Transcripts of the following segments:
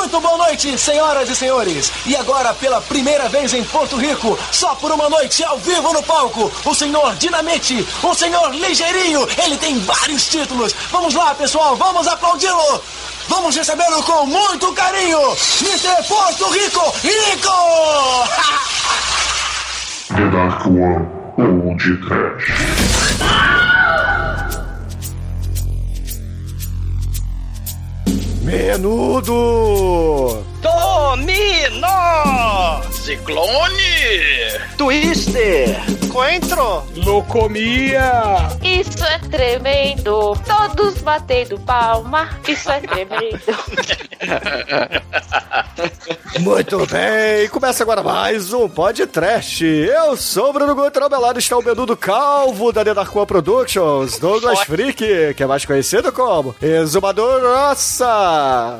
Muito boa noite, senhoras e senhores. E agora, pela primeira vez em Porto Rico, só por uma noite, ao vivo no palco, o senhor Dinamite, o senhor Ligeirinho. Ele tem vários títulos. Vamos lá, pessoal, vamos aplaudi-lo. Vamos recebê-lo com muito carinho. Mr. Porto Rico, Rico! The Dark One Old Trash. Menudo! Dominó! Ciclone! Twister! Coentro! Locomia! Isso é tremendo! Todos batendo palma! Isso é tremendo! Muito bem! Começa agora mais um podcast. Eu sou o Bruno Guter, ao meu lado está o Menudo Calvo da The Dark One Productions, Douglas Freak, que é mais conhecido como Exumador Nossa!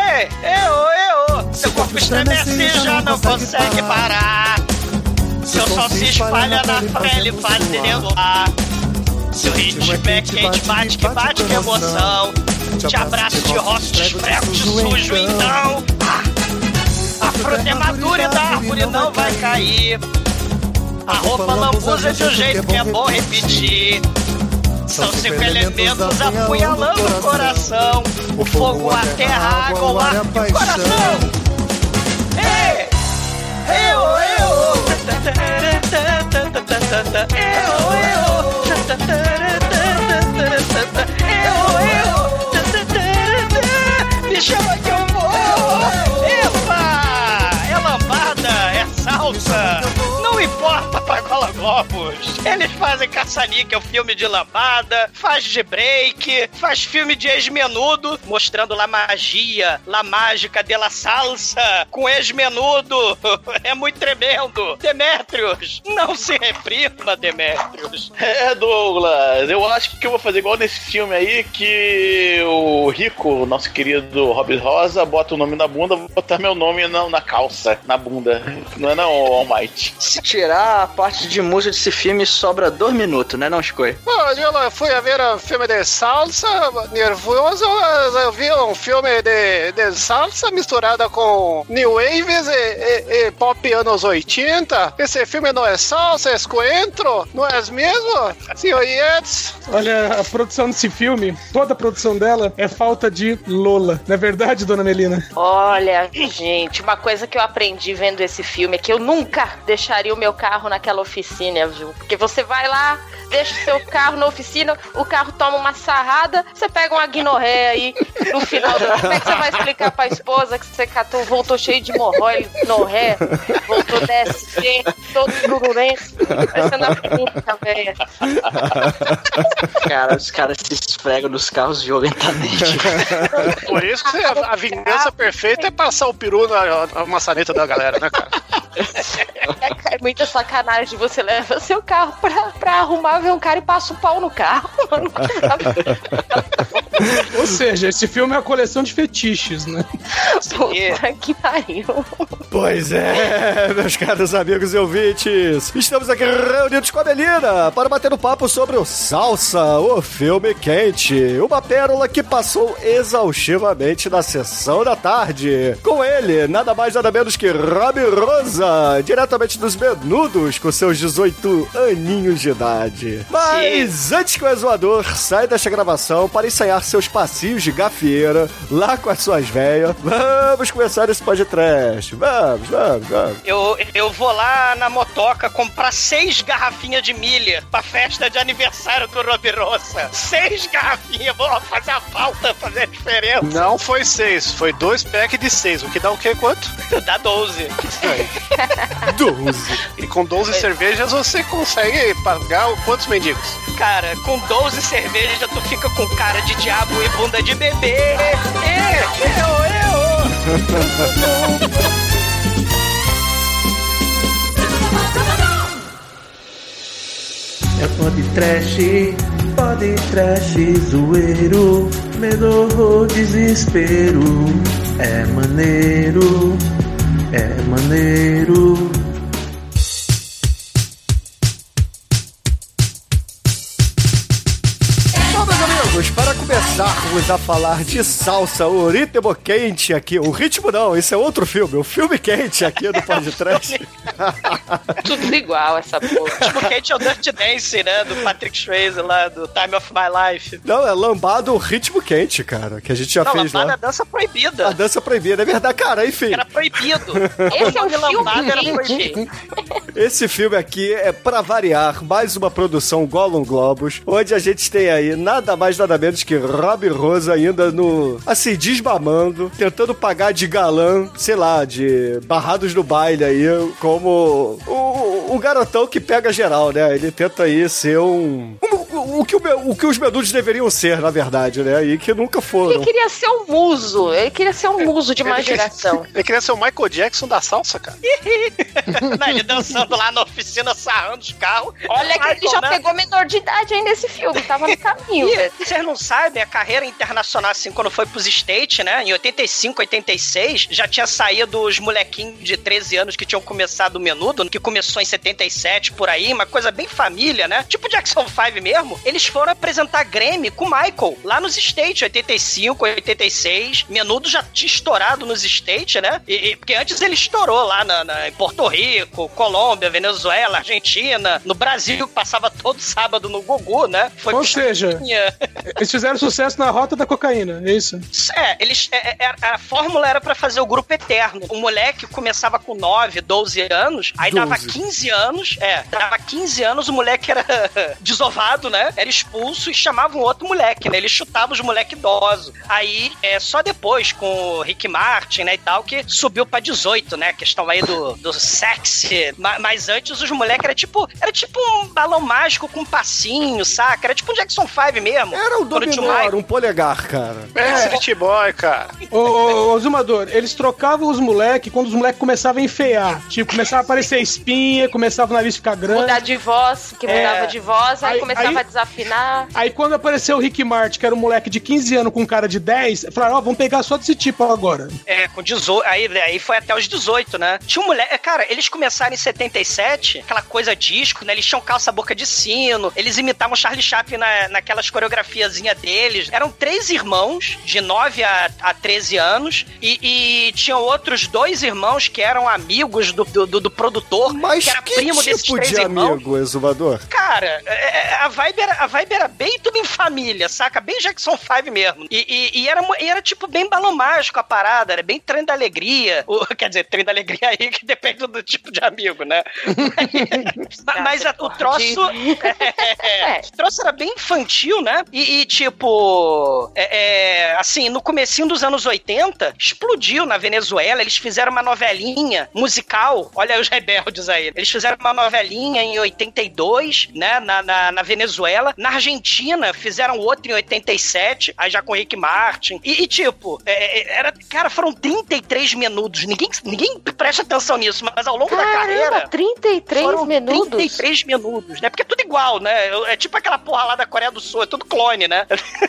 Seu corpo estremece e já não consegue parar. Seu sol se espalha na pele fazendo ar. Seu ritmo é quente, bate que emoção. Te abraço, te roço, te esfrego, te sujo então. A fruta é madura e da árvore não vai cair. A roupa lambuza de um jeito que é bom repetir. São 5 elementos apunhalando o coração: o fogo, a terra, a água, o ar e o coração. Me chama que eu vou. Epa! É lambada, é salsa. Não importa pra Cola Globos. Eles fazem caça-níquel, filme de lambada, faz de break, faz filme de ex-menudo, mostrando lá magia, lá mágica de la salsa, com ex-menudo. É muito tremendo. Demétrios, não se reprima, Demétrios. Douglas, eu acho que eu vou fazer igual nesse filme aí, que o Rico, nosso querido Rob Rosa, bota o nome na bunda, vou botar meu nome na calça, na bunda. Não é não, All Might. Se tirar a parte de música desse filme, sobra 2 minutos, né, não, Chico? Eu fui a ver um filme de salsa, nervoso, eu vi um filme de salsa misturada com New Waves e pop anos 80. Esse filme não é salsa, é coentro, não é mesmo, senhor Yates? Olha, a produção desse filme, toda a produção dela é falta de Lola. Não é verdade, dona Melina? Olha, gente, uma coisa que eu aprendi vendo esse filme é que eu nunca deixaria o meu carro naquela oficina, viu? Porque você vai lá, deixa o seu carro na oficina, o carro toma uma sarrada, você pega uma guinorré aí no final. Como é que você vai explicar pra esposa que você catou, voltou cheio de morrói, guinorré, voltou DSC, todo gururento, parecendo a puta, velha. Cara, os caras se esfregam nos carros violentamente. Por isso que a vingança perfeita é passar o peru na maçaneta da galera, né, cara? É muita sacanagem. Você leva seu carro pra arrumar, ver um cara e passa o pau no carro. Ou seja, esse filme é uma coleção de fetiches, né? Puta que pariu. Pois é, meus caros amigos e ouvintes, estamos aqui reunidos com a Melina para bater um papo sobre o Salsa, o filme quente, uma pérola que passou exaustivamente na sessão da tarde. Com ele, nada mais nada menos que Rob Rosa, diretamente dos Menudos, com seus 18 aninhos de idade. Mas antes que o Exumador saia desta gravação para ensaiar seus passinhos de gafieira lá com as suas velhas, vamos começar esse podcast. Vamos. Eu vou lá na motoca comprar 6 garrafinhas de milha pra festa de aniversário do Rob Rosa. 6 garrafinhas, vou fazer a falta, fazer a diferença. Não foi 6, foi 2 packs de 6, o que dá o quê? Quanto? Dá 12. 12. E com 12 cervejas você consegue pagar quantos mendigos? Cara, com 12 cervejas tu fica com cara de diabo e bunda de bebê. É pode trash, zoeiro, medo ou desespero. É maneiro. Para começarmos voltamos a falar de salsa, o ritmo quente aqui. O ritmo não, esse é outro filme, o filme quente aqui no podcast. Tudo igual essa porra. O ritmo quente é o Dirty Dance, né? Do Patrick Swayze lá, do Time of My Life. Não, é lambado o ritmo quente, cara, que a gente já fez lá. Lambada é a dança proibida. A dança proibida, é verdade, cara, enfim. Era proibido. Esse é um filme lambada era quente. proibido. Esse filme aqui é, pra variar, mais uma produção Gollum Globus, onde a gente tem aí nada mais, nada menos que Rob Rose ainda no... assim, desmamando, tentando pagar de galã, sei lá, de barrados no baile aí, como o garotão que pega geral, né? Ele tenta aí ser o que os menudos deveriam ser, na verdade, né? E que nunca foram. Ele queria ser um muso. Ele queria ser um muso de uma geração. Ele queria ser o Michael Jackson da salsa, cara. Não, ele dançando lá na oficina, sarrando os carros. Olha que ele já pegou menor de idade aí nesse filme. Tava no caminho, velho. Vocês não sabem, a carreira internacional, assim, quando foi pros States, né? Em 85, 86, já tinha saído os molequinhos de 13 anos que tinham começado o Menudo, que começou em 77, por aí, uma coisa bem família, né? Tipo Jackson 5 mesmo. Eles foram apresentar Grammy com o Michael, lá nos States, 85, 86. Menudo já tinha estourado nos States, né? Porque antes ele estourou lá em Porto Rico, Colômbia, Venezuela, Argentina. No Brasil, passava todo sábado no Gugu, né? Foi Ou seja, eles fizeram sucesso na rota da cocaína, é isso? A fórmula era pra fazer o grupo eterno. O moleque começava com 9, 12 anos, aí 12. Dava 15 anos, o moleque era desovado, né? Era expulso e chamava um outro moleque, né? Ele chutava os moleques idosos. Aí, só depois, com o Rick Martin, né, e tal, que subiu pra 18, né? A questão aí do sexy. Mas antes, os moleques era tipo um balão mágico com um passinho, saca? Era tipo um Jackson 5 mesmo. Era um dominor, um polegar, cara. Street Boy, cara. Ô, Zumador, eles trocavam os moleques quando os moleques começavam a enfeiar. Tipo, começava a aparecer espinha, começava o nariz ficar grande. Mudar de voz, que mudava de voz, aí começava a desafinar. Aí quando apareceu o Rick Martin, que era um moleque de 15 anos com um cara de 10, falaram, vamos pegar só desse tipo agora. Com 18, aí foi até os 18, né? Tinha um moleque, cara, eles começaram em 77, aquela coisa disco, né? Eles tinham calça boca de sino, eles imitavam Charlie Chaplin naquelas coreografiazinhas deles. Eram 3 irmãos, de 9 a 13 anos, e tinham outros 2 irmãos que eram amigos do produtor, mas que era primo desses 3 irmãos. Amigo, Exumador? Cara, a vibe era bem tudo em família, saca? Bem Jackson 5 mesmo. E era tipo bem balão mágico a parada, era bem trem da alegria. Quer dizer, trem da alegria aí que depende do tipo de amigo, né? Mas o troço... O troço era bem infantil, né? Tipo... assim, no comecinho dos anos 80, explodiu na Venezuela, eles fizeram uma novelinha musical, olha os rebeldes aí, eles fizeram uma novelinha em 82, né, na Venezuela, na Argentina fizeram outra em 87, aí já com Rick Martin, tipo, cara, foram 33 minutos, ninguém presta atenção nisso, mas ao longo da carreira... 33 foram minutos? 33 minutos, né, porque é tudo igual, né, é tipo aquela porra lá da Coreia do Sul, é tudo clone, né,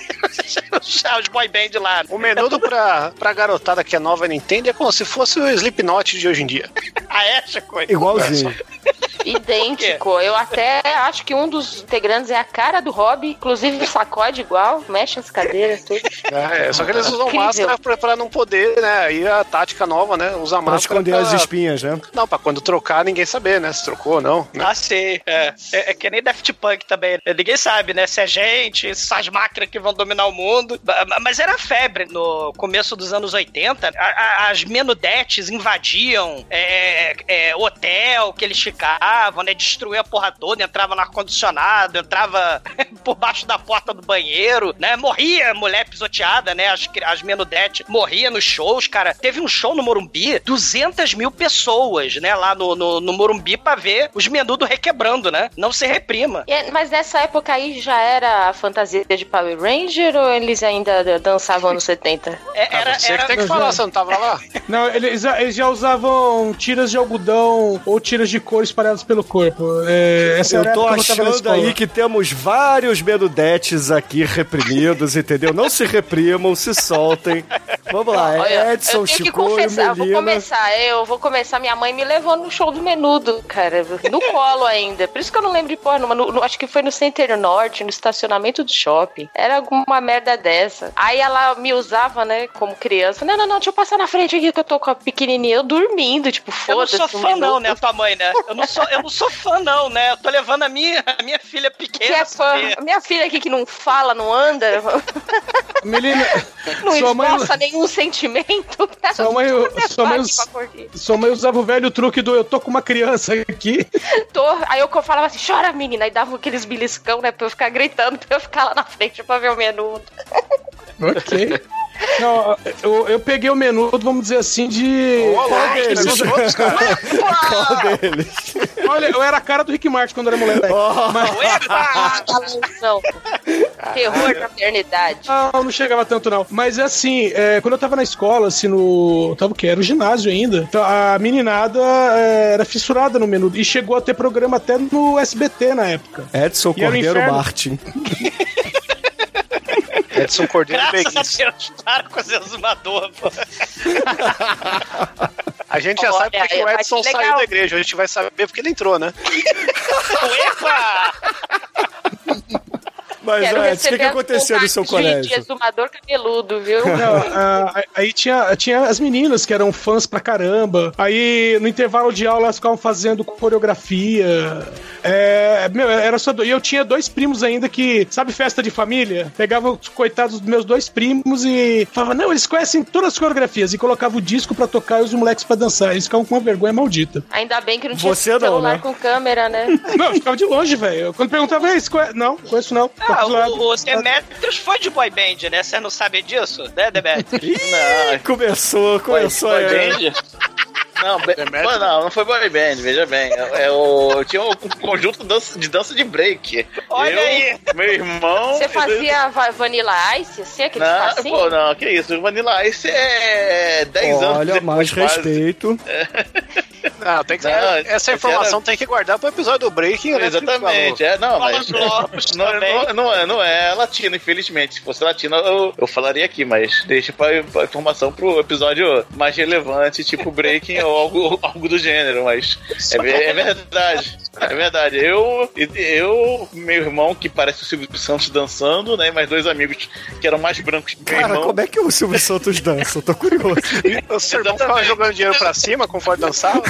os boy band lá. O Menudo pra garotada que é nova e não entende é como se fosse o Slipknot de hoje em dia. Chico? Igualzinho. Idêntico. Eu até acho que um dos integrantes é a cara do Rob, inclusive sacode igual, mexe nas cadeiras, tudo. Só que eles usam máscara pra não poder, né? Aí a tática nova, né? Usa máscara esconder as espinhas, né? Não, pra quando trocar, ninguém saber, né? Se trocou ou não. Né? Sei. É que nem Daft Punk também. Ninguém sabe, né? Se é gente, essas máquinas que vão dominar o mundo. Mas era febre no começo dos anos 80. As menudetes invadiam hotel que eles ficavam, né? Destruía a porra toda, entrava no ar-condicionado, entrava por baixo da porta do banheiro, né? Morria mulher pisoteada, né? As menudetes morriam nos shows, cara. Teve um show no Morumbi, 200 mil pessoas, né? Lá no Morumbi pra ver os menudos requebrando, né? Não se reprima. Mas nessa época aí já era a fantasia de Power Ranger ou eles ainda dançavam nos 70? Você que tem que falar, você não tava lá? Não, eles já usavam tiras de algodão ou tiras de cor espalhadas espalhados pelo corpo. Essa Eu era a tô época que eu tava na achando escola. aí que temos vários menudetes aqui reprimidos, entendeu? Não se reprimam, se soltem. Vamos lá, Olha, Edson, eu tenho que Chico e confessar, Melina. eu vou começar. Minha mãe me levou no show do Menudo, cara, no colo ainda. Por isso que eu não lembro de porra, acho que foi no Center Norte, no estacionamento do shopping. Era alguma merda dessa. Aí ela me usava, né, como criança. Não, deixa eu passar na frente aqui que eu tô com a pequenininha, eu dormindo, tipo, foda-se. Eu não sou fã não, né, tua mãe, né? Eu não sou fã não, né? Eu tô levando a minha filha pequena. Que é fã. A minha filha aqui que não fala, não anda. Melina, não sua mãe... expressa nenhum sentimento. Sua mãe usava o velho truque do eu tô com uma criança aqui. Aí eu falava assim, chora menina, aí dava aqueles beliscão, né, pra eu ficar gritando, pra eu ficar lá na frente pra ver o Menudo. Ok. Não, eu peguei o Menudo, vamos dizer assim, de... Qual deles? Qual deles? Olha, eu era a cara do Rick Martin quando era moleque. Terror da eternidade. Não chegava tanto não. Mas assim, quando eu tava na escola, assim, tava o quê? Era o ginásio ainda. Então, a meninada era fissurada no Menudo. E chegou a ter programa até no SBT na época. Edson Cordeiro Martin. Edson Cordeiro Graças a Deus, para com esse exumador, pô. A gente já sabe porque o Edson saiu da igreja. A gente vai saber porque ele entrou, né? Epa! Mas, Edson, o que aconteceu no seu colégio? Exumador cabeludo, viu? Não, aí tinha as meninas que eram fãs pra caramba. Aí, no intervalo de aula, elas ficavam fazendo coreografia. Era só... E eu tinha 2 primos ainda que, sabe, festa de família? Pegavam os coitados dos meus 2 primos e falavam, não, eles conhecem todas as coreografias. E colocavam o disco pra tocar e os moleques pra dançar. Eles ficavam com uma vergonha maldita. Ainda bem que não tinha Você celular não, né? com câmera, né? Não, eu ficava de longe, velho. Quando perguntava, não, conheço não. O Demetrius foi de boy band, né? Você não sabe disso, né, Demetrius? Não, Começou. boy band? Não foi boy band, veja bem. Eu tinha um conjunto de dança de break. Olha aí! Meu irmão... Você fazia Vanilla Ice, assim, aquele passinho? Pô, não, que isso. Vanilla Ice é 10 anos Olha, depois, mais quase. respeito. Não, tem que essa informação tem que guardar pro episódio do Breaking. Exatamente, mas não é latino, infelizmente. Se fosse latino, eu falaria aqui, mas deixa pra informação pro episódio mais relevante, tipo Breaking ou algo do gênero, mas é verdade. É verdade. Eu, meu irmão, que parece o Silvio Santos dançando, né? Mais 2 amigos que eram mais brancos que meu irmão. Como é que o Silvio Santos dança? Eu tô curioso. O seu irmão ficava jogando dinheiro pra cima conforme dançava?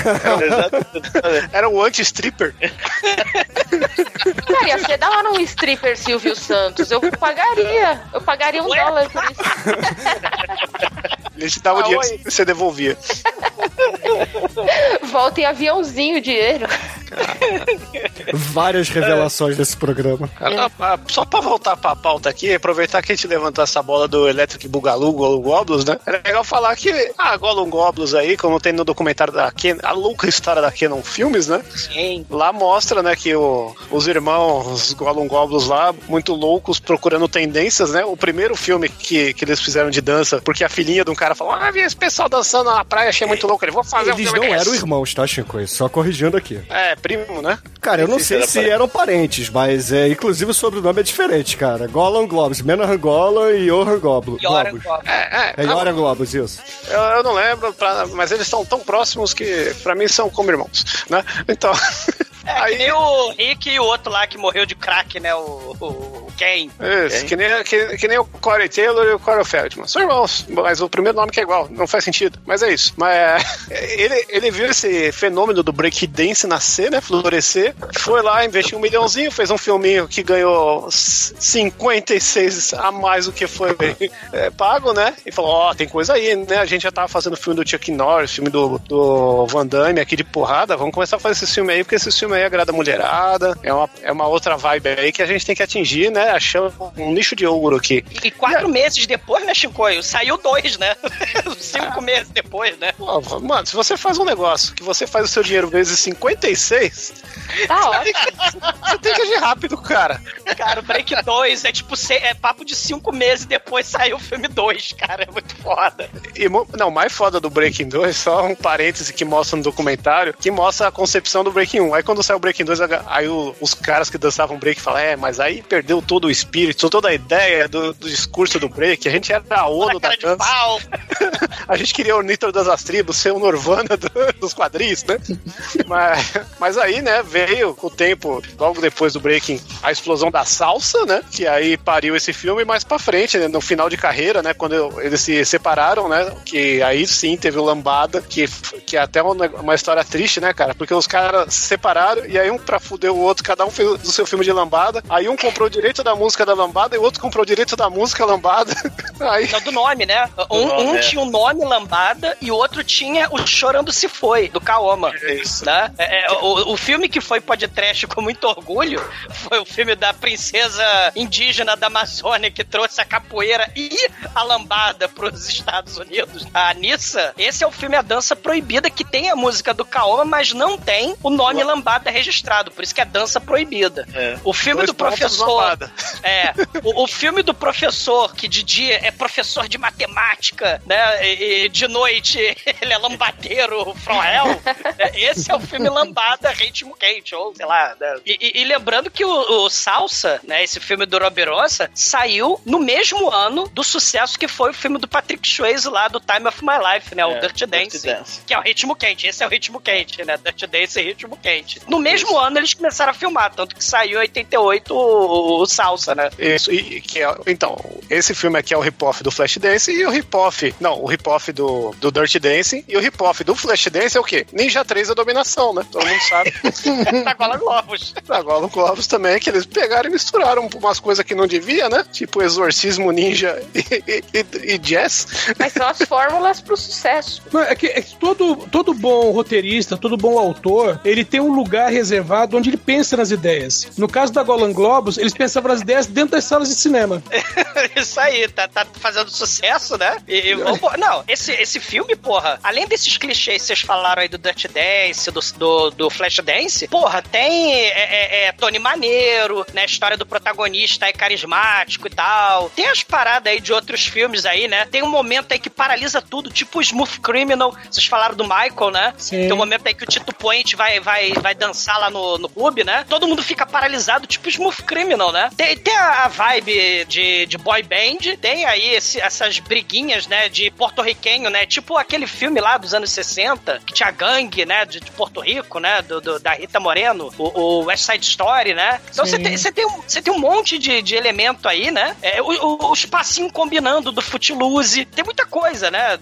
Era o anti-stripper. Cara, ia ser da hora um stripper Silvio Santos. Eu pagaria $1 por isso. Ele te dava o dinheiro e você devolvia. Volta em aviãozinho o dinheiro. Várias revelações desse programa. Só pra voltar pra pauta aqui, aproveitar que a gente levantou essa bola do Electric Boogaloo, Gollum Goblins, né? É legal falar que Gollum Goblins aí, como tem no documentário da a louca história da Canon Filmes, né? Sim. Lá mostra, né, que os irmãos Gollum Goblins lá, muito loucos, procurando tendências, né? O primeiro filme que eles fizeram de dança, porque a filhinha de um cara falou, vi esse pessoal dançando na praia, achei muito louco. Ele, vou fazer Eles não eram irmãos, tá, Chico? Só corrigindo aqui. Primo, né? Cara, eu não sei se eram parentes, mas inclusive o sobrenome é diferente, cara. Gollum Goblins, Menahan Gollum e Johan Goblins. É Joran Goblins, isso. Eu não lembro, mas eles são tão próximos que pra mim são como irmãos, né? Então... que nem o Rick e o outro lá que morreu de crack, né? O Ken. Isso, que nem o Corey Taylor e o Corey Feldman. São irmãos, mas o primeiro nome que é igual. Não faz sentido, mas é isso. Mas ele viu esse fenômeno do breakdance nascer, né? Florescer. Foi lá, investiu $1 milhãozinho, fez um filminho que ganhou 56 a mais do que foi pago, né? E falou, tem coisa aí, né? A gente já tava fazendo filme do Chuck Norris, filme do Van Damme aqui de porrada. Vamos começar a fazer esse filme aí, porque esse filme aí agrada a mulherada. É uma outra vibe aí que a gente tem que atingir, né? achamos um nicho de ouro aqui. E 4 meses depois, né, Chicoio? Saiu 2, né? 5 meses depois, né? Mano, se você faz um negócio que você faz o seu dinheiro vezes 56... Tá ótimo. Você tem que agir rápido, cara. Cara, o Break 2 é tipo, é papo de 5 meses depois saiu o filme 2, cara. É muito foda. E, não, o mais foda do Breaking 2, só um parêntese que mostra no documentário, que mostra a concepção do Breaking 1. Aí quando saiu o Breaking 2, aí os caras que dançavam break falam, mas aí perdeu todo o espírito, toda a ideia do discurso do break. A gente era a ONU da dança. A gente queria o Nitro das tribos, ser o Nirvana dos quadris, né? Mas aí, né, veio com o tempo, logo depois do Breaking, a explosão da salsa, né? Que aí pariu esse filme, mais pra frente, né, no final de carreira, né? Quando eles se separaram, né? Que aí sim teve o Lambada, que é até uma história triste, né, cara? Porque os caras se separaram e aí um pra fuder o outro, cada um fez do seu filme de lambada. Aí um comprou o direito da música da lambada e o outro comprou o direito da música lambada. Aí... Não, do nome, né? Um tinha o nome Lambada e o outro tinha o Chorando Se Foi, do Kaoma. Isso. Né? O filme que foi podcast com muito orgulho foi o filme da princesa indígena da Amazônia que trouxe a capoeira e a lambada pros Estados Unidos. A Anissa, esse é o filme A Dança Proibida, que tem a música do Kaoma, mas não tem o nome lambada registrado, por isso que é Dança Proibida. O filme do professor... O filme do professor, que de dia é professor de matemática, né, e de noite ele é lambadeiro from hell, esse é o filme Lambada Ritmo Quente, ou sei lá, né? E lembrando que o Salsa, né, esse filme do Robirosa, saiu no mesmo ano do sucesso que foi o filme do Patrick Swayze lá do Time of My Life, né, o Dirty Dance, que é o Ritmo Quente, esse é o Ritmo Quente, né, Dirty Dance e Ritmo Quente. No mesmo ano eles começaram a filmar, tanto que saiu em 88 o Salsa, né? Isso, então, esse filme aqui é o rip-off do Flashdance e o rip-off do Dirty Dancing, e o rip-off do Flashdance é o quê? Ninja 3 a Dominação, né? Todo mundo sabe. Da Golan Globus. Da Golan Globus também, que eles pegaram e misturaram umas coisas que não devia, né? Tipo Exorcismo Ninja e Jazz. Mas são as fórmulas pro sucesso. É que todo bom roteirista, todo bom autor, ele tem um lugar reservado onde ele pensa nas ideias. No caso da Golan Globus, eles pensavam nas ideias dentro das salas de cinema. Isso aí, tá fazendo sucesso, né? Não, esse filme, porra, além desses clichês que vocês falaram aí do Dirty Dance, do Flashdance, porra, tem Tony Maneiro, né? A história do protagonista aí carismático e tal. Tem as paradas aí de outros filmes aí, né? Tem um momento aí que paralisa tudo, tipo o Smooth Criminal. Vocês falaram do Michael, né? Sim. Tem um momento aí que o Tito Puente vai dançar lá no clube, né? Todo mundo fica paralisado, tipo Smooth Criminal, né? Tem a vibe de boy band, tem aí essas briguinhas, né? De porto-riquenho, né? Tipo aquele filme lá dos anos 60, que tinha gangue, né? De Porto Rico, né? Da Rita Moreno, o West Side Story, né? Então você tem um monte de elemento aí, né? O espacinho combinando do Footloose. Tem muita coisa, né?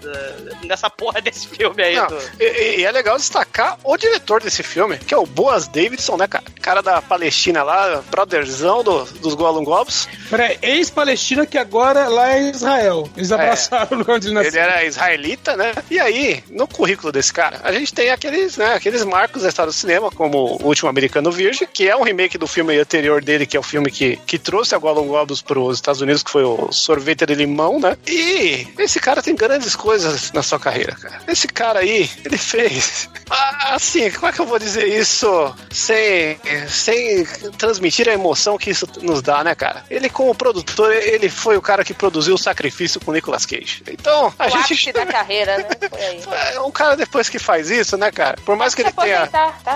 Nessa porra desse filme aí. E é legal destacar o diretor desse filme, que é o Boaz Davidson, né, cara? Cara da Palestina lá, brotherzão dos Golan Globus. Ex-Palestina, que agora lá é Israel. Eles abraçaram o lugar onde ele nasceu. Ele era israelita, né? E aí, no currículo desse cara, a gente tem aqueles marcos da história do cinema, como O Último Americano Virgem, que é um remake do filme anterior dele, que é o filme que trouxe a Golan Globus pros Estados Unidos, que foi o Sorvete de Limão, né? E esse cara tem grandes coisas na sua carreira, cara. Esse cara aí, ele fez... assim, como é que eu vou dizer isso sem transmitir a emoção que isso nos dá, né, cara? Ele, como produtor, ele foi o cara que produziu O Sacrifício com Nicolas Cage. Então, a gente... ápice da carreira, né? Foi aí. Um cara, depois que faz isso, né, cara? Por mais que ele tenha...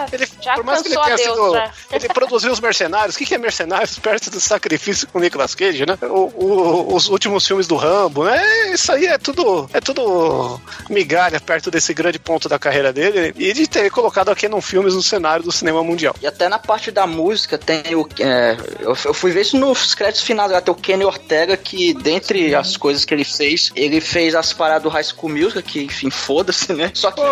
Por mais que ele tenha sido... Ele produziu Os Mercenários. O que é Mercenários perto do Sacrifício com Nicolas Cage, né? Os últimos filmes do Rambo, né? Isso aí é tudo migalha perto desse grande ponto da carreira dele e de ter colocado aqui num filmes no cenário do cinema mundial. E até na parte da música tem eu fui ver isso nos créditos finais, tem o Kenny Kenny Ortega, que dentre as coisas que ele fez as paradas do High School Musical, que enfim, foda-se, né? Só que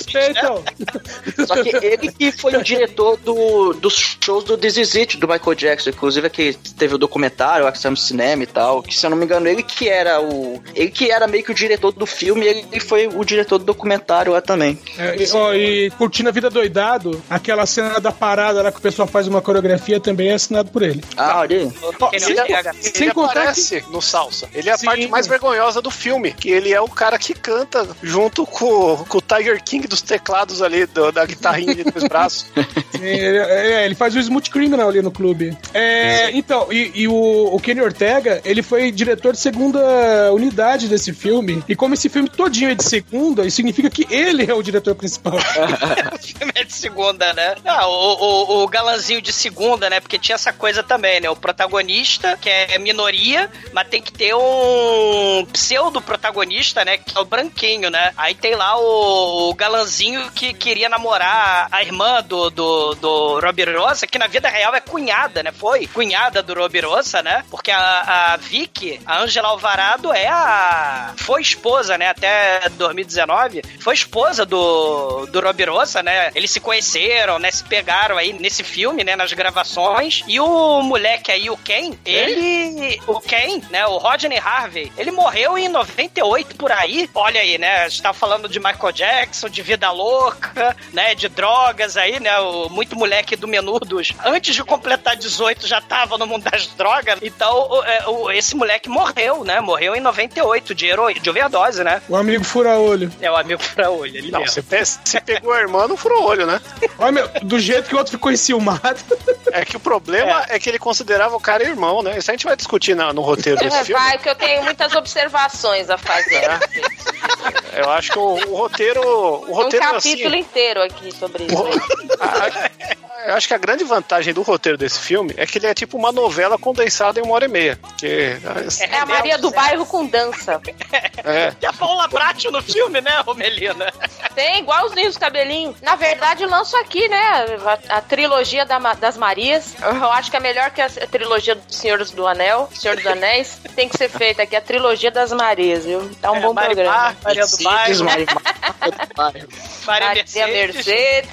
ele que foi o diretor dos shows do This Is It, do Michael Jackson, inclusive que teve o documentário, o Axam Cinema e tal, que se eu não me engano, ele que era meio que o diretor do filme, ele foi o diretor do documentário lá também. E Curtindo a Vida Doidado, aquela cena da parada lá que o pessoal faz uma coreografia também é assinado por ele. Olha aí. Ele aparece no Salsa. Ele é a parte mais vergonhosa do filme, que ele é o cara que canta junto com o Tiger King dos teclados ali, da guitarrinha de dois braços. Ele faz o Smooth Criminal ali no clube. Então, o Kenny Ortega, ele foi diretor de segunda unidade desse filme, e como esse filme todinho é de segunda, isso significa que ele é o diretor principal. O filme é de segunda, né? O galanzinho de segunda, né? Porque tinha essa coisa também, né? O protagonista, que é minoria, mas tem que ter um pseudo-protagonista, né? Que é o branquinho, né? Aí tem lá o galanzinho que queria namorar a irmã do Robirosa, que na vida real é cunhada, né? Foi cunhada do Robirosa, né? Porque a Vicky, a Angela Alvarado, foi esposa, né? Até 2019, foi esposa do Robirosa, né? Eles se conheceram, né? Se pegaram aí nesse filme, né? Nas gravações. E o moleque aí, o Ken, né? O Rodney Harvey, ele morreu em 98 por aí. Olha aí, né? A gente tá falando de Michael Jackson, de vida louca, né? De drogas aí, né? Muito moleque do Menudos, antes de completar 18, já tava no mundo das drogas. Então, esse moleque morreu, né? Morreu em 98 de overdose, né? O amigo fura-olho. É, o amigo fura-olho. Ele não, você pegou a irmã, não furou-olho, né? Olha, do jeito que o outro ficou enciumado. É que o problema é que ele considerava o cara irmão, né? Isso a gente vai discutir no roteiro desse filme. Vai, que eu tenho muitas observações a fazer. Eu acho que o roteiro... Um capítulo inteiro aqui sobre isso. Eu acho que a grande vantagem do roteiro desse filme é que ele é tipo uma novela condensada em 1h30. É a Maria do Bairro com dança. Tem a Paula Bracho no filme, né, Romelina? Tem, igualzinho os cabelinhos. Na verdade, lanço aqui, né, a trilogia das Marias. Eu acho que é melhor que a trilogia do Senhor do Anéis. Tem que ser feita aqui, a trilogia das Marias, viu? Tá um bom programa. Maria do Bairro. Maria Mercedes.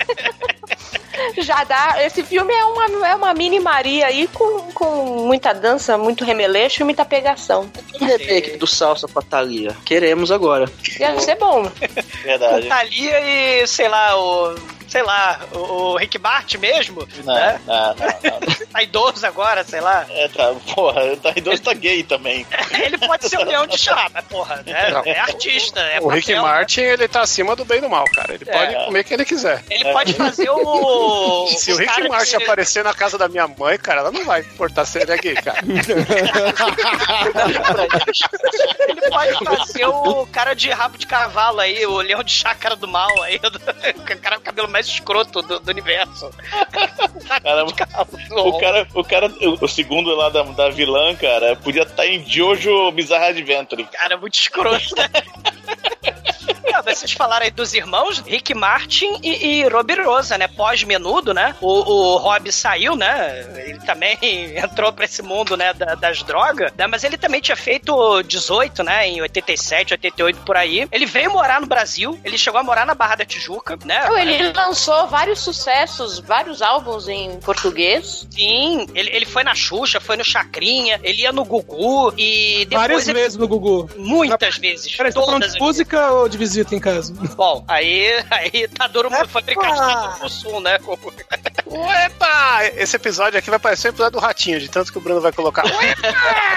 Já dá. Esse filme é uma mini Maria aí com muita dança, muito remeleixo e muita pegação. Um remake do Salsa pra Thalia. Queremos agora. Ia ser bom. Verdade. Com Thalia e, sei lá, o Rick Martin mesmo, né? Não. Tá idoso agora, sei lá. Tá idoso, tá gay também. Ele pode ser o Leão de Chá, mas porra, né? É artista. O Rick Martin, ele tá acima do bem e do mal, cara. Ele pode comer quem ele quiser. Ele pode fazer Se o Rick Martin aparecer na casa da minha mãe, cara, ela não vai importar se ele é gay, cara. Ele pode fazer o cara de rabo de cavalo aí, o Leão de Chá, cara do mal aí, o cara com o cabelo mais escroto do universo. O segundo lá da vilã, cara, podia estar em Jojo Bizarre Adventure. Cara, muito escroto, né? Vocês falaram aí dos irmãos Rick Martin e Robirosa, né? Pós-Menudo, né? O Rob saiu, né? Ele também entrou pra esse mundo, né? Das drogas, né? Mas ele também tinha feito 18, né? Em 87, 88, por aí. Ele veio morar no Brasil, ele chegou a morar na Barra da Tijuca, né? Ele lançou vários sucessos, vários álbuns em português. Sim, ele foi na Xuxa, foi no Chacrinha, ele ia no Gugu e depois... Várias vezes no Gugu. Muitas vezes. Peraí, você tá falando de música ou de visita em casa? Bom, aí tá duro fabricado no Sul, né? Uepa! Esse episódio aqui vai parecer um episódio do Ratinho, de tanto que o Bruno vai colocar. Uepa!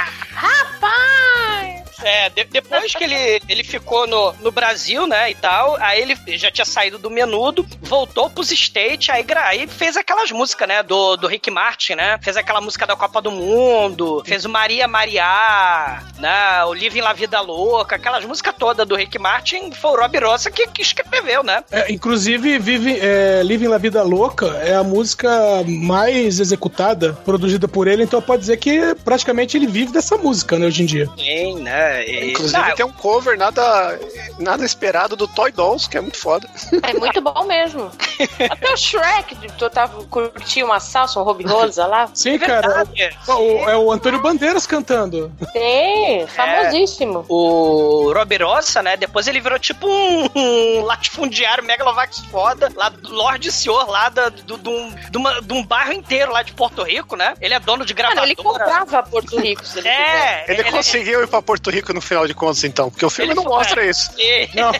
Rapaz! Depois que ele ficou no Brasil, né, e tal, aí ele já tinha saído do Menudo, voltou pros States, aí fez aquelas músicas, né, do Rick Martin, né, fez aquela música da Copa do Mundo, fez o Maria, né, o Living La Vida Louca, aquelas músicas todas do Rick Martin, foi o Robirosa que escreveu, né. Inclusive, Living La Vida Louca é a música mais executada, produzida por ele, então pode dizer que praticamente ele vive dessa música, né, hoje em dia. Sim, né. Inclusive tem um cover nada esperado do Toy Dolls, que é muito foda. É muito bom mesmo. Até o Shrek, tu curtiu uma salsa, um Rob Rosa lá? Sim, cara. É o Antônio Bandeiras cantando. Sim, famosíssimo. O Rob Rosa, né? Depois ele virou tipo um latifundiário megalovax foda, lá do Lorde Senhor, lá de um bairro inteiro lá de Porto Rico, né? Ele é dono de gravadora. Ele comprava Porto Rico, se ele quiser. Ele conseguiu ir pra Porto Rico no final de contas, então, porque o filme não mostra isso. Não.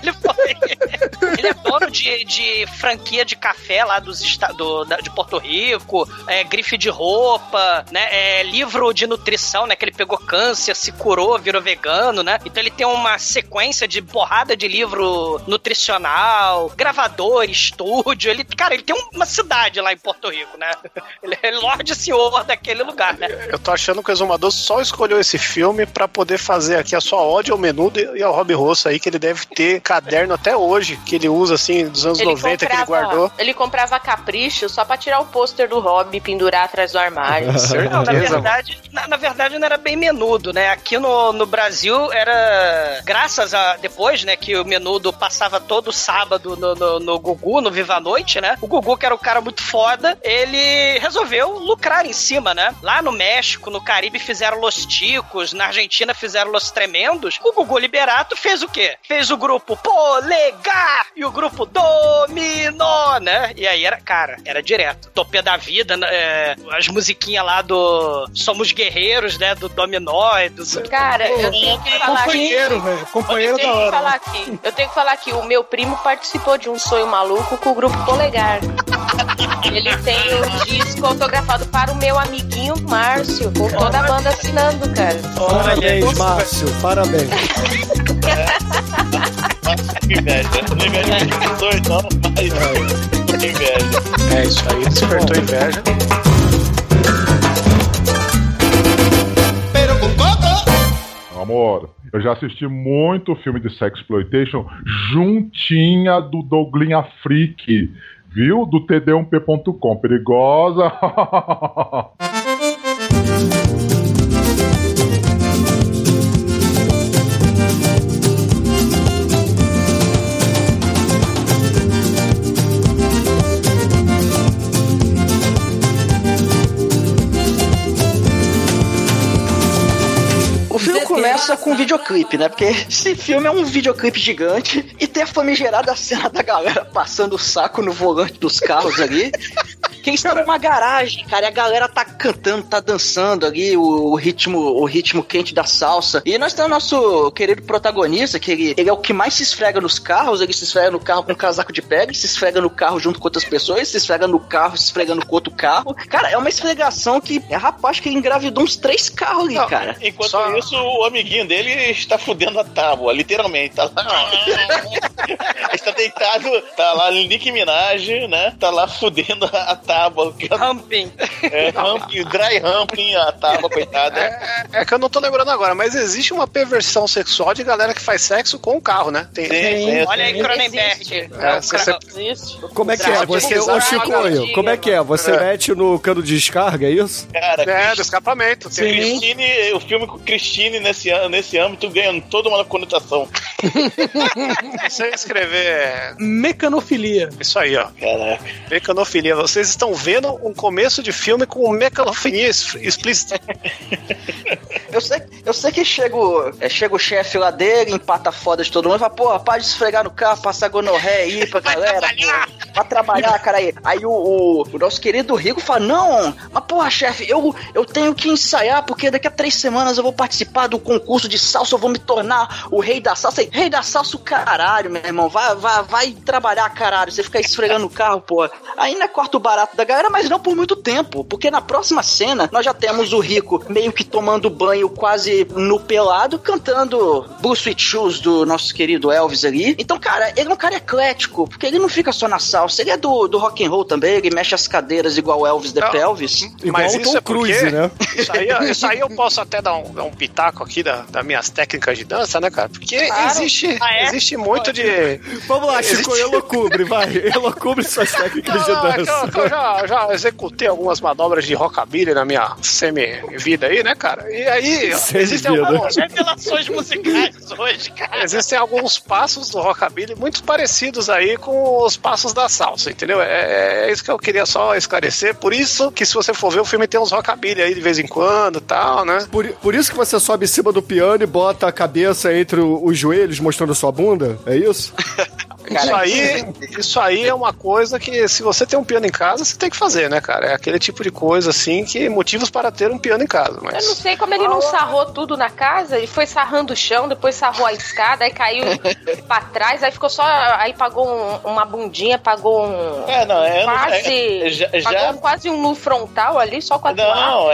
Ele é dono de franquia de café lá de Porto Rico, grife de roupa, né? Livro de nutrição, né? Que ele pegou câncer, se curou, virou vegano, né? Então ele tem uma sequência de porrada de livro nutricional, gravador, estúdio. Ele tem uma cidade lá em Porto Rico, né? Ele é Lorde Senhor daquele lugar, né? Eu tô achando que o Exumador só escolheu esse filme pra poder fazer aqui a sua ode ao Menudo e ao Rob Rosso aí, que ele deve ter caderno até hoje, que ele usa assim, dos anos 90, que ele guardou. Ele comprava capricho só pra tirar o pôster do Rob e pendurar atrás do armário. Não, na verdade não era bem Menudo, né? Aqui no Brasil era, graças a, depois, né, que o Menudo passava todo sábado no Gugu, no Viva a Noite, né? O Gugu, que era um cara muito foda, ele resolveu lucrar em cima, né? Lá no México, no Caribe, fizeram Los Ticos, na Argentina fizeram Los Tremendos. O Gugu Liberato fez o quê? Fez o grupo Polegar e o grupo Dominó, né? E aí era direto. Topê da Vida, as musiquinhas lá do Somos Guerreiros, né? Do Dominó e do... Cara, eu tenho que falar companheiro, velho. Companheiro da hora. Eu tenho que falar aqui, o meu primo participou de um sonho maluco com o grupo Polegar. Ele tem um disco autografado para o meu amiguinho Márcio, com toda a banda assinando, cara. Parabéns, Márcio, parabéns. Que inveja. Não inveja de pessoas, não, mas inveja. É isso aí, despertou inveja. Amor, eu já assisti muito filme de sexploitation juntinha do Douglinha Freak, viu? Do td1p.com. Perigosa. O filme começa com um videoclipe, né? Porque esse filme é um videoclipe gigante e tem a famigerada cena da galera passando o saco no volante dos carros ali. Que eles estão numa garagem, cara, e a galera tá cantando, tá dançando ali o ritmo quente da salsa. E nós temos o nosso querido protagonista, que ele é o que mais se esfrega nos carros. Ele se esfrega no carro com um casaco de pele, se esfrega no carro junto com outras pessoas, se esfrega no carro, se esfregando com outro carro. Cara, é uma esfregação que rapaz que ele engravidou uns 3 carros ali, cara. Enquanto isso, o amiguinho dele está fudendo a tábua, literalmente. Tá lá. Está deitado, tá lá Nicki Minaj, né? Tá lá fudendo a tábua. Humping. Dry humping a tábua, coitada. É que eu não tô lembrando agora, mas existe uma perversão sexual de galera que faz sexo com o carro, né? Tem. Olha aí, Cronenberg. Como é que é? Ô Chico, como é que é? Você mete no cano de descarga, é isso? Cara, do escapamento. Christine, o filme com Christine nesse âmbito ganha toda uma conotação. Você escrever mecanofilia. Isso aí, ó. Caraca. Mecanofilia. Vocês estão vendo um começo de filme com mecanofilia explícita. Eu sei que chega o chefe lá dele, empata a foda de todo mundo e fala, porra, para de esfregar no carro, passar gonorreia aí pra galera. Pra trabalhar, cara aí. Aí o nosso querido Rico fala, não, mas porra, chefe, eu tenho que ensaiar porque daqui a 3 semanas eu vou participar do concurso de salsa, eu vou me tornar o rei da salsa. Aí, rei da salsa o caralho, meu irmão, vai trabalhar, caralho, você fica esfregando o carro, porra. Aí não é corta o barato da galera, mas não por muito tempo, porque na próxima cena nós já temos o Rico meio que tomando banho quase no pelado, cantando Blue Sweet Shoes do nosso querido Elvis ali. Então, cara, ele é um cara eclético, porque ele não fica só na salsa, ele é do rock and roll também, ele mexe as cadeiras igual Elvis the Pelvis. Igual mas o isso Tom é porque, Cruise, né? Isso aí eu posso até dar um pitaco aqui das minhas técnicas de dança, né, cara? Porque existe muito de... Vamos lá, Chico, elocubre, vai. Elocubre suas técnicas de dança. Eu já executei algumas manobras de rockabilly na minha semi-vida aí, né, cara? E aí aí, existem alguns... Revelações musicais hoje, cara. Existem alguns passos do rockabilly muito parecidos aí com os passos da salsa, entendeu? É isso que eu queria só esclarecer. Por isso que se você for ver, o filme tem uns rockabilly aí de vez em quando e tal, né? Por isso que você sobe em cima do piano e bota a cabeça entre os joelhos mostrando a sua bunda? É isso? Isso aí é uma coisa que, se você tem um piano em casa, você tem que fazer, né, cara? É aquele tipo de coisa, assim, que motivos para ter um piano em casa. Mas... Eu não sei como ele não sarrou tudo na casa, ele foi sarrando o chão, depois sarrou a escada, aí caiu pra trás, aí ficou só, aí pagou uma bundinha, pagou um... pagou quase um nu frontal ali, só com a Não,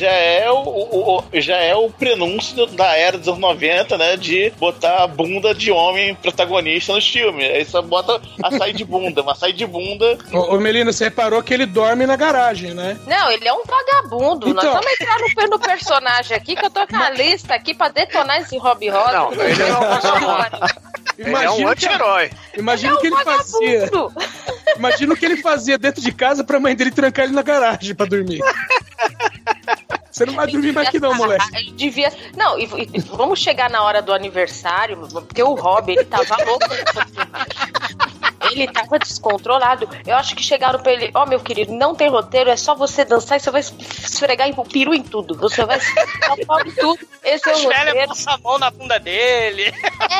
já é o prenúncio da era dos anos 90, né, de botar a bunda de homem protagonista nos filmes. Aí só bota açaí de bunda, uma açaí de bunda. Ô Melina, você reparou que ele dorme na garagem, né? Não, ele é um vagabundo. Então... Nós vamos entrar no personagem aqui, que eu tô com a lista aqui pra detonar esse Robbie Rosa. Não, ele é um personagem. Ele é um anti-herói. Imagina o que ele fazia. Imagina o que ele fazia dentro de casa pra mãe dele trancar ele na garagem pra dormir. Você não vai dormir mais aqui não, moleque. Ele devia... Não, e vamos chegar na hora do aniversário, porque o Robbie, ele tava louco. Ele tava descontrolado. Eu acho que chegaram pra ele: ó, meu querido, não tem roteiro, é só você dançar e você vai esfregar o peru em tudo. Você vai esfregar o pau em tudo. Esse é o roteiro. Velha passa a mão na bunda dele.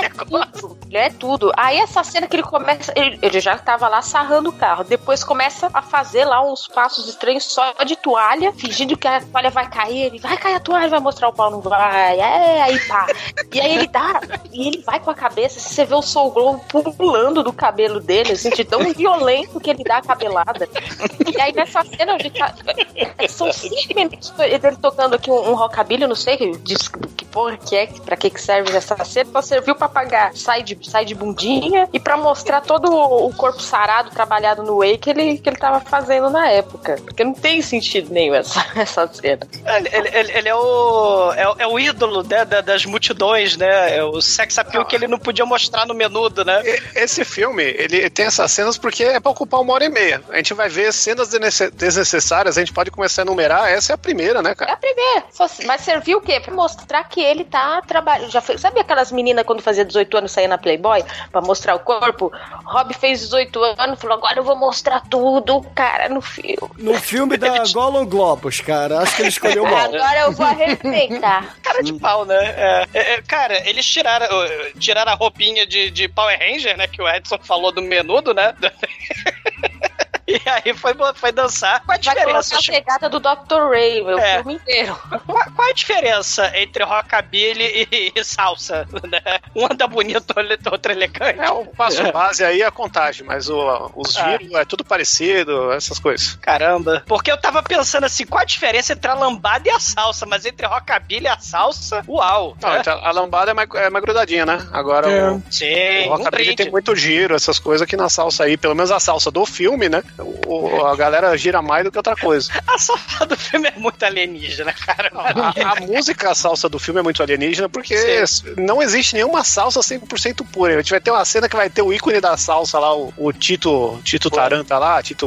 É tudo. Aí essa cena que ele começa, ele já tava lá sarrando o carro. Depois começa a fazer lá uns passos estranhos só de toalha, fingindo que a toalha vai cair. Ele vai cair a toalha, vai mostrar o pau, não vai. Aí pá. E aí ele vai com a cabeça, você vê o Soul Glow pulando do cabelo dele, assim, de tão violento que ele dá a cabelada. E aí nessa cena são 5 minutos ele tocando aqui um rockabilly, eu não sei que porra que é, pra que serve essa cena, só serviu pra pagar sai de bundinha e pra mostrar todo o corpo sarado, trabalhado no whey que ele tava fazendo na época, porque não tem sentido nenhum essa cena. Ele é o ídolo, né, das multidões, né, é o sex appeal que ele não podia mostrar no menudo, né. Esse filme, ele tem essas cenas porque é pra ocupar 1h30. A gente vai ver cenas desnecessárias, a gente pode começar a enumerar, essa é a primeira, né, cara? É a primeira, mas serviu o quê? Pra mostrar que ele tá trabalhando. Sabe aquelas meninas quando fazia 18 anos saía na Playboy pra mostrar o corpo? Rob fez 18 anos e falou: agora eu vou mostrar tudo, cara, no filme. No filme da Golden Globus, cara, acho que ele escolheu mal. Agora eu vou arrebentar. Cara de pau, né? Cara, eles tiraram a roupinha de Power Ranger, né, que o Edson falou do menudo, né? E aí foi dançar. Qual a diferença? A pegada do Dr. Ray, o filme inteiro. Qual a diferença entre rockabilly e salsa? Né? Um anda bonito, outro elegante. O passo base aí é a contagem, mas os giros é tudo parecido, essas coisas. Caramba. Porque eu tava pensando assim, qual a diferença entre a lambada e a salsa? Mas entre rockabilly e a salsa, uau. Não, né? A lambada é mais grudadinha, né? Agora o rockabilly tem muito giro, essas coisas que na salsa aí, pelo menos a salsa do filme, né? A galera gira mais do que outra coisa. A salsa do filme é muito alienígena, cara. A música, a salsa do filme é muito alienígena porque não existe nenhuma salsa 100% pura. A gente vai ter uma cena que vai ter o ícone da salsa lá, o Tito Taranta lá, Tito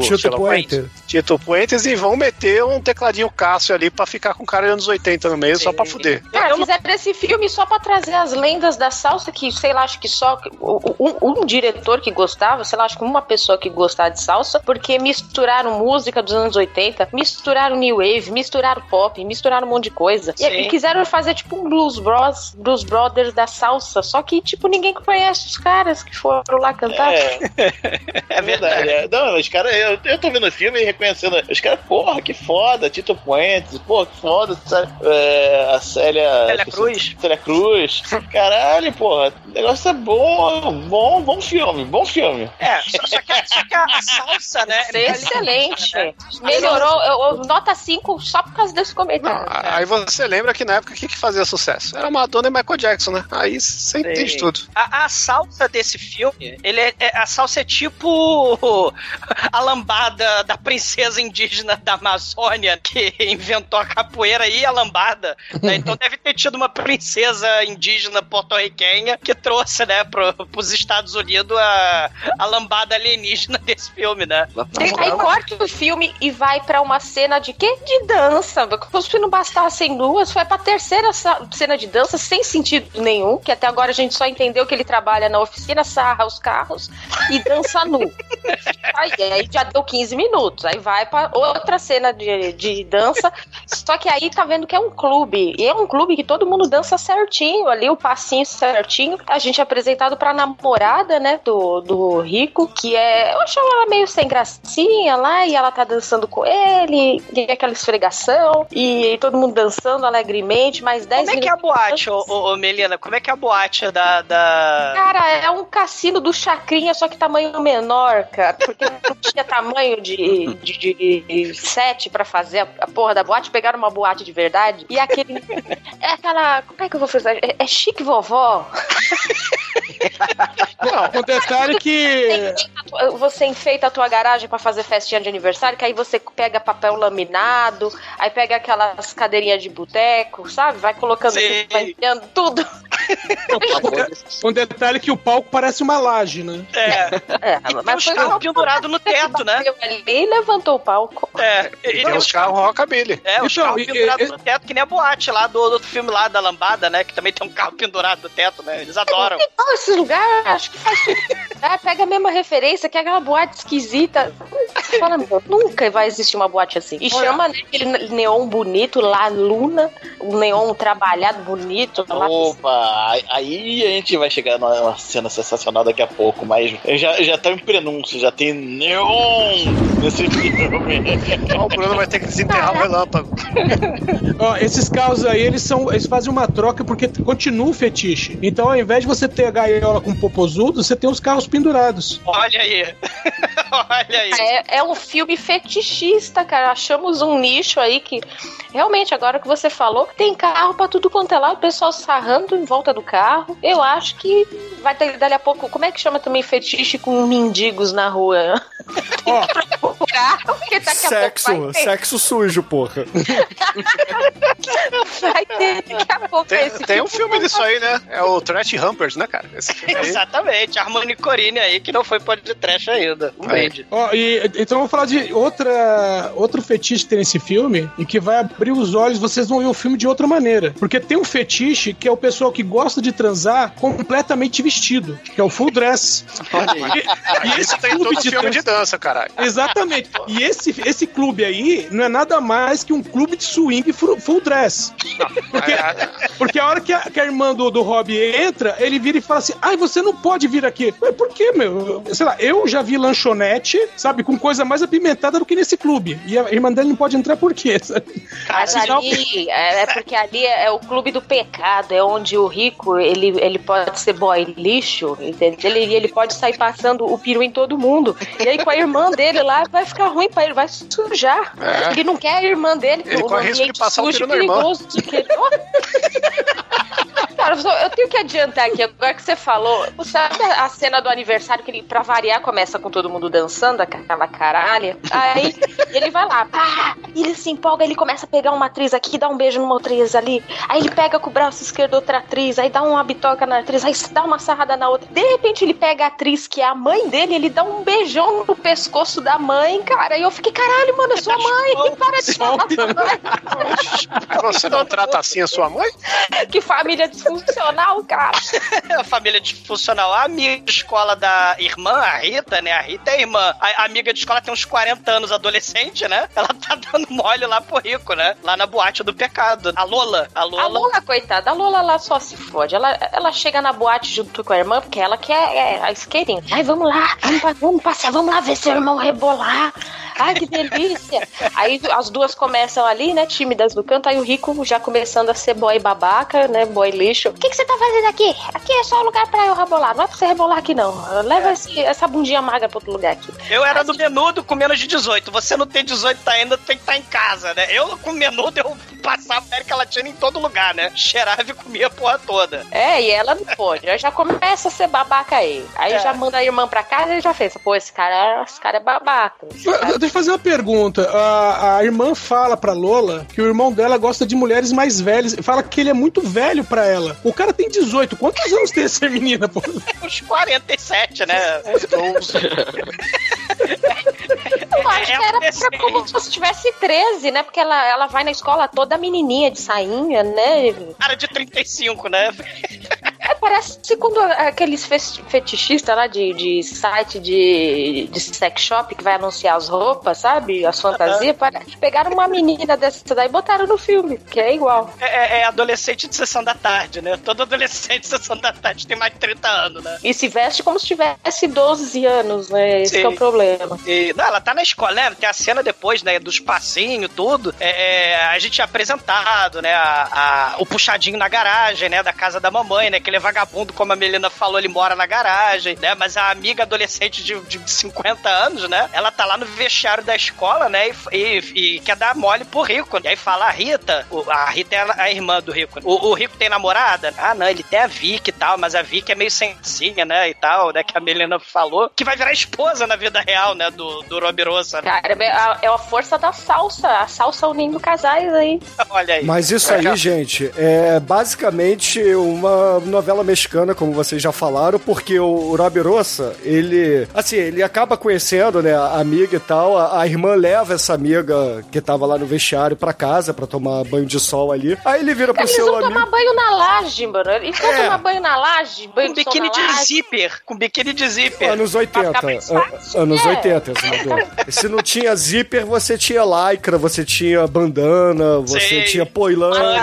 Puentes, e vão meter um tecladinho Cássio ali pra ficar com o cara de anos 80 no meio, só pra fuder. Cara, fizeram esse filme só pra trazer as lendas da salsa, que sei lá, acho que só um diretor que gostava, sei lá, acho que uma pessoa que gostava de salsa, porque misturaram música dos anos 80, misturaram New Wave, misturaram pop, misturaram um monte de coisa. E quiseram fazer tipo um Blues Brothers da salsa, só que tipo ninguém conhece os caras que foram lá cantar. É verdade. Não, os caras, eu tô vendo o filme e reconhecendo, os caras, porra, que foda, Tito Puentes, porra, que foda, a Célia Cruz. Caralho, porra, o negócio é bom filme. Só que a salsa, né? Excelente. Melhorou, nota 5 só por causa desse comentário. Aí você lembra que na época o que fazia sucesso? Era Madonna e Michael Jackson, né? Aí você entende tudo. A salsa desse filme, a salsa é tipo a lambada da princesa indígena da Amazônia que inventou a capoeira e a lambada, né? Então deve ter tido uma princesa indígena porto-riquenha que trouxe, né, pros Estados Unidos a lambada alienígena desse filme, né? Aí corta o filme e vai pra uma cena de quê? De dança. Como se não bastassem duas, foi pra terceira cena de dança sem sentido nenhum, que até agora a gente só entendeu que ele trabalha na oficina, sarra os carros e dança nu. Aí já deu 15 minutos. Aí vai pra outra cena de dança, só que aí tá vendo que é um clube. E é um clube que todo mundo dança certinho ali, o passinho certinho. A gente é apresentado pra namorada, né, do Rico, que eu achava ela meio sem gracinha lá, e ela tá dançando com ele, e aquela esfregação, e todo mundo dançando alegremente, mais 10 minutos. Como é que é a boate, ô Melina? Como é que é a boate da... Cara, é um cassino do Chacrinha, só que tamanho menor, cara, porque não tinha tamanho de set pra fazer a porra da boate, pegaram uma boate de verdade, e aquele... É aquela... Como é que eu vou fazer? É chique vovó. Não, um detalhe que... Você enfeita a tua garagem pra fazer festinha de aniversário, que aí você pega papel laminado, aí pega aquelas cadeirinhas de boteco, sabe? Vai colocando, vai enfiando tudo. Um detalhe que o palco parece uma laje, né? Mas os carros pendurados no teto, né? E levantou o palco. E tem os carros rockabilly. Os carros pendurados no teto, que nem a boate lá do outro filme lá da Lambada, né? Que também tem um carro pendurado no teto, né? Eles adoram. Esse lugar, acho que faz tudo. Pega a mesma referência, que é aquela boate esquisita. Fala, meu, nunca vai existir uma boate assim. E chama, né, aquele neon bonito lá, Luna, um neon trabalhado bonito. Opa, aí a gente vai chegar numa cena sensacional daqui a pouco, mas já tá em prenúncio, já tem neon nesse filme. O Bruno vai ter que desenterrar o relâmpago. Esses carros aí, eles fazem uma troca porque continua o fetiche. Então, ao invés de você ter a gaiola com popozudo, você tem os carros pendurados. Olha aí. Olha aí. É um filme fetichista, cara. Achamos um nicho aí que, realmente, agora que você falou, tem carro pra tudo quanto é lado, o pessoal sarrando em volta do carro. Eu acho que vai ter dali a pouco, como é que chama também fetiche com mendigos na rua? Sexo sujo, porra. Vai ter daqui a pouco tem um filme disso aí, né? É o Trash Humpers, né, cara? Esse filme aí. Exatamente, Harmony Corine aí, que não foi podcast ainda. Então eu vou falar de outro fetiche que tem nesse filme e que vai abrir os olhos, vocês vão ver o filme de outra maneira. Porque tem um fetiche que é o pessoal que gosta de transar completamente vestido, que é o full dress. E esse tem todo filme de dança, caralho. Exatamente. E esse clube aí não é nada mais que um clube de swing full dress. Porque a hora que a irmã do Rob entra, ele vira e fala assim, você não pode vir aqui. Mas por quê, meu? Sei lá, eu já vi lanchonete, sabe, com coisa mais apimentada do que nesse clube. E a irmã dele não pode entrar por quê? Mas ali, porque ali é o clube do pecado, é onde o rico, ele pode ser boy lixo, entendeu? Ele pode sair passando o peru em todo mundo. E aí com a irmã dele lá, vai ficar ruim pra ele, vai sujar. Ele não quer a irmã dele. Ele corre risco de passar o peru no irmão. Cara, eu tenho que adiantar aqui, agora que você falou, sabe a cena do aniversário que ele, pra variar, começa com todo mundo dançando, aquela caralha, aí ele vai lá, ele se empolga, ele começa a pegar uma atriz aqui, dá um beijo numa atriz ali, aí ele pega com o braço esquerdo outra atriz, aí dá uma bitoca na atriz, aí dá uma sarrada na outra, de repente ele pega a atriz que é a mãe dele, ele dá um beijão no pescoço da mãe, cara, e eu fiquei, caralho, mano, é sua mãe, para de falar da mãe. Você não trata assim a sua mãe? Que família disfuncional, cara. A família disfuncional. A amiga de escola da irmã, a Rita, né? A Rita é irmã. A amiga de escola tem uns 40 anos, adolescente, né? Ela tá dando mole lá pro rico, né? Lá na boate do pecado. A Lola, coitada. A Lola lá só se fode. Ela chega na boate junto com a irmã, porque ela quer a isqueirinha. Ai, vamos lá. Vamos passar. Vamos lá ver seu irmão rebolar. Ai, que delícia. Aí as duas começam ali, né? Tímidas no canto. Aí o rico já começando a ser boy babaca, né? Boy lixo. O que você tá fazendo aqui? Aqui é só lugar pra eu rebolar. Não é pra você rebolar aqui, não. Leva essa bundinha magra pra outro lugar aqui. Eu era do menudo com menos de 18. Você não tem 18 ainda, tem que estar em casa, né? Eu com menudo, eu passava América Latina em todo lugar, né? Cheirava e comia a porra toda. E ela não pode. Ela já começa a ser babaca aí. Aí já manda a irmã pra casa e já fez. Pô, esse cara é babaca. Deixa eu fazer uma pergunta. A irmã fala pra Lola que o irmão dela gosta de mulheres mais velhas. Fala que ele é muito velho pra ela. O cara tem 18. Quantos anos tem essa menina, pô? Uns 47, né? acho que era pra como se tivesse 13, né? Porque ela vai na escola toda menininha de sainha, né? Cara de 35, né? Parece quando aqueles fetichistas lá de site de sex shop que vai anunciar as roupas, sabe? As fantasias. Pegaram uma menina dessa daí e botaram no filme, que é igual. É adolescente de sessão da tarde, né? Todo adolescente de sessão da tarde tem mais de 30 anos, né? E se veste como se tivesse 12 anos, né? Esse é o problema. Não, ela tá na escola, né? Tem a cena depois, né? Dos passinhos, tudo. A gente tinha apresentado, né? O puxadinho na garagem, né? Da casa da mamãe, né? Que ele é vagabundo, como a Melina falou, ele mora na garagem, né? Mas a amiga adolescente de 50 anos, né? Ela tá lá no vestiário da escola, né? E quer dar mole pro Rico. E aí fala, a Rita é a irmã do Rico. O Rico tem namorada? Ah, não, ele tem a Vicky e tal, mas a Vicky é meio sensinha, né? E tal, né? Que a Melina falou. Que vai virar esposa na vida real, né? Do Robirosa. Né? Cara, é a força da salsa. A salsa unindo casais aí. Olha aí. Mas isso aí, gente, é basicamente uma novela mexicana, como vocês já falaram, porque o Robirosa, ele acaba conhecendo, né, a amiga e tal, a irmã leva essa amiga que tava lá no vestiário pra casa, pra tomar banho de sol ali, aí ele vira pro seu amigo... Eles vão tomar banho na laje, mano, eles vão tomar banho na laje, banho de biquíni de zíper, com biquíni de zíper. Anos 80, anos 80, se não tinha zíper, você tinha lycra, você tinha bandana, você tinha poilana...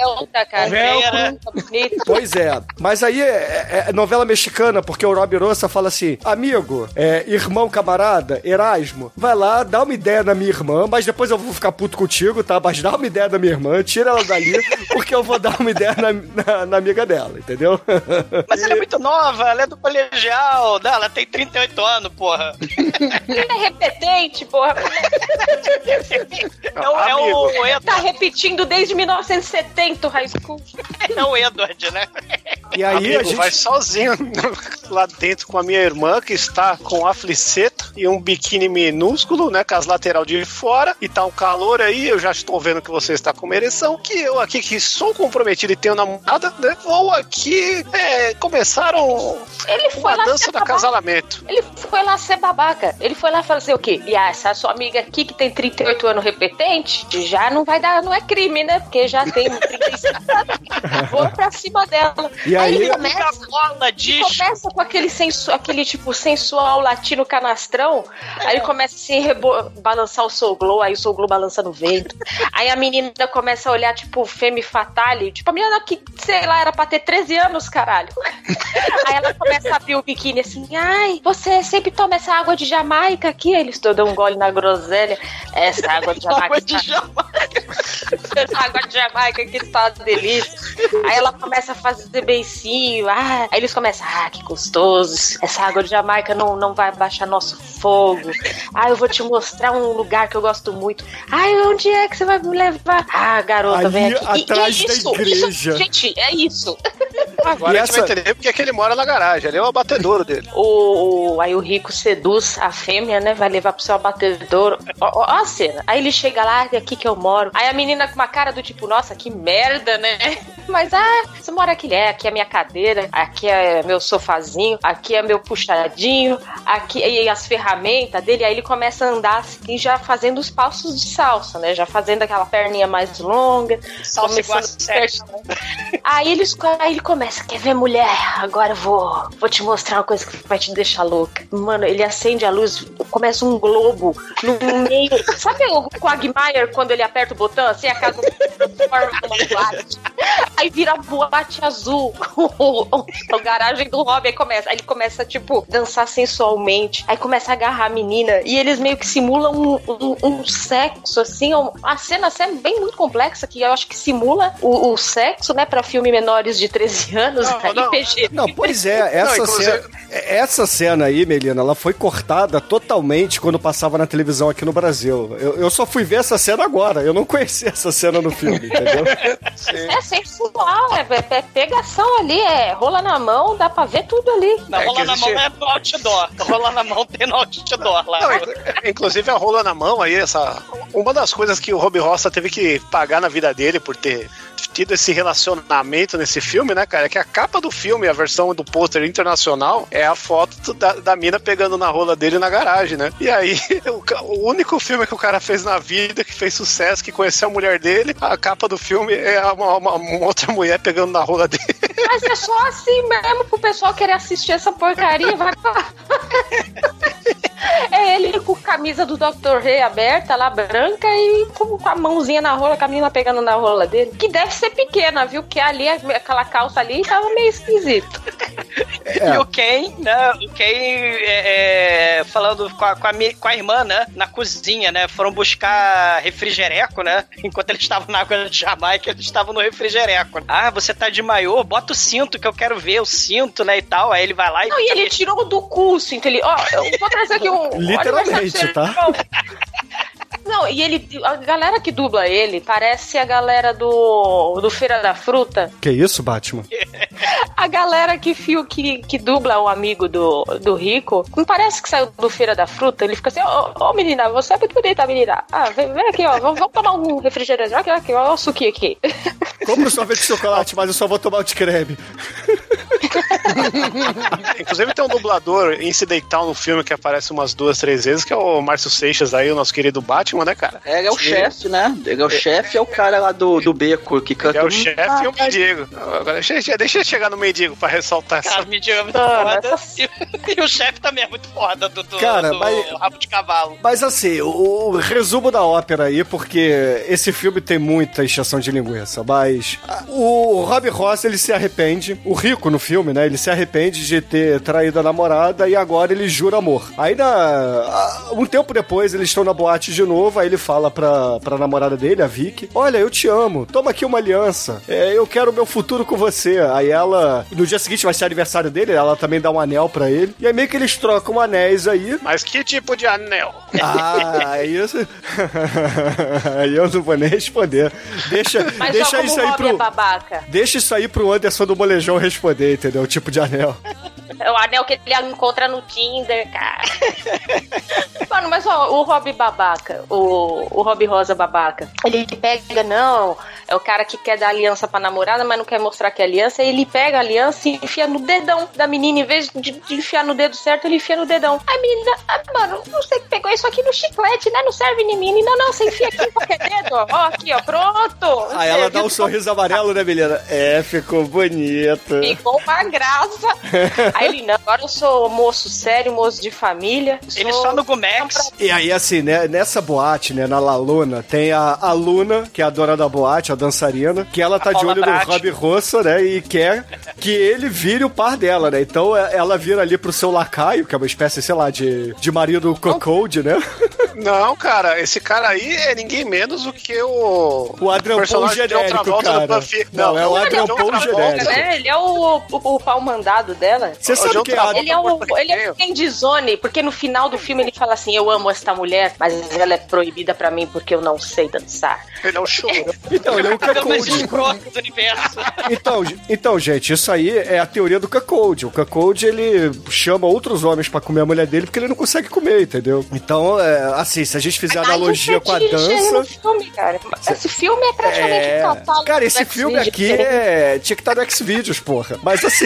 Pois é, mas aí é novela mexicana, porque o Robirosa fala assim, amigo, irmão, camarada, Erasmo, vai lá, dá uma ideia na minha irmã, mas depois eu vou ficar puto contigo, tá? Mas dá uma ideia na minha irmã, tira ela dali, porque eu vou dar uma ideia na amiga dela, entendeu? Mas ela é muito nova, ela é do colegial, ela tem 38 anos, porra. É repetente, porra. O Edward. Tá repetindo desde 1970 o High School. É o Edward, né? E aí amigo, a gente vai sozinho lá dentro com a minha irmã, que está com a fliceta e um biquíni minúsculo, né, com as lateral de fora, e tá um calor aí, eu já estou vendo que você está com uma ereção, que eu aqui, que sou comprometido e tenho namorada, né, vou aqui começar uma dança do acasalamento. Ele foi lá ser babaca, ele foi lá fazer o quê? E essa sua amiga aqui, que tem 38 anos repetente, já não vai dar, não é crime, né, porque já tem 35 anos, vou pra cima dela. E aí ele começa com aquele tipo sensual latino canastrão. Aí ele começa assim balançar o Soul Glow, aí o Soul Glow balança no vento. Aí a menina começa a olhar tipo Femme Fatale, tipo a menina que, sei lá, era pra ter 13 anos, caralho. Aí ela começa a abrir o biquíni assim, ai, você sempre toma essa água de Jamaica aqui? Aí eles dão um gole na groselha. Essa água de Jamaica. Essa água de Jamaica que está uma delícia. Aí ela começa a fazer beicinho, aí eles começam, que gostoso, essa água de Jamaica não vai baixar nosso fogo, eu vou te mostrar um lugar que eu gosto muito, onde é que você vai me levar? Garota, vem aqui. Atrás da igreja. Isso, gente, é isso. Agora a gente vai entender porque é que ele mora na garagem, ali é o abatedouro dele. Aí o Rico seduz a fêmea, né, vai levar pro seu abatedouro, ó a cena, aí ele chega lá, é aqui que eu moro, aí a menina com uma cara do tipo, nossa, que merda, né, mas você mora aqui, aqui é minha cadeira, aqui é meu sofazinho, aqui é meu puxadinho, aqui e as ferramentas dele, aí ele começa a andar assim, já fazendo os passos de salsa, né, já fazendo aquela perninha mais longa, salsa igual a sexo, né? Aí ele começa, quer ver, mulher? Agora eu vou te mostrar uma coisa que vai te deixar louca. Mano, ele acende a luz, começa um globo no meio. Sabe o Quagmire quando ele aperta o botão assim, a casa forma uma boate? Aí vira boate azul. A garagem do Rob, aí ele começa, tipo, dançar sensualmente. Aí começa a agarrar a menina. E eles meio que simulam um sexo, assim. A cena é bem muito complexa, que eu acho que simula o sexo, né, pra filme menores de 13 anos. IPG. Não, pois é, essa cena aí, Melina, ela foi cortada totalmente quando passava na televisão aqui no Brasil. Eu só fui ver essa cena agora. Eu não conhecia essa cena no filme, entendeu? É sensual, é pegação ali, rola na mão, dá pra ver tudo ali. Não, rola na mão é no outdoor. Rola na mão tem no outdoor lá. Não, inclusive a rola na mão aí, uma das coisas que o Rob Roça teve que pagar na vida dele por ter tido esse relacionamento nesse filme, né, cara? É que a capa do filme, a versão do pôster internacional, é a foto da mina pegando na rola dele na garagem, né? E aí, o único filme que o cara fez na vida, que fez sucesso, que conheceu a mulher dele, a capa do filme é uma outra mulher pegando na rola dele. Mas é só assim mesmo pro pessoal querer assistir essa porcaria, vai pra... É ele com a camisa do Dr. Rei aberta lá, branca, e com a mãozinha na rola, a menina pegando na rola dele. Que deve ser pequena, viu? Porque ali, aquela calça ali, tava meio esquisito. E o Ken, né? O Ken falando com a irmã, né? Na cozinha, né? Foram buscar refrigereco, né? Enquanto eles estavam na água de Jamaica, eles estavam no refrigereco. Ah, você tá de maiô? Bota o cinto que eu quero ver o cinto, né? E tal. Aí ele vai lá e... Não, e ele tirou do cu o cinto. Ele, ó, eu vou trazer aqui um... Literalmente, tá? Não, e ele, a galera que dubla ele parece a galera do Feira da Fruta. Que isso, Batman? A galera que dubla o amigo do Rico, não parece que saiu do Feira da Fruta? Ele fica assim, ô menina, você é muito bonita, menina. Ah, vem aqui, ó, vamos tomar um refrigerante. Aqui, ó, o suquinho aqui. Compre um sorvete de chocolate, mas eu só vou tomar o de creme. Inclusive tem um dublador incidental no filme que aparece umas 2, 3 vezes, que é o Márcio Seixas aí, o nosso querido Batman, né, cara? Ele é o chefe, né? Ele é o chefe, é o cara lá do beco que canta. Ele é o chefe e o mendigo. Agora, deixa eu chegar no mendigo pra ressaltar essa. Cara, o mendigo é muito foda. E o chefe também é muito foda do rabo de cavalo. Mas assim, o resumo da ópera aí, porque esse filme tem muita encheção de linguiça, mas o Rob Ross, ele se arrepende, o Rico no filme, né, ele se arrepende de ter traído a namorada e agora ele jura amor. Aí um tempo depois eles estão na boate de novo, aí ele fala pra namorada dele, a Vicky, olha, eu te amo, toma aqui uma aliança, eu quero o meu futuro com você. Aí ela, no dia seguinte vai ser aniversário dele, ela também dá um anel pra ele, e aí meio que eles trocam anéis aí. Mas que tipo de anel? Isso... aí eu não vou nem responder. Deixa isso aí pro... babaca. Deixa isso aí pro Anderson do Molejão responder, entendeu? O tipo de anel. É o anel que ele encontra no Tinder, cara. Mano, mas ó, o Rob babaca, o Rob Rosa babaca, ele pega, não, é o cara que quer dar aliança pra namorada, mas não quer mostrar que é aliança, e ele pega a aliança e enfia no dedão da menina, em vez de enfiar no dedo certo, ele enfia no dedão. Aí a menina, mano, você pegou isso aqui no chiclete, né? Não serve em mim. Não, você enfia aqui em qualquer dedo, ó, aqui, ó, pronto. Aí ela dá um sorriso amarelo, né, menina? Ficou bonito. Ficou uma graça. Aí ele, não, agora eu sou moço sério, moço de família. Ele só no Gumex. E aí, assim, né, nessa boate, né, na La Luna, tem a Luna, que é a dona da boate, a dançarina, que ela tá de olho no Rob Rossa, né, e quer que ele vire o par dela, né? Então ela vira ali pro seu lacaio, que é uma espécie, sei lá, de marido Cuckold, né? Não, cara, esse cara aí é ninguém menos do que o Adrian Paul genérico, cara. Não, é o Adrian Paul genérico. Ele é o pau mandado dela. Você sabe que ele é o Friendzone, porque no final do filme ele fala assim, eu amo esta mulher, mas ela é proibida pra mim porque eu não sei dançar. Ele é o show. Então, ele é o Cuckold. Então, gente, isso aí é a teoria do Cuckold. O Cuckold, ele chama outros homens pra comer a mulher dele porque ele não consegue comer, entendeu? Então, assim, se a gente fizer analogia com a dança... Filme, cara. Esse filme é praticamente um catálogo. Cara, esse filme aqui tinha que estar no Xvideos, porra. Mas assim...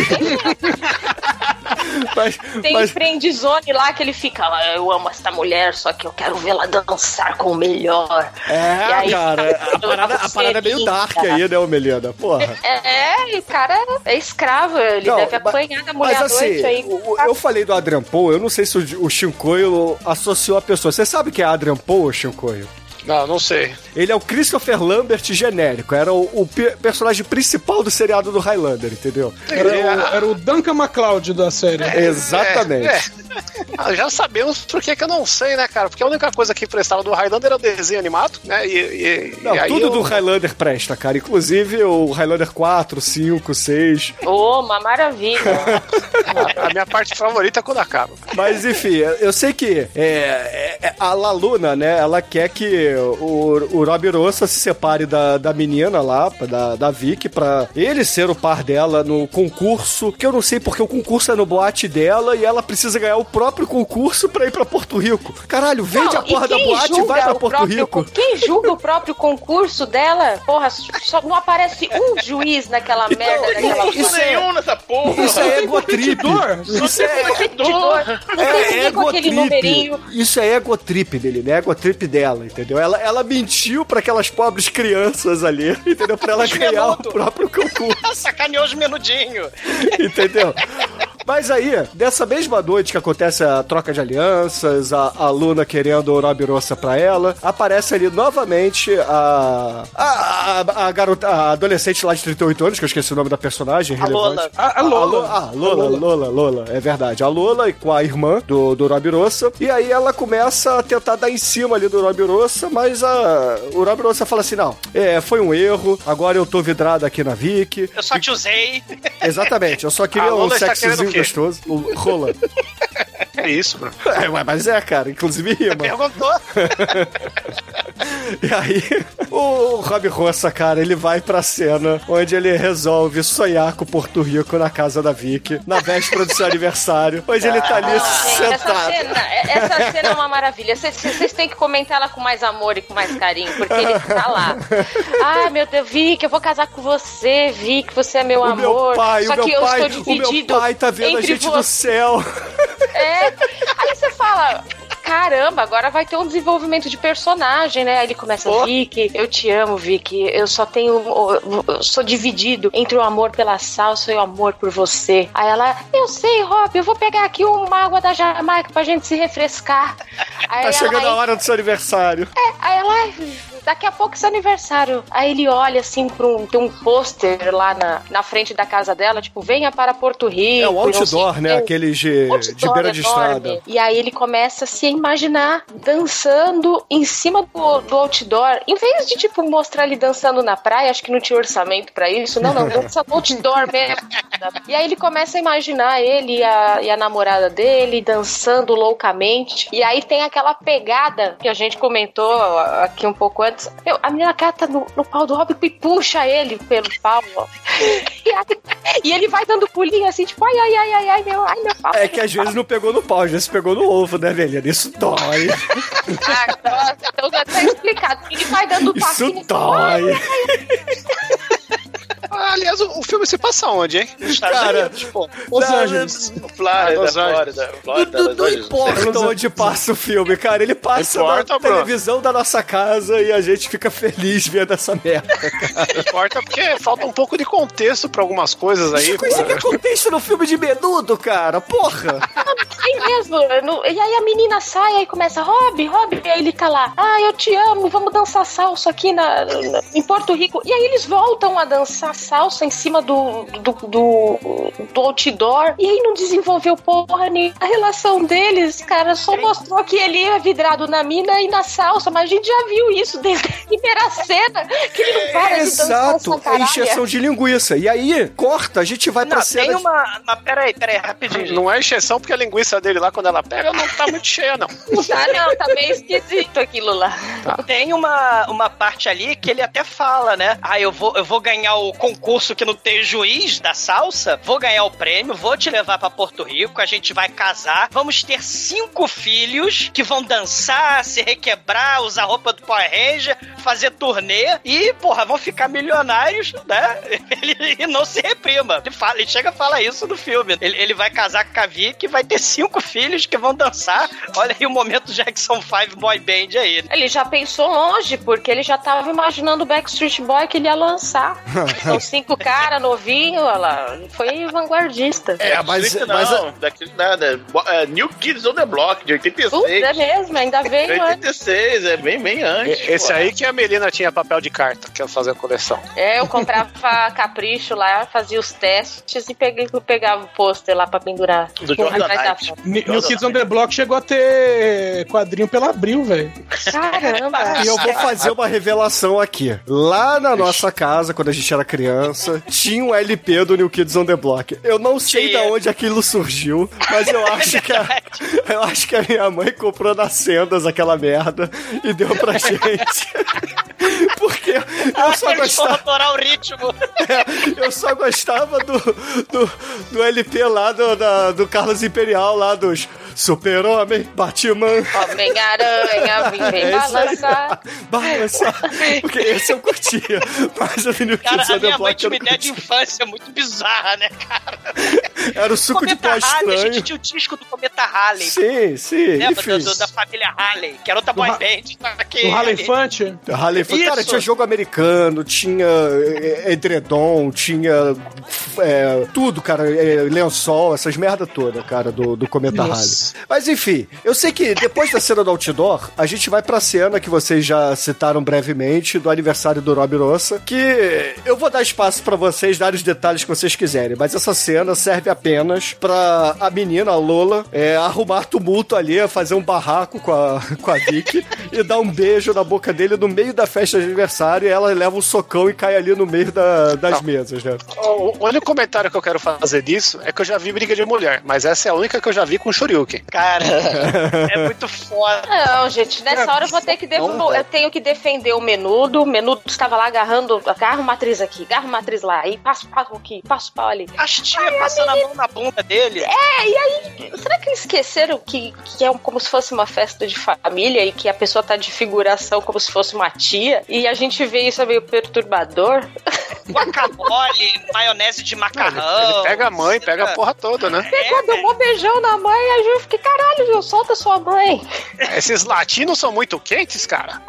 Tem friendzone lá que ele fica, eu amo essa mulher, só que eu quero vê-la dançar com o melhor. E aí, cara, a parada é meio dark aí, né, ô Melina? Porra. E o cara é escravo, ele deve apanhar da mulher à noite aí. Eu falei do Adrian Paul, eu não sei se o Shinkoio associou a pessoa. Você sabe que é Adrian Paul, Shinkoio? Não sei. Ele é o Christopher Lambert genérico. Era o personagem principal do seriado do Highlander, entendeu? Era o Duncan MacLeod da série. Exatamente. Já sabemos por que eu não sei, né, cara? Porque a única coisa que prestava do Highlander era o desenho animado, né? Tudo do Highlander presta, cara. Inclusive o Highlander 4, 5, 6. Uma maravilha. A minha parte favorita é quando acaba. Mas enfim, eu sei que A Laluna, né, ela quer que o Rob Rossa se separe da menina lá, da Vicky, pra ele ser o par dela no concurso, que eu não sei porque o concurso é no boate dela e ela precisa ganhar o próprio concurso pra ir pra Porto Rico. Caralho, vende a porra da boate e vai pra Porto Rico. Quem julga o próprio concurso dela? Porra, só não aparece um juiz naquela merda daquela Isso nenhum nessa porra. Isso é egotrip. Isso é egotrip. Isso é egotrip dele, né? Egotrip dela, entendeu? Ela mentiu pra aquelas pobres crianças ali, entendeu? Pra ela ganhar o próprio concurso. Sacaneou os menudinhos. Entendeu? Mas aí, dessa mesma noite que acontece a troca de alianças, a Luna querendo o Rob Rossa pra ela, aparece ali novamente a garota, a adolescente lá de 38 anos, que eu esqueci o nome da personagem, relevante. A Lola. Lola, é verdade. A Lola com a irmã do Rob Rossa, e aí ela começa a tentar dar em cima ali do Rob Rossa, mas o Rob Rossa fala assim, não, foi um erro, agora eu tô vidrado aqui na Vicky. Eu só te usei. Exatamente, eu só queria um sexozinho gostoso. Rola. É isso, mano. Mas cara, inclusive rima. Perguntou. E aí, o Rob Rossa, cara, ele vai pra cena onde ele resolve sonhar com Porto Rico na casa da Vicky, na véspera do seu aniversário, onde ele tá ali sentado. Essa cena é uma maravilha. Vocês têm que comentar ela com mais amor e com mais carinho, porque ele tá lá. Ai, meu Deus, Vicky, eu vou casar com você, Vicky, você é meu amor. Só que eu estou dividido. O meu pai tá vendo a gente do céu. Aí você fala... Caramba, agora vai ter um desenvolvimento de personagem, né? Aí ele começa, Vicky, eu te amo, Vicky. Eu sou dividido entre o amor pela salsa e o amor por você. Aí ela, eu sei, Rob, eu vou pegar aqui uma água da Jamaica pra gente se refrescar. Aí tá chegando a hora do seu aniversário. Aí ela, daqui a pouco é seu aniversário. Aí ele olha assim tem um pôster lá na frente da casa dela, tipo, venha para Porto Rico. É o outdoor, né? Aqueles de beira de estrada. E aí ele começa a se imaginar dançando em cima do outdoor. Em vez de, tipo, mostrar ele dançando na praia, acho que não tinha orçamento pra isso. Não, dança no outdoor mesmo. E aí ele começa a imaginar ele e a namorada dele dançando loucamente. E aí tem aquela pegada que a gente comentou aqui um pouco antes. A menina cata no pau do Rob e puxa ele pelo pau. E ele vai dando pulinho assim, tipo, ai, meu pau. É que às vezes não pegou no pau, às vezes pegou no ovo, né, velho? Isso dói. Então já tá explicado. Ele vai dando passinho. Isso dói. Aliás, o filme se passa onde, hein? Cara, Los Angeles. Flórida. Não importa onde passa o filme, cara. Ele passa na televisão da nossa casa e a gente fica feliz vendo essa merda, cara. Não importa porque falta um pouco de contexto pra algumas coisas aí. Isso que é contexto no filme de menudo, cara. Porra. É mesmo. E aí a menina sai e começa, Rob, e aí ele tá lá. Eu te amo, vamos dançar salsa aqui em Porto Rico. E aí eles voltam a dançar salsa em cima do outdoor, e aí não desenvolveu porra nenhuma. A relação deles, cara, só mostrou que ele é vidrado na mina e na salsa, mas a gente já viu isso desde a primeira cena, que ele não para de dançar essa caralho. É encheção de linguiça. E aí, corta, a gente vai pra cena... Tem uma... Peraí, rapidinho. Não é encheção porque a linguiça dele lá, quando ela pega, não tá muito cheia, não. Tá meio esquisito aquilo lá. Tá. Tem uma parte ali que ele até fala, né? Eu vou ganhar o concurso que não tem juiz da salsa, vou ganhar o prêmio, vou te levar pra Porto Rico, a gente vai casar, vamos ter 5 filhos que vão dançar, se requebrar, usar roupa do Power Ranger, fazer turnê e, porra, vão ficar milionários, né? Ele não se reprima. Ele chega a falar isso no filme. Ele vai casar com a Vicky, vai ter 5 filhos que vão dançar. Olha aí o momento Jackson 5 Boy Band aí. Ele já pensou longe, porque ele já tava imaginando o Backstreet Boy que ele ia lançar. São 5 caras novinhos, olha lá. Foi vanguardista. Daquele nada. New Kids on the Block, de 86. É mesmo, ainda veio 86, é bem antes. Esse aí que a Melina tinha papel de carta, que ela fazia a coleção. Eu comprava Capricho lá, fazia os testes e pegava o pôster lá pra pendurar. Do Jordan Knight. New Kids on the Block chegou a ter quadrinho pela Abril, velho. Caramba! E eu vou fazer uma revelação aqui. Lá na nossa casa, quando a gente era criança, tinha um LP do New Kids on the Block. Eu não sei de onde aquilo surgiu, mas eu acho que Eu acho que a minha mãe comprou na Sendas aquela merda e deu pra gente. Porque eu só gostava... adorar o ritmo. Eu só gostava do LP lá do Carlos Imperial, lá dos Super-Homem, Batman. Homem-Aranha, vem balançar. Balançar. Porque esse eu curtia. Mas o New Cara, Kids on a the minha mãe Block tinha eu uma não ideia de curtia. infância muito bizarra, né, cara? Era o suco de pó Cometa Halley, a estranho. gente tinha o disco do Cometa Halley. Sim, Lembra enfim. da família Halley, que era outra boy band. O Ralefante? Cara, Isso. tinha jogo americano, tinha edredom, tinha tudo, cara, lençol, essas merda toda, cara, do Cometa Halley. Mas enfim, eu sei que depois da cena do outdoor, a gente vai pra cena que vocês já citaram brevemente, do aniversário do Rob Rossa, que eu vou dar espaço pra vocês darem os detalhes que vocês quiserem, mas essa cena serve apenas pra a menina, a Lola, arrumar tumulto ali, fazer um barraco com a Vicky e dar um beijo na boca dele no meio da festa de aniversário, e ela leva um socão e cai ali no meio das mesas, né? O único comentário que eu quero fazer disso é que eu já vi briga de mulher, mas essa é a única que eu já vi com Shoryuken. Cara, é muito foda. Não, gente, nessa hora eu vou ter que eu tenho que defender o Menudo. O Menudo estava lá agarrando, agarra uma atriz aqui, agarra uma atriz lá, e passa o pau aqui, passa o pau ali. As tia passando a mão na bunda dele. E aí, será que eles esqueceram que é como se fosse uma festa de família e que a pessoa tá de figuração como se fosse uma tia? E a gente vê isso meio perturbador? Guacamole, maionese de macarrão. Ele pega a mãe, pega a porra toda, né? Pegou, deu um beijão na mãe, aí eu fiquei, caralho, Gil, solta sua mãe. Esses latinos são muito quentes, cara.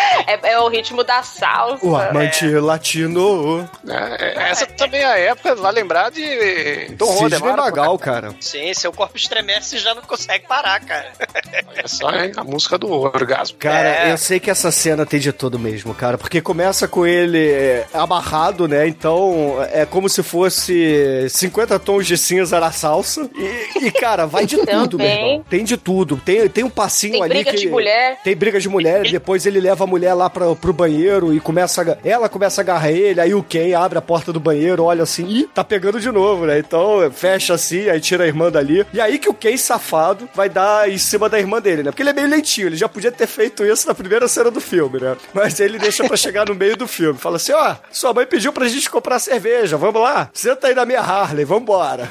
É o ritmo da salsa. O amante latino. Essa também é a época, vai lembrar do Sidney Rodemar. Magal, cara. Sim, seu corpo estremece e já não consegue parar, cara. É só a música do orgasmo. Cara, eu sei que essa cena tem de tudo mesmo, cara, porque começa com ele amarrado, né? Então é como se fosse 50 tons de cinza na salsa. E cara, vai de tudo, meu irmão. Tem de tudo. Tem um passinho tem ali briga de mulher. Tem briga de mulher, depois ele leva a mulher lá pro banheiro e ela começa a agarrar ele, aí o Ken abre a porta do banheiro, olha assim, e tá pegando de novo, né? Então fecha assim, aí tira a irmã dali. E aí que o Ken safado vai dar em cima da irmã dele, né? Porque ele é meio lentinho, ele já podia ter feito isso na primeira cena do filme, né? Mas ele deixa pra chegar no meio do filme. Fala assim, ó, sua mãe pediu pra gente comprar cerveja, vamos lá? Senta aí na minha Harley, vambora.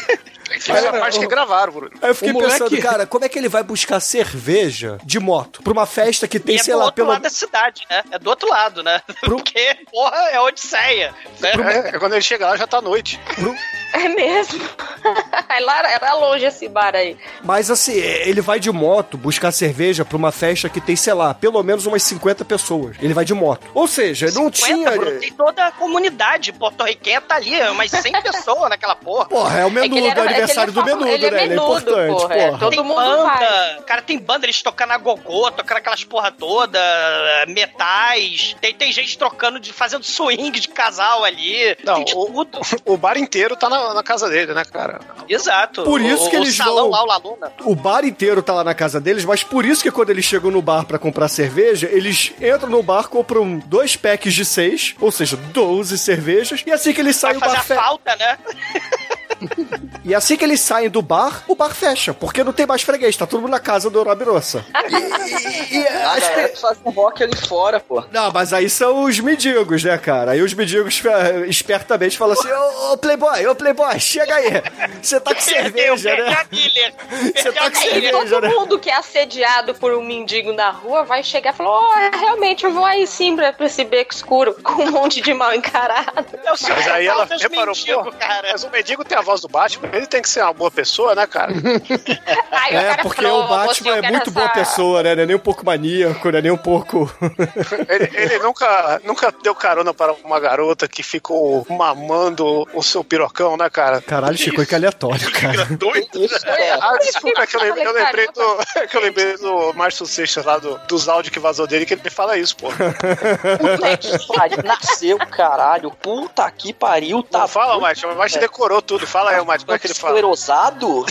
Faz a parte que gravaram, Bruno. Aí eu fiquei pensando, cara, como é que ele vai buscar cerveja de moto pra uma festa que tem, sei lá, pelo lado da cidade, né? É do outro lado, né? Porque, porra, é Odisseia. Quando ele chega lá, já tá noite. É mesmo. Era longe esse bar aí. Mas assim, ele vai de moto buscar cerveja pra uma festa que tem, sei lá, pelo menos umas 50 pessoas. Ele vai de moto. Ou seja, 50, não tinha... Bruno, tem toda a comunidade porto-riquenha tá ali, umas 100 pessoas naquela porra. Porra, é o Menudo, do aniversário do Menudo, né? Ele é importante, porra. Todo tem mundo banda, vai. Cara, tem banda, eles tocando a gogô, tocando aquelas porra toda, metais. Tem gente trocando, fazendo swing de casal ali. Não, tem de tudo. O bar inteiro tá na casa dele, né, cara? Exato. Por isso que eles salão vão... lá, o Laluna. O bar inteiro tá lá na casa deles, mas por isso que quando eles chegam no bar pra comprar cerveja, eles entram no bar, compram 2 packs de 6, ou seja, 12 cervejas, e assim que eles saem, o bar fecha. Falta, né? E assim que eles saem do bar, o bar fecha, porque não tem mais freguês, tá todo mundo na casa do Rob Rossa. A galera faz um rock ali fora, pô. Não, mas aí são os mendigos, né, cara? Aí os mendigos espertamente falam assim, ô Playboy, chega aí. Você tá com cerveja, né? Você tá com cerveja, né? Todo mundo que é assediado por um mendigo na rua vai chegar e falar, realmente, eu vou aí sim pra esse beco escuro com um monte de mal encarado. Mas aí ela reparou, pô, mas o mendigo tem a voz do Batman, ele tem que ser uma boa pessoa, né, cara? Porque o Batman é muito boa pessoa, né? Não é nem um pouco maníaco, não é nem um pouco... ele nunca deu carona para uma garota que ficou mamando o seu pirocão, né, cara? Caralho, Chico, que aleatório, cara. Desculpa, que eu lembrei do Márcio Seixas lá dos áudios que vazou dele, que ele me fala isso, pô. Puta que pariu, nasceu, caralho. Puta que pariu, tá. Não fala, Márcio, mas decorou tudo. Fala aí, Mate, como é que ele fala? Esclerosado?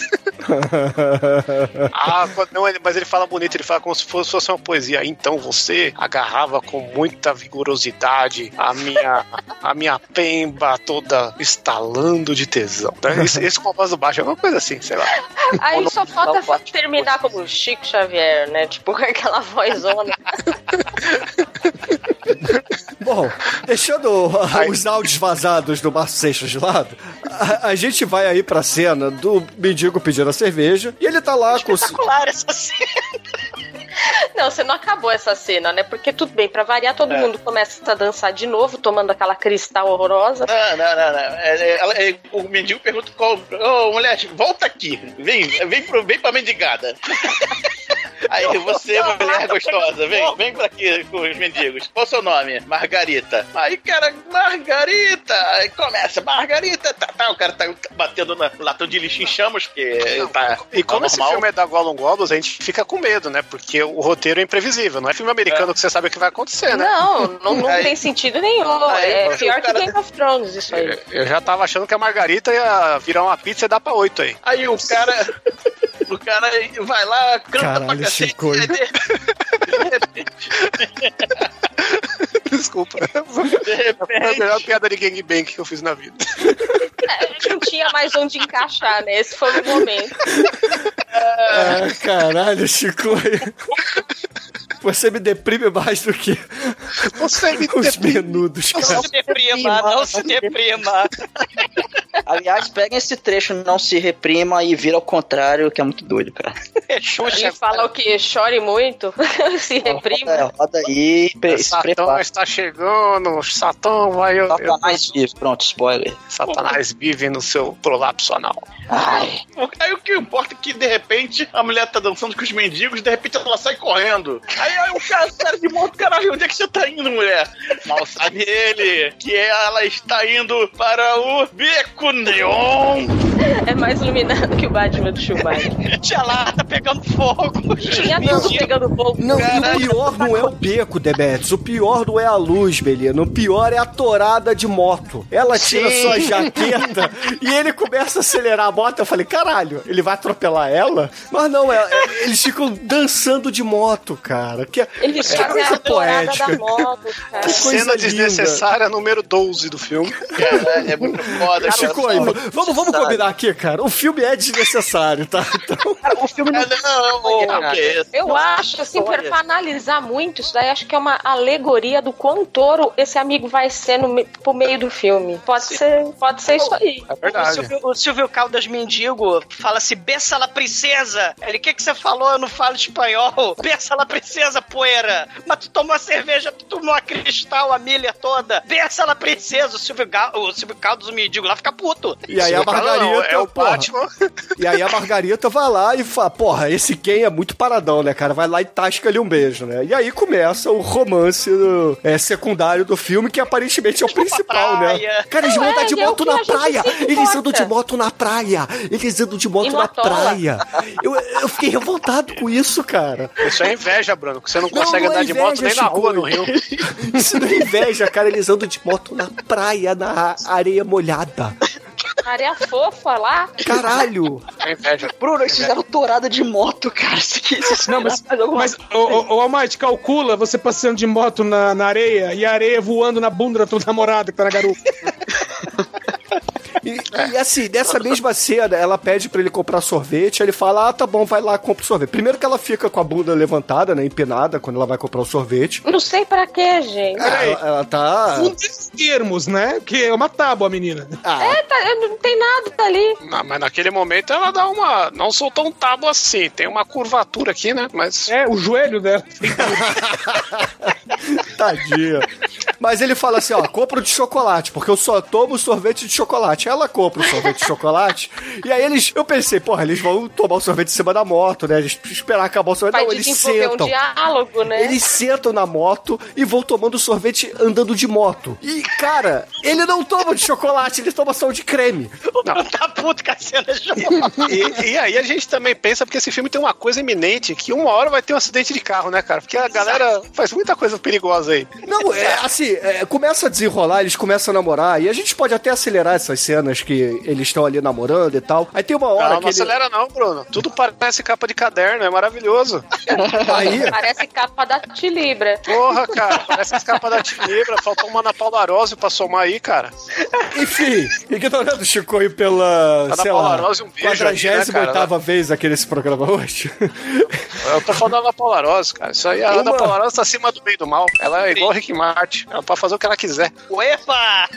Não, mas ele fala bonito, ele fala como se fosse uma poesia. Então você agarrava com muita vigorosidade a minha pemba toda estalando de tesão. Esse com a voz baixo é uma coisa assim, sei lá. Aí só falta terminar como Chico Xavier, né? Tipo, com aquela vozona. Bom, deixando os áudios vazados do Márcio Seixas de lado, a gente vai aí pra cena do mendigo pedindo a cerveja e ele tá lá com... Espetacular essa cena. Não, você não acabou essa cena, né? Porque tudo bem, pra variar, todo mundo começa a dançar de novo, tomando aquela cristal horrorosa. Não. O mendigo pergunta: mulher, volta aqui. Vem pra mendigada. Aí você, mulher gostosa, vem pra aqui com os mendigos. Qual é o seu nome? Margarita. Aí, cara, Margarita. Aí começa, Margarita. Tá, o cara tá batendo no latão de lixo em chamas, porque tá. E como esse filme é da Gollum Goblins, a gente fica com medo, né? Porque o roteiro é imprevisível. Não é filme americano que você sabe o que vai acontecer, né? Não tem sentido nenhum. É pior que Game of Thrones, isso aí. Eu já tava achando que a Margarita ia virar uma pizza e dar pra 8 aí. Aí o cara vai lá, canta pra cacete. De repente. Desculpa. Foi a melhor piada de gangbang que eu fiz na vida. Não tinha mais onde encaixar, né? Esse foi o momento. Caralho, Chico. Você me deprime mais do que os menudos, cara. Não se deprima. Aliás, pega esse trecho, não se reprima e vira ao contrário, que é muito doido, cara. E fala o quê? Chore muito? Se reprima? Roda aí e se prepara. Satã está chegando, Satã vai... Satanás vive, pronto, spoiler. Satanás vive no seu prolapso anal. Ai. Aí o que importa é que, de repente, a mulher tá dançando com os mendigos, de repente ela sai correndo. Aí o cara de moto, caralho, onde é que você tá indo, mulher? Mal sabe ele que ela está indo para o Beco Neon. É mais iluminado que o Batman do Schumacher. Tinha lá, tá pegando fogo. Tinha tudo pegando fogo. Não, e o pior não é o beco, Debetes. O pior não é a luz, Belina. O pior é a torada de moto. Ela tira sua jaqueta e ele começa a acelerar a moto. Eu falei, caralho, ele vai atropelar ela? Mas não, eles ficam dançando de moto, cara. Eles fazem a torada da moto, cara. Cena desnecessária número 12 do filme. É muito foda. Chico, vamos combinar aqui, cara. O filme é desnecessário, tá? Então... Cara, o filme não... Eu acho, assim, pra analisar muito, isso daí acho que é uma alegoria do quão touro esse amigo vai ser pro meio do filme. Pode ser isso aí. É verdade. O Silvio Caldas Mendigo fala assim, beça la princesa. Ele, o que você falou? Eu não falo espanhol. Beça la princesa, poeira. Mas tu tomou a cerveja, tu tomou a cristal, a Miller toda. Beça la princesa. O Silvio Caldas Mendigo lá fica puto. E aí a Margarita... é o Batman. E aí a Margarita vai lá e fala, porra, esse Ken é muito paradão, né, cara? Vai lá e tasca ali um beijo, né? E aí começa o romance secundário do filme, que aparentemente é o principal, né? Cara, eles vão andar de moto na praia. Eles andam de moto na praia. Eles andam de moto na praia. Eu fiquei revoltado com isso, cara. Isso é inveja, Bruno, que você não consegue andar de moto nem na rua no Rio. Isso não é inveja, cara. Eles andam de moto na praia, na areia molhada. Areia fofa lá. Caralho. É inveja. Bruno, eles fizeram torada de moto, cara. Não, mas o Almighty, calcula você passando de moto na areia e a areia voando na bunda da tua namorada que tá na garupa. E assim, nessa mesma cena, ela pede pra ele comprar sorvete, aí ele fala, tá bom, vai lá, compra o sorvete. Primeiro que ela fica com a bunda levantada, né, empinada, quando ela vai comprar o sorvete. Não sei pra quê, gente. Ela tá... Um desses termos, né, porque é uma tábua, menina. Não tem nada ali. Não, mas naquele momento ela dá uma... Não sou tão tábua assim, tem uma curvatura aqui, né, mas... O joelho dela. Tadinha. Mas ele fala assim, compra o de chocolate, porque eu só tomo sorvete de chocolate. Ela compra o sorvete de chocolate, e aí eu pensei, porra, eles vão tomar o sorvete em cima da moto, né? Eles esperar acabar o sorvete. Não, eles sentam. Um diálogo, né? Eles sentam na moto e vão tomando sorvete andando de moto. E, cara, ele não toma de chocolate, ele toma só de creme. Não tá puto com a cena de e aí a gente também pensa, porque esse filme tem uma coisa iminente, que uma hora vai ter um acidente de carro, né, cara? Porque a galera faz muita coisa perigosa aí. Não, assim, assim, começa a desenrolar, eles começam a namorar, e a gente pode até acelerar essas cenas que eles estão ali namorando e tal. Aí tem uma hora não acelera não, Bruno. Tudo parece capa de caderno, é maravilhoso. Aí... Parece capa da Tilibra. Porra, cara, parece as capas da Tilibra. Faltou uma Ana Paula Arósio pra somar aí, cara. Enfim, ignorando o Chicoio pela, sei lá, 48ª vez aqui nesse programa hoje. Eu tô falando da Ana Paula Arósio, cara. Isso aí, a Ana Paula Arósio tá acima do bem e do mal. Ela é igual o Rick Martin. Ela pode fazer o que ela quiser. Uepa!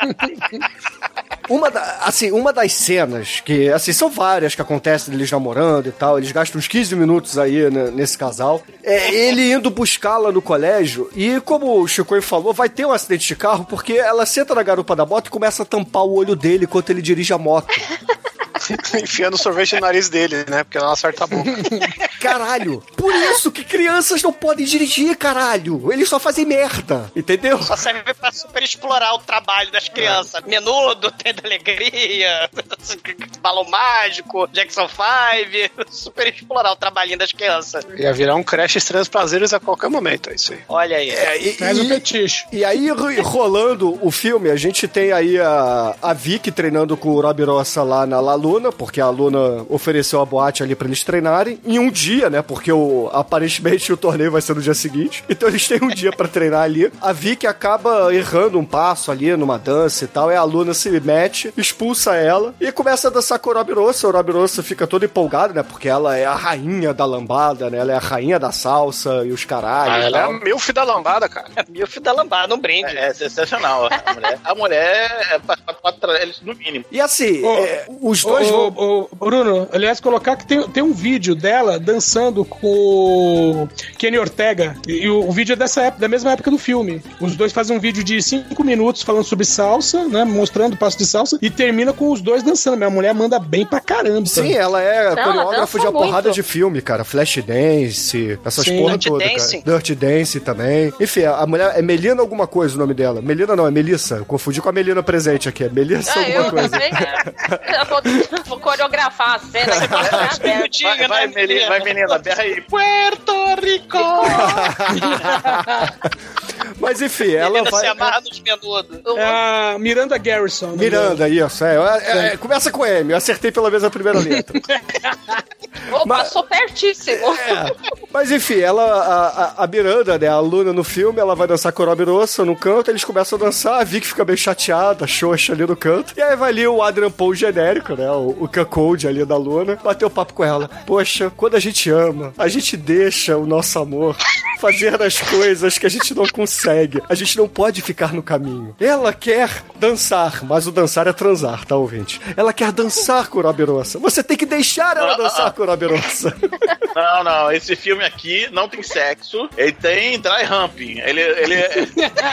Uma das cenas, que assim, são várias que acontecem deles namorando e tal, eles gastam uns 15 minutos aí nesse casal, ele indo buscá-la no colégio, e como o Chicoio falou, vai ter um acidente de carro, porque ela senta na garupa da moto e começa a tampar o olho dele enquanto ele dirige a moto. Enfiando sorvete no nariz dele, né? Porque ela não acerta a boca. Caralho! Por isso que crianças não podem dirigir, caralho! Eles só fazem merda, entendeu? Só serve pra super explorar o trabalho das crianças. Menudo, Tendo Alegria, Balão Mágico, Jackson 5, super explorar o trabalhinho das crianças. Ia virar um Crash Estranhos Prazeres a qualquer momento, é isso aí. Olha aí. Faz um fetiche. E aí, rolando o filme, a gente tem aí a Vicky treinando com o Rob Rossa lá na La Luna, porque a Luna ofereceu a boate ali pra eles treinarem, em um dia, né, porque aparentemente o torneio vai ser no dia seguinte, então eles têm um dia pra treinar ali. A Vicky acaba errando um passo ali numa dança e tal, e a Luna se mete, expulsa ela, e começa a dançar com o Rob Rossa. O Rob Rossa fica todo empolgado, né, porque ela é a rainha da lambada, né, ela é a rainha da salsa e os caralhos. Ela é a milf da lambada, cara. Milf da lambada, um brinde. É sensacional. A mulher é pra eles no mínimo. E assim, os dois Bruno, aliás, colocar que tem um vídeo dela dançando com o Kenny Ortega, e o vídeo é dessa época, da mesma época do filme. Os dois fazem um vídeo de 5 minutos falando sobre salsa, né, mostrando o passo de salsa, e termina com os dois dançando. Minha mulher manda bem pra caramba. Sim, ela é coreógrafa de uma porrada de filme, cara. Flashdance, essas porra toda, cara. Dirty Dance também. Enfim, a mulher é Melina alguma coisa o nome dela. Melina não, é Melissa. Eu confundi com a Melina presente aqui. É Melissa alguma coisa. Também, eu vou coreografar a cena. Vai, menina, berra aí. Puerto Rico! Mas enfim, ela vai... se amarra nos menudos. É a Miranda Garrison. Miranda, isso. Começa com M. Eu acertei pela vez a primeira letra. Passou pertíssimo. Mas enfim, a Miranda, né, a Luna no filme, ela vai dançar com o Rob Rossa no canto, eles começam a dançar, a Vicky fica meio chateada, xoxa ali no canto, e aí vai ali o Adrian Paul genérico, né, o Cuckold ali da Luna, bateu papo com ela. Poxa, quando a gente ama, a gente deixa o nosso amor fazer as coisas que a gente não consegue. A gente não pode ficar no caminho. Ela quer dançar, mas o dançar é transar, tá, ouvinte? Ela quer dançar com o Rob Rossa. Você tem que deixar ela dançar com o Rob Rossa. Não. Esse filme aqui não tem sexo. Ele tem dry humping. Ele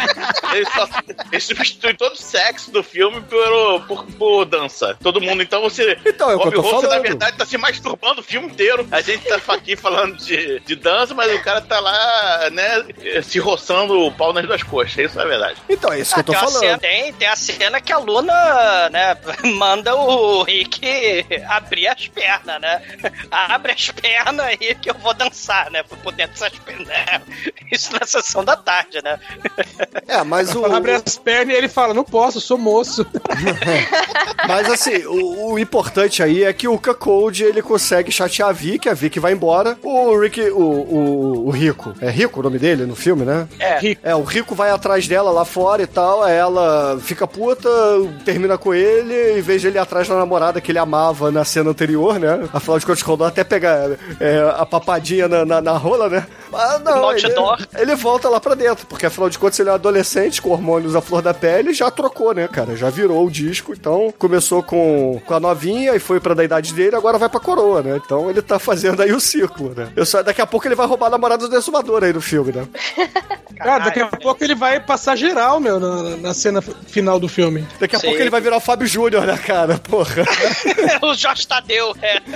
substitui todo o sexo do filme por dança. Todo mundo. Então você... Então, é o que eu tô falando. Na verdade, tá se masturbando o filme inteiro. A gente tá aqui falando de dança, mas o cara tá lá, né, se roçando o pau nas duas coxas. Isso é verdade. Então, é isso que eu tô falando. Tem a cena que a Luna, né, manda o Rick abrir as pernas, né? Abre as pernas aí que eu vou dançar, né? Por dentro dessas pernas. Né? Isso na sessão da tarde, né? Mas Ela abre as pernas e ele fala, não posso, eu sou moço. Mas assim, o importante aí é que o Cuckold, ele consegue chatear a Vicky vai embora. O Rick, o Rico, é Rico o nome dele no filme, né? O Rico vai atrás dela lá fora e tal, aí ela fica puta, termina com ele, em vez de ele ir atrás da namorada que ele amava na cena anterior, né? Afinal de contas, quando até pegar a papadinha na rola, né? Mas não, ele volta lá pra dentro, porque afinal de contas ele é um adolescente com hormônios à flor da pele e já trocou, né, cara? Já virou o disco, então começou com a novinha e foi pra da idade dele, agora vai pra coroa, né? Então ele tá fazendo aí o ciclo, né? Daqui a pouco ele vai roubar a namorada do Exumador aí no filme, né? Daqui a pouco ele vai passar geral, meu, na cena final do filme. Daqui a pouco ele vai virar o Fábio Júnior, né, cara? Porra. O Jorge Tadeu,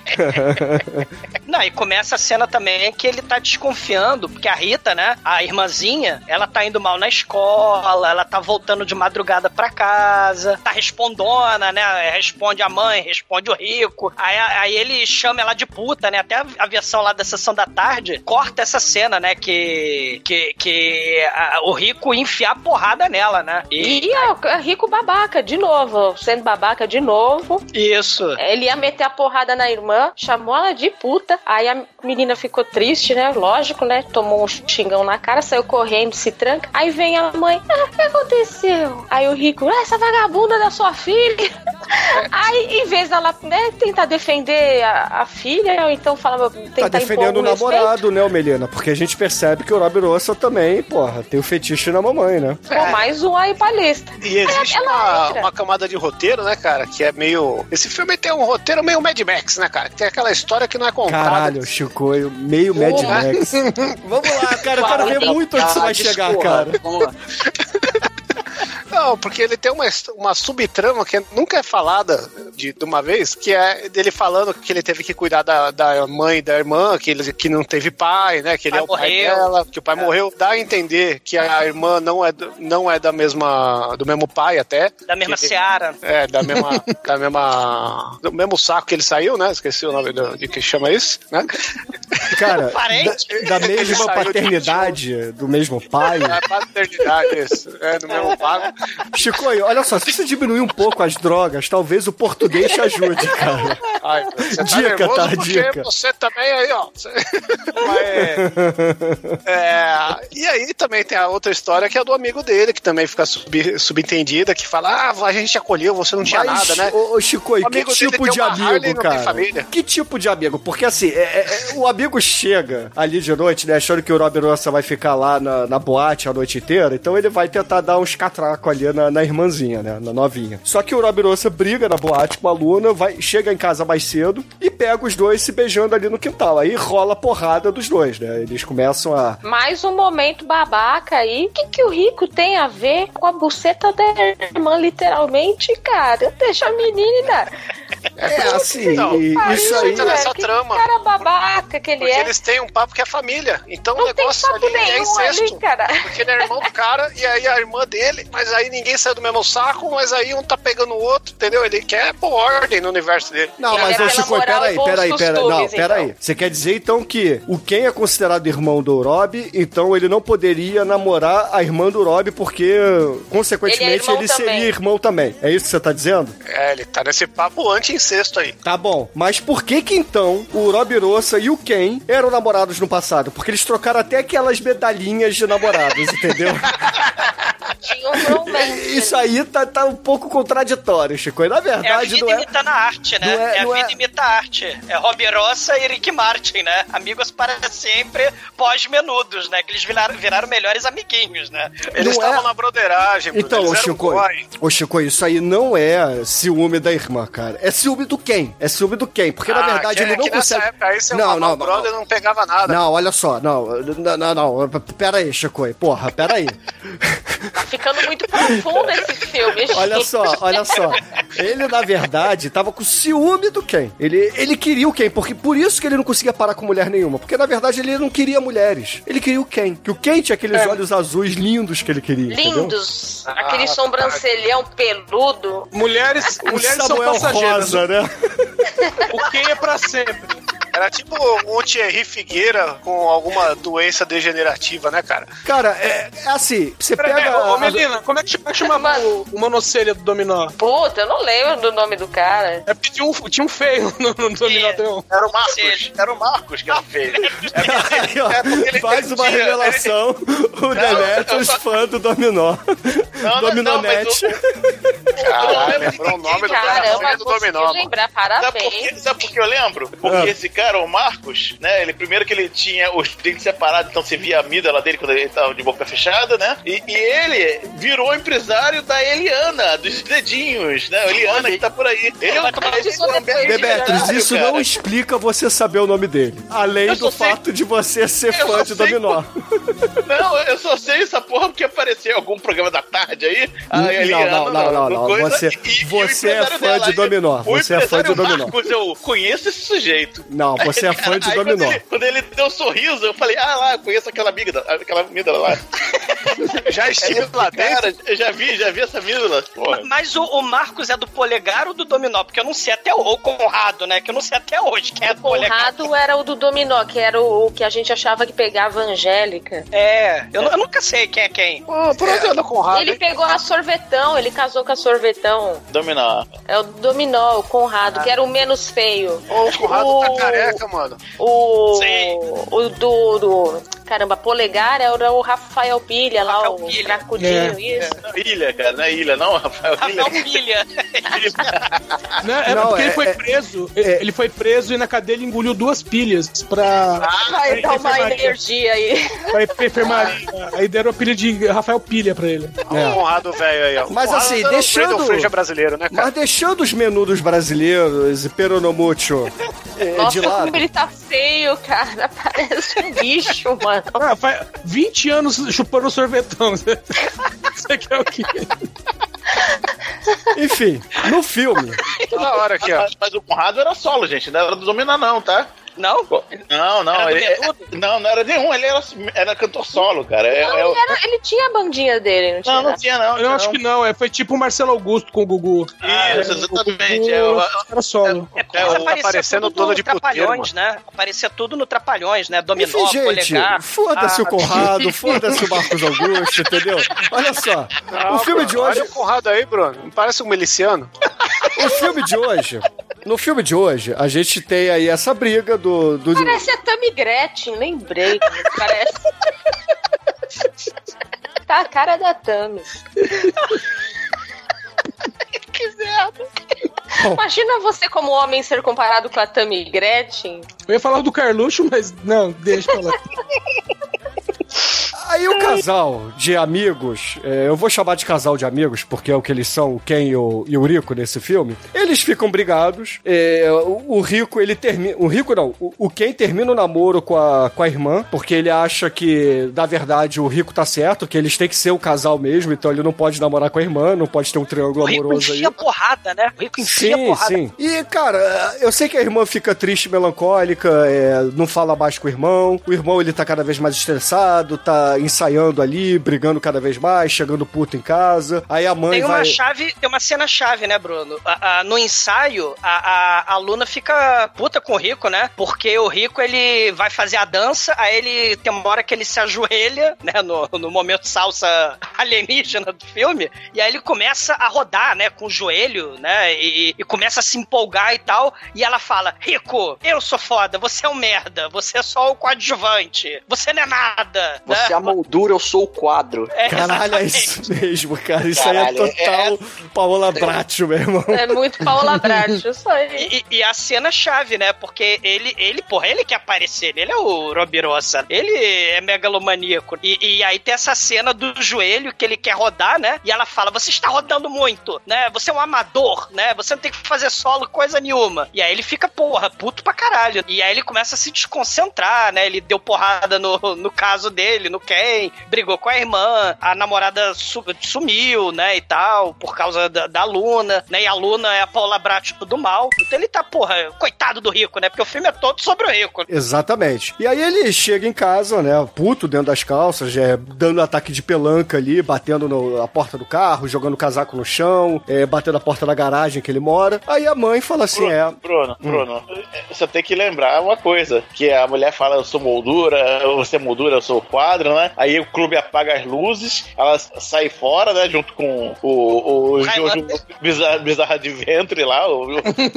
Não, e começa a cena também que ele tá desconfiando, porque a Rita, né, a irmãzinha, ela tá indo mal na escola, ela tá voltando de madrugada pra casa, tá respondona, né, responde a mãe, responde o Rico, aí ele chama ela de puta, né, até a versão lá da Sessão da Tarde corta essa cena, né, que o Rico enfia a porrada nela, né. E o Rico babaca, de novo, sendo babaca de novo. Isso. Ele ia meter a porrada na irmã, chamou ela de puta, aí a menina ficou triste, né, lógico, né, tomou um xingão na cara, saiu correndo, se tranca, aí vem a mãe, o que aconteceu? Aí o Rico, essa vagabunda da sua filha. Aí, em vez dela, né, tentar defender a filha, ou então falar, tentar tá defendendo o namorado, né, Melina? Porque a gente percebe que o Rob Russell também, porra, tem o fetiche na mamãe, né? Pô, mais um aí pra lista. E existe uma camada de roteiro, né, cara, que é meio... Esse filme tem um roteiro meio Mad Max, né, cara? Tem aquela história que não é contada. Caralho, Chico, meio Mad Max. Vamos lá, cara, eu quero ver muito onde isso vai chegar, cara. Vamos lá. Não, porque ele tem uma subtrama que nunca é falada de uma vez, que é dele falando que ele teve que cuidar da mãe e da irmã, que não teve pai, né? Que ele é o pai dela, que o pai morreu. Dá a entender que a irmã não é do mesmo pai até. Da mesma seara. Do mesmo saco que ele saiu, né? Esqueci o nome de que chama isso, né? Cara, da mesma paternidade, do mesmo pai. Paternidade, isso. Do mesmo pai. Chico, olha só, se você diminuir um pouco as drogas, talvez o português te ajude, cara. Ai, você dica, tá? Dica. Você também aí, ó. E aí também tem a outra história que é do amigo dele, que também fica subentendida, que fala, a gente acolheu, você não tinha nada, né? Ô, Chico, que tipo de amigo, cara? Que tipo de amigo? Porque assim, o amigo chega ali de noite, né, achando que o Rob Russell vai ficar lá na boate a noite inteira, então ele vai tentar dar uns catracos ali na irmãzinha, né, na novinha. Só que o Rob Russell briga na boate com a Luna, chega em casa mais cedo e pega os dois se beijando ali no quintal. Aí rola a porrada dos dois, né? Eles começam a... Mais um momento babaca aí. O que o Rico tem a ver com a buceta da irmã, literalmente, cara? Deixa a menina... assim, isso aí... Nessa trama. Que cara babaca que ele porque eles têm um papo que é família. Então o negócio ali é incesto. Ali, cara. Porque ele é irmão do cara e aí a irmã dele, mas aí ninguém sai do mesmo saco, mas aí um tá pegando o outro, entendeu? Ele quer pôr ordem no universo dele. Não, mas ô Chico, peraí. Você quer dizer então que o Ken é considerado irmão do Rob, então ele não poderia namorar a irmã do Rob porque, consequentemente, ele seria irmão também. É isso que você tá dizendo? Ele tá nesse papo anti-incesto aí. Tá bom, mas por que então o Rob Russell e o Ken eram namorados no passado? Porque eles trocaram até aquelas medalhinhas de namorados, entendeu? Tinha um romance. Isso aí tá um pouco contraditório, Chico. E na verdade, a vida imita na arte, né? A vida imita a arte. É Rob Russell e Rick Martin, né? Amigos para sempre, pós-menudos, né? Que eles viraram melhores amiguinhos, né? Eles estavam na broderagem. Então, ô Chico, isso aí não é ciúme da irmã, cara. É ciúme do Ken. Porque na verdade ele não consegue... Nessa época aí, seu brother não pegava nada. Não, olha só. Não. Pera aí, Chico. Porra, pera aí. Tá ficando muito profundo esse filme. Olha só. Ele, na verdade, tava com ciúme do Ken. Ele queria o Ken, porque por isso que ele não conseguia parar com mulher nenhuma. Porque, na verdade, ele não queria mulheres. Ele queria o Ken. Que o Ken tinha aqueles olhos azuis lindos que ele queria. Lindos. Aquele sobrancelhão peludo. Mulheres são passageiras. Rosa, né? O Ken é pra sempre. Era tipo um Thierry Figueira com alguma doença degenerativa, né, cara? Cara, é assim, você pega... Ô, Melina, como é que chamava o monocelha do Dominó? Puta, eu não lembro do nome do cara. É porque tinha um feio no Dominó. Era o Marcos. Era o Marcos que era feio. Faz uma revelação. O Demetrius fã do Dominó. Dominonete. Caralho, lembrou o nome do cara do Dominó. Lembrar, parabéns. Sabe por que eu lembro? Porque esse cara, o Marcos, né? Primeiro que ele tinha os dentes separados, então você via a amígdala dele quando ele tava de boca fechada, né? E ele virou empresário da Eliana, dos dedinhos, né? A Eliana que tá por aí. Demetrius, isso cara. Não explica você saber o nome dele. Além do fato de você ser fã de Dominó. Não, eu só sei essa porra porque apareceu em algum programa da tarde card aí. Não. Você é fã de dominó. Você é fã de dominó. Marcos, eu conheço esse sujeito. Não, você é fã de dominó. Quando ele deu um sorriso, eu falei, lá, conheço aquela amígdala lá. Já estive lá dentro. Cara, eu já vi essa amígdala. Mas o Marcos é do polegar ou do dominó? Porque eu não sei até o Conrado, né? Que eu não sei até hoje quem é do polegar. Conrado era o do dominó, que era o que a gente achava que pegava a Angélica. Eu nunca sei quem é quem. Por onde anda o Conrado? Ele pegou a Sorvetão, ele casou com a Sorvetão. Dominó. É o dominó, o Conrado, que era o menos feio. O Conrado tá careca, mano. O do caramba, polegar era o Rafael Pilha lá, o cracudinho, isso. Ilha, cara, não é Ilha, não, Rafael Pilha. Porque ele foi preso. Ele foi preso e na cadeia ele engoliu 2 pilhas pra... Vai dar uma energia aí. Pra enfermaria. Aí deram o apelido de Rafael Pilha pra ele. O Conrado velho aí, ó. Mas assim, deixando... O brasileiro, né, cara? Mas deixando os menudos brasileiros e peronomútil Nossa, de lado... como ele tá feio, cara. Parece um bicho, mano. Faz 20 anos chupando sorvetão. Você quer o quê? Enfim, no filme... Toda hora aqui, ó. Mas o Conrado era solo, gente, não era do Dominar não, tá? Não? Não. Não era nenhum, ele era cantor solo, cara. Ele tinha a bandinha dele, não tinha? Não tinha, não. Eu acho que não, foi tipo o Marcelo Augusto com o Gugu. Isso, exatamente. Era solo. Aparecendo o dono de Trapalhões, né? Aparecia tudo no Trapalhões, né? Dominó, enfim, gente, polegar. Foda-se o Conrado, foda-se o Marcos Augusto, entendeu? Olha só, o filme de hoje... Olha o Conrado aí, Bruno. Não parece um miliciano? No filme de hoje, a gente tem aí essa briga do... Parece a Tammy Gretchen, lembrei. Parece. Tá a cara da Tammy. Que merda. Imagina você como homem ser comparado com a Tammy Gretchen. Eu ia falar do Carluxo, mas não, deixa eu falar. Aí o casal de amigos, eu vou chamar de casal de amigos, porque é o que eles são, o Ken e o Rico nesse filme, eles ficam brigados, o Rico, ele termina, o Ken termina o namoro com a irmã, porque ele acha que, na verdade, o Rico tá certo, que eles têm que ser o casal mesmo, então ele não pode namorar com a irmã, não pode ter um triângulo amoroso aí. O Rico enfia porrada, né? O Rico enfia porrada. Sim. E, cara, eu sei que a irmã fica triste, melancólica, não fala mais com o irmão ele tá cada vez mais estressado, tá ensaiando ali, brigando cada vez mais, chegando puto em casa. Aí a mãe tem uma cena chave, né, Bruno? No ensaio, a Luna fica puta com o Rico, né? Porque o Rico, ele vai fazer a dança, aí ele tem uma hora que ele se ajoelha, né, no momento salsa alienígena do filme, e aí ele começa a rodar, né, com o joelho, né, e começa a se empolgar e tal, e ela fala, Rico, eu sou foda, você é um merda, você é só o coadjuvante, você não é nada. Você é a moldura, eu sou o quadro. Caralho, é isso mesmo, cara. Isso aí é total Paola Bracho, meu irmão. É muito Paola Bracho, isso aí. E a cena chave, né? Porque ele quer aparecer. Ele é o Robirosa. Ele é megalomaníaco. E aí tem essa cena do joelho que ele quer rodar, né? E ela fala, você está rodando muito, né? Você é um amador, né? Você não tem que fazer solo coisa nenhuma. E aí ele fica, puto pra caralho. E aí ele começa a se desconcentrar, né? Ele deu porrada no caso dele, no Ken, brigou com a irmã, a namorada sumiu, né, e tal, por causa da Luna, né, e a Luna é a Paola Bracho do mal. Então ele tá, coitado do Rico, né, porque o filme é todo sobre o Rico. Exatamente. E aí ele chega em casa, né, puto dentro das calças, dando ataque de pelanca ali, batendo na porta do carro, jogando o casaco no chão, batendo a porta da garagem que ele mora. Aí a mãe fala assim, Bruno, você tem que lembrar uma coisa, que a mulher fala, eu sou moldura, você é moldura, eu sou o quadro, né? Aí o clube apaga as luzes, ela sai fora, né? Junto com o Jojo Bizarra de Ventre lá, o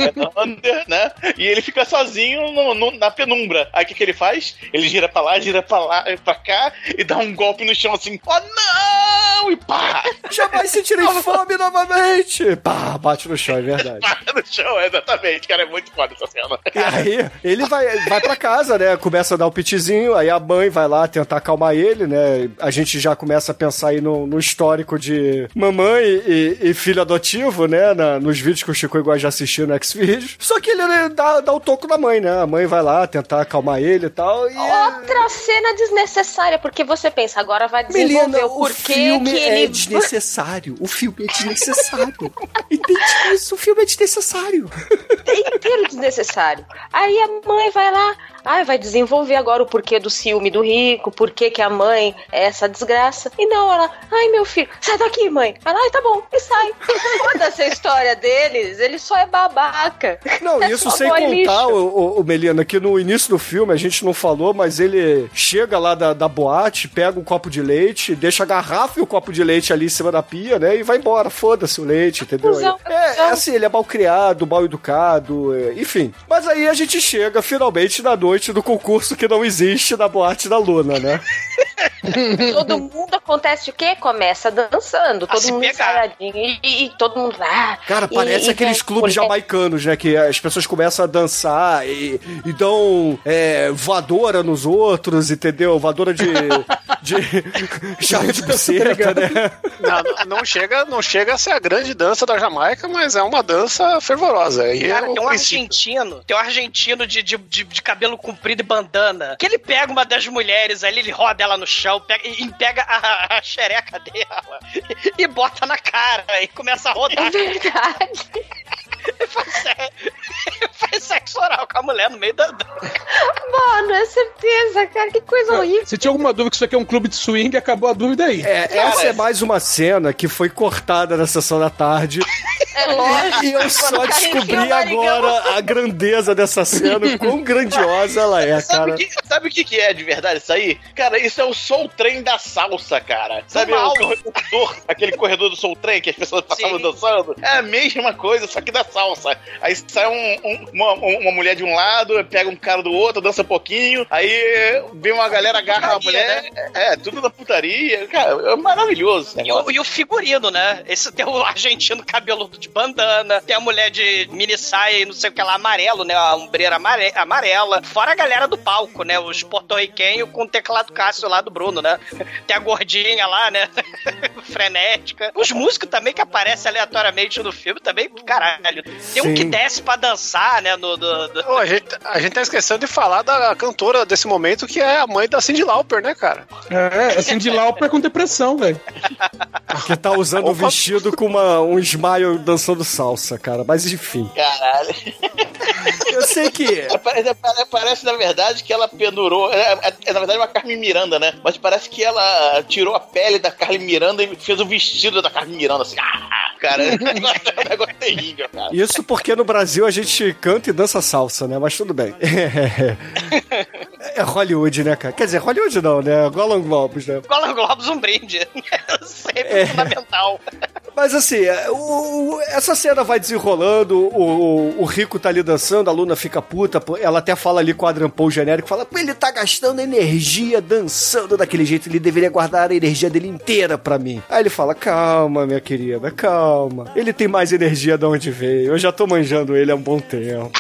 Under, né? E ele fica sozinho na penumbra. Aí o que ele faz? Ele gira pra lá, pra cá e dá um golpe no chão assim, não! E pá! Jamais sentirei fome novamente! Pá, bate no chão, é verdade. Bate no chão, exatamente, cara, é muito foda essa cena. E aí, ele vai pra casa, né? Começa a dar um pitizinho, aí a mãe vai lá tentar acalmar ele, né? A gente já começa a pensar aí no histórico de mamãe e filho adotivo, né? Nos vídeos que o Chico já assistiu no Xvideos. Só que ele dá o toco na mãe, né? A mãe vai lá tentar acalmar ele e tal. Outra cena desnecessária, porque você pensa, agora vai desenvolver Melina, o porquê que ele... é desnecessário. O filme é desnecessário. Entende isso? O filme é desnecessário. É inteiro desnecessário. Aí a mãe vai lá, vai desenvolver agora o porquê do ciúme do rico, porquê que a mãe é essa desgraça. E não, ela, meu filho, sai daqui, mãe. Ela, tá bom, e sai. Foda-se a história deles, ele só é babaca. Não, isso sem contar, o Melina, que no início do filme, a gente não falou, mas ele chega lá da boate, pega um copo de leite, deixa a garrafa e o copo de leite ali em cima da pia, né, e vai embora, foda-se o leite, entendeu? Assim, ele é mal criado, mal educado, enfim. Mas aí a gente chega, finalmente, na noite do concurso que não existe na boate da Luna, né? Todo mundo acontece o quê? Começa dançando, todo mundo ensaiadinho e todo mundo lá. Cara, parece aqueles clubes jamaicanos, né? Que as pessoas começam a dançar e dão voadora nos outros, entendeu? Voadora de chave de buceta, né? Não chega a ser a grande dança da Jamaica, mas é uma dança fervorosa. Cara, tem um argentino de cabelo comprido e bandana, que ele pega uma das mulheres ali, ele roda ela no chão, pega a xereca dela e bota na cara e começa a rodar. É verdade. Faz sexo oral com a mulher no meio da... Mano, é certeza, cara, que coisa horrível. Se tinha alguma dúvida que isso aqui é um clube de swing, acabou a dúvida aí. Essa é mais uma cena que foi cortada na sessão da tarde. É lógico. E eu só descobri agora a grandeza dessa cena, o quão grandiosa ela é, cara. Sabe o que é de verdade isso aí? Cara, isso é o Soul Train da salsa, cara. Sabe aquele corredor do Soul Train que as pessoas passavam dançando? É a mesma coisa, só que da salsa. Aí sai uma mulher de um lado, pega um cara do outro, dança um pouquinho, aí vem uma galera, agarra a mulher, né? Tudo da putaria. Cara, é maravilhoso. E o figurino, né? Esse tem o argentino cabeludo de bandana, tem a mulher de mini saia e não sei o que lá, amarelo, né? A ombreira amarela. Fora a galera do palco, né? Os porto-riquenhos com o teclado Cássio lá do Bruno, né? Tem a gordinha lá, né? Frenética. Os músicos também que aparecem aleatoriamente no filme também, caralho. Tem um que desce pra dançar, né? A gente tá esquecendo de falar da cantora desse momento, que é a mãe da Cyndi Lauper, né, cara? A Cyndi Lauper com depressão, velho. Que tá usando o vestido com um smile dançando salsa, cara. Mas enfim. Caralho. Eu sei que... Parece, na verdade, que ela pendurou... É, na verdade, uma Carmen Miranda, né? Mas parece que ela tirou a pele da Carmen Miranda e fez o vestido da Carmen Miranda, assim. Cara, é um negócio terrível, cara. Isso porque no Brasil a gente canta e dança salsa, né? Mas tudo bem. É Hollywood, né, cara? Quer dizer, Hollywood não, né? Golden Globes, né? Golden Globes, um brinde. Sempre fundamental. Mas assim, essa cena vai desenrolando, o Rico tá ali dançando, a Luna fica puta, ela até fala ali com o Adrian Paul genérico, fala, ele tá gastando energia dançando daquele jeito, ele deveria guardar a energia dele inteira pra mim. Aí ele fala, calma, minha querida, calma. Ele tem mais energia de onde veio, eu já tô manjando ele há um bom tempo.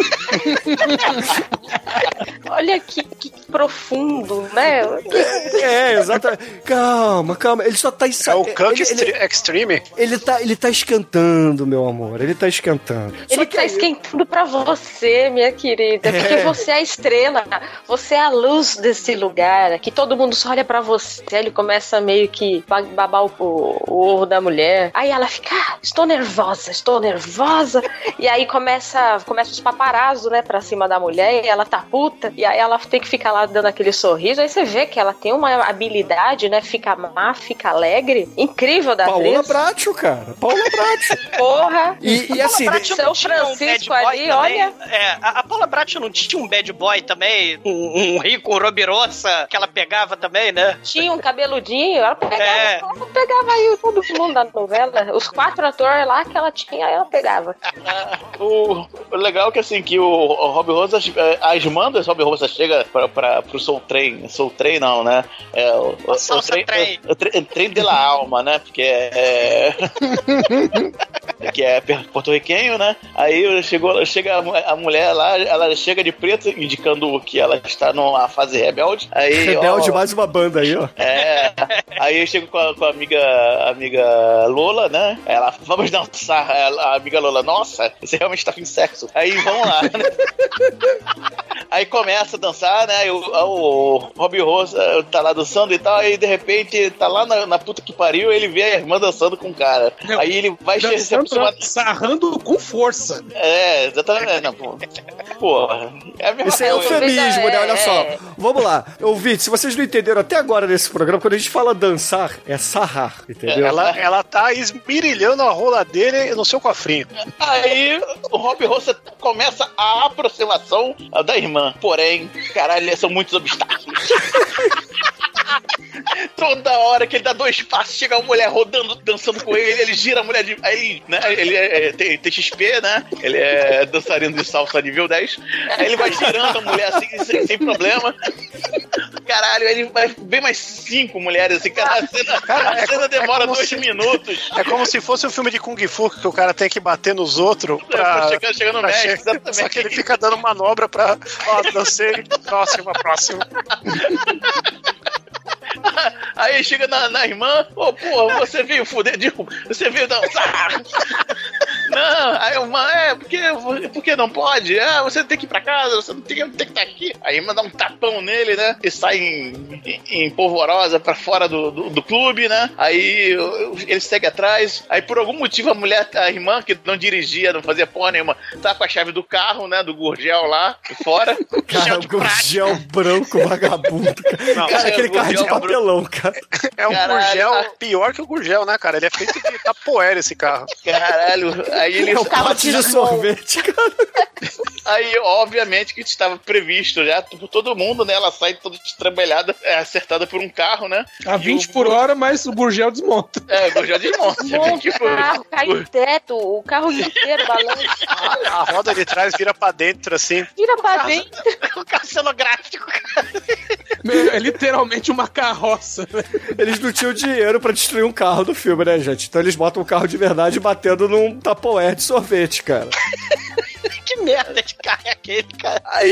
Olha que profundo, né? Exatamente. Calma. Ele só tá... É o Kunk Extreme. Ele tá esquentando, meu amor. Ele tá esquentando. Ele tá esquentando pra você, minha querida. Porque você é a estrela. Você é a luz desse lugar. Que todo mundo só olha pra você. Ele começa meio que babar o ovo da mulher. Aí ela fica, estou nervosa. E aí começa os paparazzo, né, pra cima da mulher. E ela tá puta. E aí ela tem que ficar lá dando aquele sorriso. Aí você vê que ela tem uma habilidade, né? Fica má, fica alegre. Incrível da atriz. Paola Bracho, cara. Paola Bracho. Porra. E assim... Seu Francisco ali, olha... A Paola Bracho não tinha um bad boy também? Um rico, um Robirossa, que ela pegava também, né? Tinha um cabeludinho. Ela pegava aí todo mundo da novela. Os 4 atores lá que ela tinha, ela pegava. O legal é que assim, que o Rob Rosas, as irmãs do Rob Rosas chega pra pro Soul Train. Soul Train não, né? O trem de la alma, né? Porque que é porto-riquenho, né? Aí chega a mulher lá, ela chega de preto, indicando que ela está numa fase rebelde. Aí, rebelde, mais uma banda aí, ó. Aí eu chego com a amiga Lola, né? Ela, vamos dançar. A amiga Lola, nossa, você realmente tá afim de sexo. Aí vamos lá, né? Aí começa a dançar, né? Aí o Robbie Rose tá lá dançando e tal, aí de repente tá lá na puta que pariu, ele vê a irmã dançando com o cara. Aí ele vai se aproximar. Sarrando com força. Exatamente. Não, porra. É a mesma Isso é eufemismo, né? Olha só. Vamos lá. Ouvinte, se vocês não entenderam até agora nesse programa, quando a gente fala dançar, é sarrar, entendeu? Ela tá esmirilhando a rola dele no seu cofrinho. Aí o Robbie Rose começa a aproximação da irmã. Porém, caralho, são muitos obstáculos. Toda hora que ele dá 2 passos, chega uma mulher rodando, dançando com ele gira a mulher de... Aí, né, ele tem XP, né? Ele é dançarino de salsa nível 10. Aí ele vai girando a mulher assim, sem problema. Caralho, ele vai ver mais 5 mulheres assim, cara. A cena demora 2 minutos. É como se fosse um filme de Kung Fu, que o cara tem que bater nos outros pra chegar no mestre, exatamente. Só que ele fica dando manobra pra... dancei, próxima. Aí chega na irmã, porra, você veio fuder, você veio dançar. Não, aí a irmã, porque não pode? Você tem que ir pra casa, você não tem que estar aqui. Aí a irmã dá um tapão nele, né? E sai em polvorosa pra fora do clube, né? Aí ele segue atrás. Aí por algum motivo a irmã, que não dirigia, não fazia porra nenhuma, tá com a chave do carro, né? Do Gurgel lá, fora. Cara, o Gurgel branco, vagabundo. Cara, aquele carro de papelão, cara. É um Gurgel pior que o Gurgel, né, cara? Ele é feito de tapoeira, esse carro. Caralho. Aí ele... É um pote de sorvete, cara. Aí, obviamente, que estava previsto já por todo mundo, né? Ela sai toda destrambelhada, acertada por um carro, né? A 20 por hora, mas o Gurgel desmonta. O Gurgel desmonta. O carro cai no teto, o carro inteiro balança. A roda de trás vira pra dentro, assim. Vira pra dentro. O carro cenográfico, cara. É literalmente uma carroça, né? Eles não tinham dinheiro pra destruir um carro do filme, né, gente? Então eles botam um carro de verdade batendo num tapoé de sorvete, cara. Que merda de carro é aquele, cara? Aí,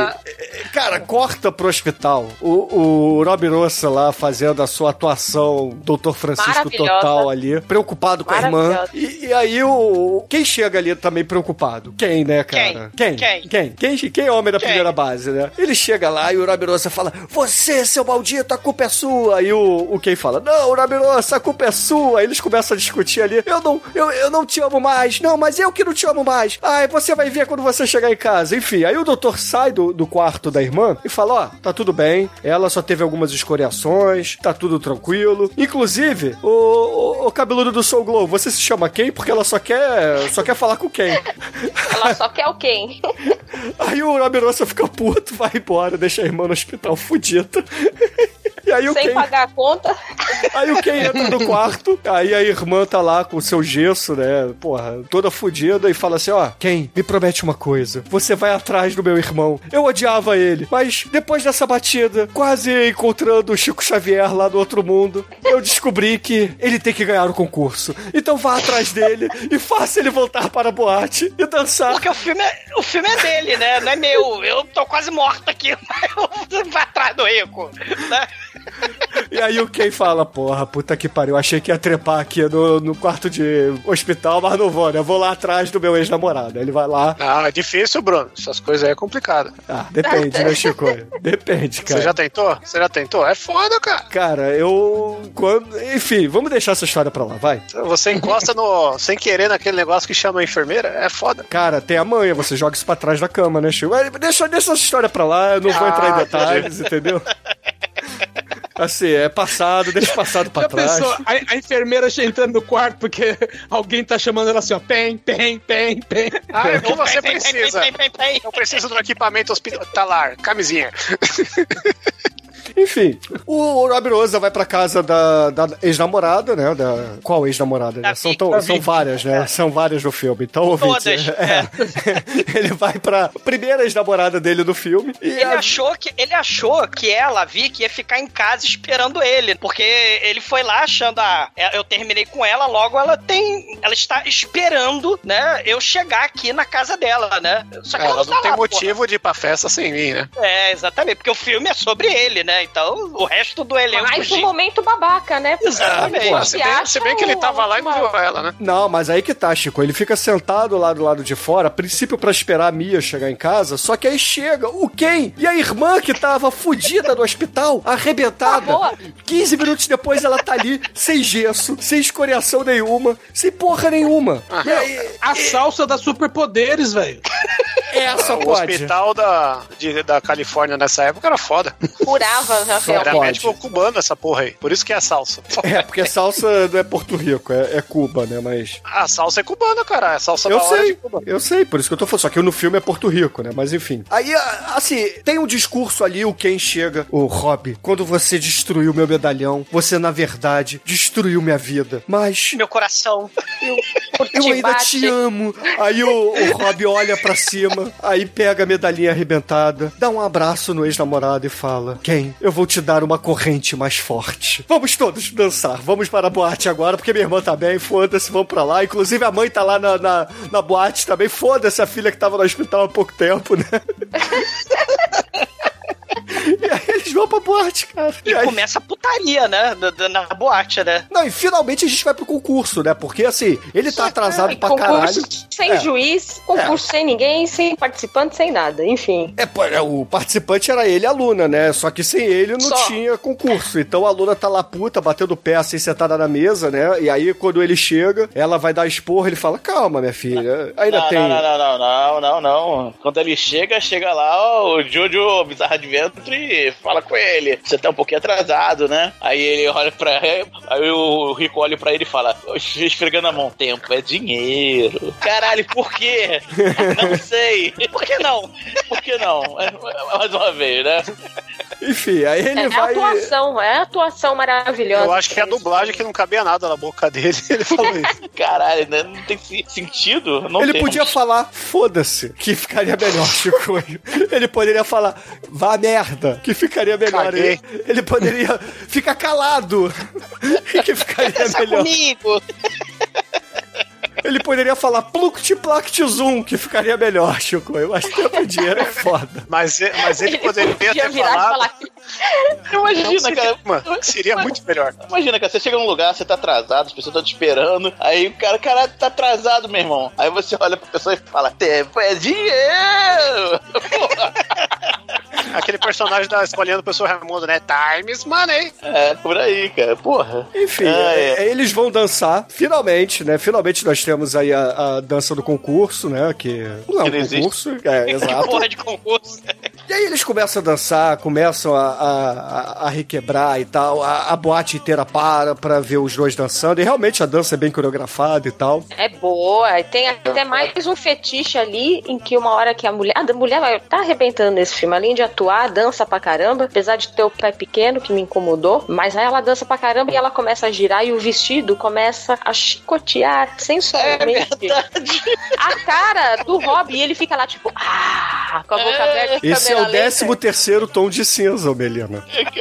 cara, corta pro hospital. O Robbie Rose lá fazendo a sua atuação Dr. Francisco total ali, preocupado com a irmã. E aí quem chega ali também preocupado? Quem, né, cara? Quem é o homem da primeira base, né? Ele chega lá e o Robbie Rose fala: você, seu maldito, a culpa é sua. Aí o Ken fala: não, Robbie Rose, a culpa é sua. Aí eles começam a discutir ali: eu não te amo mais. Não, mas eu que não te amo mais. Ai, você vai ver quando você chegar em casa. Enfim, aí o doutor sai do quarto da irmã e fala: ó, tá tudo bem, ela só teve algumas escoriações, tá tudo tranquilo. Inclusive, o cabeludo do Soul Glow, você se chama Ken porque ela só quer falar com o Ken. Ela só quer o Ken. Aí o Robbie Rose fica puto, vai embora, deixa a irmã no hospital fudida. E aí sem pagar a conta. Aí o Ken entra no quarto, aí a irmã tá lá com o seu gesso, né, porra, toda fudida, e fala assim: ó, Ken, me promete uma coisa, você vai atrás do meu irmão. Eu odiava ele, mas depois dessa batida, quase encontrando o Chico Xavier lá do outro mundo, eu descobri que ele tem que ganhar o concurso. Então vá atrás dele e faça ele voltar para a boate e dançar. Porque o filme é dele, né, não é meu. Eu tô quase morto aqui, mas eu vou atrás do Rico, né? E aí o Ken fala: porra, puta que pariu, achei que ia trepar aqui no quarto de hospital, mas não vou, né? Vou lá atrás do meu ex-namorado. Aí ele vai lá. É difícil, Bruno. Essas coisas aí é complicado. Depende, né, Chico? Depende, cara. Você já tentou? É foda, cara. Cara, enfim, vamos deixar essa história pra lá, vai. Você encosta sem querer naquele negócio que chama a enfermeira, é foda. Cara, tem a manha, você joga isso pra trás da cama, né, Chico? Deixa essa história pra lá, eu não vou entrar em detalhes, entendeu? Assim, é passado, deixa o passado pra trás. Pensou, a enfermeira entrando no quarto porque alguém tá chamando ela assim, ó, pen. É o que você precisa. Eu preciso do equipamento hospitalar, camisinha. Enfim, o Rob Rosa vai pra casa da ex-namorada, né? Qual ex-namorada? Né? São várias, né? São várias no filme. Então, ouvinte, Todas. ele vai pra primeira ex-namorada dele no filme. E ele achou que ela, Vicky, ia ficar em casa esperando ele. Porque ele foi lá achando, eu terminei com ela, logo ela está esperando, né? Eu chegar aqui na casa dela, né? Só que ela não tem lá, motivo de ir pra festa sem mim, né? Exatamente, porque o filme é sobre ele, né? Então, o resto do elenco... Mais um momento babaca, né? Exatamente. Se bem que ele tava lá e não viu ela, né? Não, mas aí que tá, Chico. Ele fica sentado lá do lado de fora, a princípio pra esperar a Mia chegar em casa, só que aí chega o Ken e a irmã que tava fudida no hospital, arrebentada. 15 minutos depois ela tá ali, sem gesso, sem escoriação nenhuma, sem porra nenhuma. E aí, a salsa dá superpoderes, velho. Essa o pode. hospital da Califórnia nessa época era foda. Curava, Rafael. Era médico cubano essa porra aí. Por isso que é a salsa. Porque salsa não é Porto Rico, é Cuba, né? Mas... A salsa é cubana, cara. É salsa da hora de Cuba. Eu sei, por isso que eu tô falando. Só que no filme é Porto Rico, né? Mas enfim. Aí, assim, tem um discurso ali, o Ken chega. Ô, Rob, quando você destruiu meu medalhão, você, na verdade, destruiu minha vida. Mas... Meu coração. Eu ainda te amo. Aí o Rob olha pra cima, aí pega a medalhinha arrebentada, dá um abraço no ex-namorado e fala: Ken, eu vou te dar uma corrente mais forte. Vamos todos dançar. Vamos para a boate agora, porque minha irmã tá bem. Foda-se, vamos pra lá. Inclusive a mãe tá lá na boate também. Foda-se a filha que tava no hospital há pouco tempo, né? E aí eles vão pra boate, cara. E aí começa a putaria, né? Na boate, né? Não, e finalmente a gente vai pro concurso, né? Porque, assim, ele tá atrasado pra caralho. Sem juiz, concurso sem ninguém, sem participante, sem nada, enfim. O participante era ele e a Luna, né? Só que sem ele não tinha concurso. Então a Luna tá lá puta, batendo o pé assim, sentada na mesa, né? E aí quando ele chega, ela vai dar esporro, ele fala: calma, minha filha, ainda tem... Não. Quando ele chega lá o Jojo Bizarro Adventure e fala com ele: você tá um pouquinho atrasado, né? Aí ele olha aí o Rico olha pra ele e fala, esfregando a mão: tempo é dinheiro. Caralho, por quê? Não sei. Por que não? Mais uma vez, né? Enfim, aí ele vai... É a atuação maravilhosa. Eu acho que é a dublagem que não cabia nada na boca dele. Ele falou isso. Caralho, né? Não tem sentido. Não ele tem. Podia falar: foda-se, que ficaria melhor, Chico. Ele poderia falar: vá merda, que ficaria melhor. Ele poderia ficar calado, que ficaria melhor. Comigo. Ele poderia falar pluct-plact-zoom, que ficaria melhor, Chico. Eu acho que tempo e dinheiro é foda. Mas ele poderia ter falado... Imagina, cara. Seria muito melhor. Imagina, cara, você chega num lugar, você tá atrasado, as pessoas estão te esperando, aí o cara tá atrasado, meu irmão. Aí você olha pra pessoa e fala: tempo é dinheiro! Aquele personagem da Escolhendo o Professor Raimundo, né? Time is money. É, por aí, cara. Porra. Enfim, eles vão dançar, finalmente, né? Finalmente nós temos aí a dança do concurso, né? Que não é um concurso. Exato. Que porra de concurso. E aí eles começam a dançar, começam a requebrar e tal. A boate inteira pra ver os dois dançando. E realmente a dança é bem coreografada e tal. É boa. Tem até mais um fetiche ali, em que uma hora que a mulher tá arrebentando nesse filme. Além de atuar, dança pra caramba. Apesar de ter o pé pequeno, que me incomodou. Mas aí ela dança pra caramba e ela começa a girar e o vestido começa a chicotear sensualmente. É verdade. A cara do Rob, e ele fica lá tipo... com a boca aberta. Esse é o 13º tom de cinza, Melina.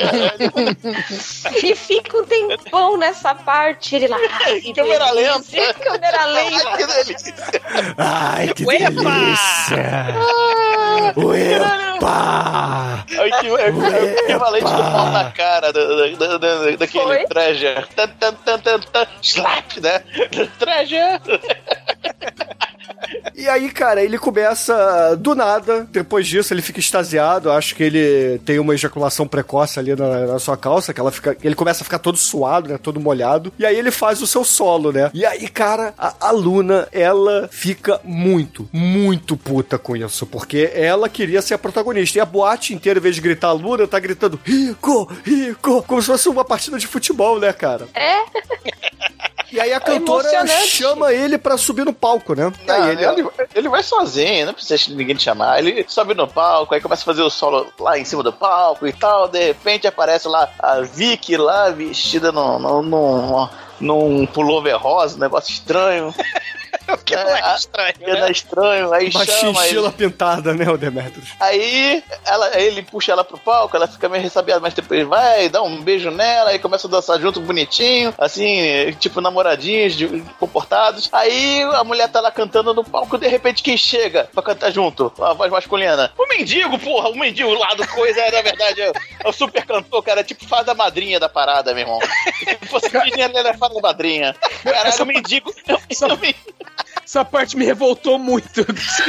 E fica um tempão nessa parte. Ele lá... Câmera lenta. Câmera lenta. Ai, que delícia. Ai, que delícia. Uepa! É o equivalente do pau na cara daquele Treasure. Slap, né? Treasure. E aí, cara, ele começa do nada. Depois disso, ele fica extasiado. Acho que ele tem uma ejaculação precoce ali na sua calça, que ele começa a ficar todo suado, né? Todo molhado. E aí ele faz o seu solo, né? E aí, cara, a Luna, ela fica muito, muito puta com isso, porque ela queria ser a protagonista. E a boate inteira, em vez de gritar a Luna, tá gritando Rico, Rico, como se fosse uma partida de futebol, né, cara? É. E aí a cantora chama ele pra subir no palco, né? E aí ele vai sozinho, não precisa de ninguém te chamar. Ele sobe no palco, aí começa a fazer o solo lá em cima do palco e tal. De repente aparece lá a Vicky lá, vestida num pullover rosa, um negócio estranho. O que não é estranho, né? Não é estranho, aí uma chama chinchila pintada, né, o Demetrius? Aí ele puxa ela pro palco, ela fica meio ressabiada, mas depois ele vai, dá um beijo nela, aí começa a dançar junto, bonitinho, assim, tipo namoradinhos, comportados. Aí a mulher tá lá cantando no palco, de repente quem chega pra cantar junto? A voz masculina. O mendigo, porra, o mendigo lá do coisa, na verdade, é o super cantor, cara, tipo fada madrinha da parada, meu irmão. Se fosse menina, ele é fada madrinha. Caralho, o mendigo... Essa parte me revoltou muito.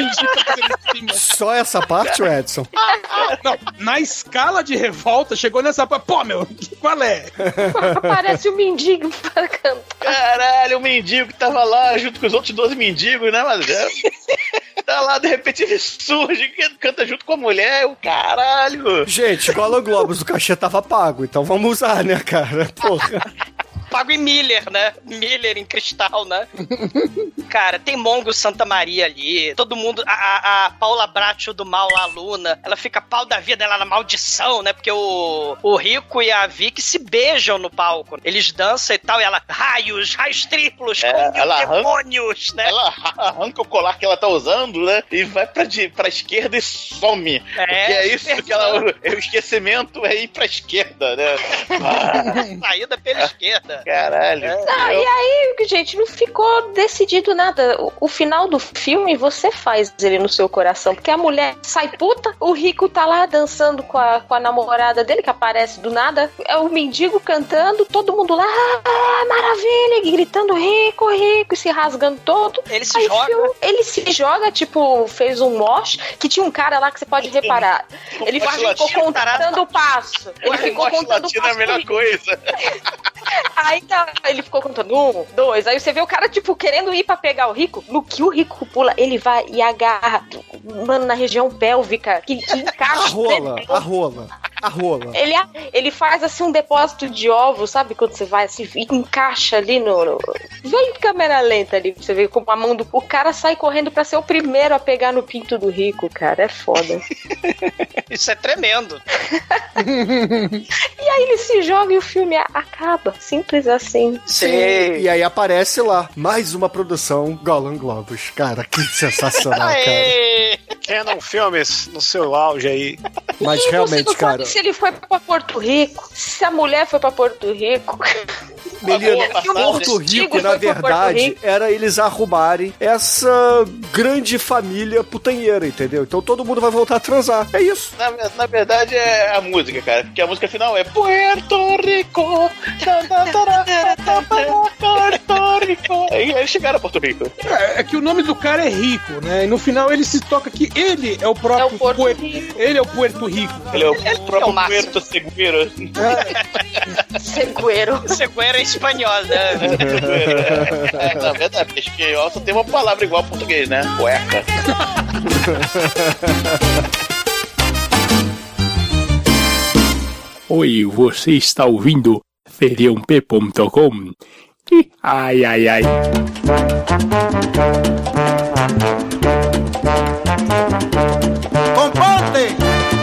Só essa parte, Edson? Não, na escala de revolta, chegou nessa parte. Pô, meu, qual é? Parece um mendigo pra cantar. Caralho, o mendigo que tava lá junto com os outros 12 mendigos, né, mas tá lá, de repente ele surge, canta junto com a mulher, o caralho. Gente, Golan Globus, o cachê tava pago, então vamos usar, né, cara? Porra. Pago em Miller, né? Miller em cristal, né? Cara, tem Mongo Santa Maria ali. Todo mundo... A Paula Bracho do mal, a Luna, ela fica pau da vida, ela na maldição, né? Porque o Rico e a Vicky se beijam no palco. Eles dançam e tal, e ela... Raios triplos, com demônios, né? Ela arranca o colar que ela tá usando, né? E vai pra esquerda e some. Porque é isso que ela... O esquecimento é ir pra esquerda, né? Saída pela esquerda. Caralho. Não, e aí, gente, não ficou decidido nada. O final do filme, você faz ele no seu coração, porque a mulher sai puta, o Rico tá lá dançando com a namorada dele, que aparece do nada, é o mendigo cantando, todo mundo lá, maravilha, e gritando Rico, Rico, e se rasgando todo. Ele se joga, tipo, fez um mosh, que tinha um cara lá que você pode reparar. Ele ficou contando o passo. Ele ficou contando o passo. É a melhor coisa. Aí tá, ele ficou contando 1, 2, aí você vê o cara, tipo, querendo ir pra pegar o Rico. No que o Rico pula, ele vai e agarra, mano, na região pélvica, que encaixa. A rola. Ele faz, assim, um depósito de ovos, sabe? Quando você vai, assim, e encaixa ali no... Vem em câmera lenta ali, você vê como a mão do... O cara sai correndo pra ser o primeiro a pegar no pinto do Rico, cara. É foda. Isso é tremendo. E aí ele se joga e o filme acaba. Simples assim. Sim. E aí aparece lá mais uma produção Golan Globus. Cara, que sensacional, cara. Canon Filmes no seu auge aí. Mas e realmente, você não cara... sabe se ele foi pra Porto Rico, se a mulher foi pra Porto Rico... Melina, Porto Rico, na verdade, era eles arrumarem essa grande família putanheira, entendeu? Então todo mundo vai voltar a transar. É isso. Na verdade, é a música, cara. Porque a música final é Puerto Rico. Puerto Rico. E eles chegaram a Porto Rico. É que o nome do cara é Rico, né? E no final ele se toca que ele é o próprio ele é o Puerto Rico. Ele é o próprio Puerto Seguro. Seguro é espanhol, né? Na verdade, porque espanhol só tem uma palavra igual ao português, né? Cueca. Oi, você está ouvindo feriump.com. Ai. Comporte!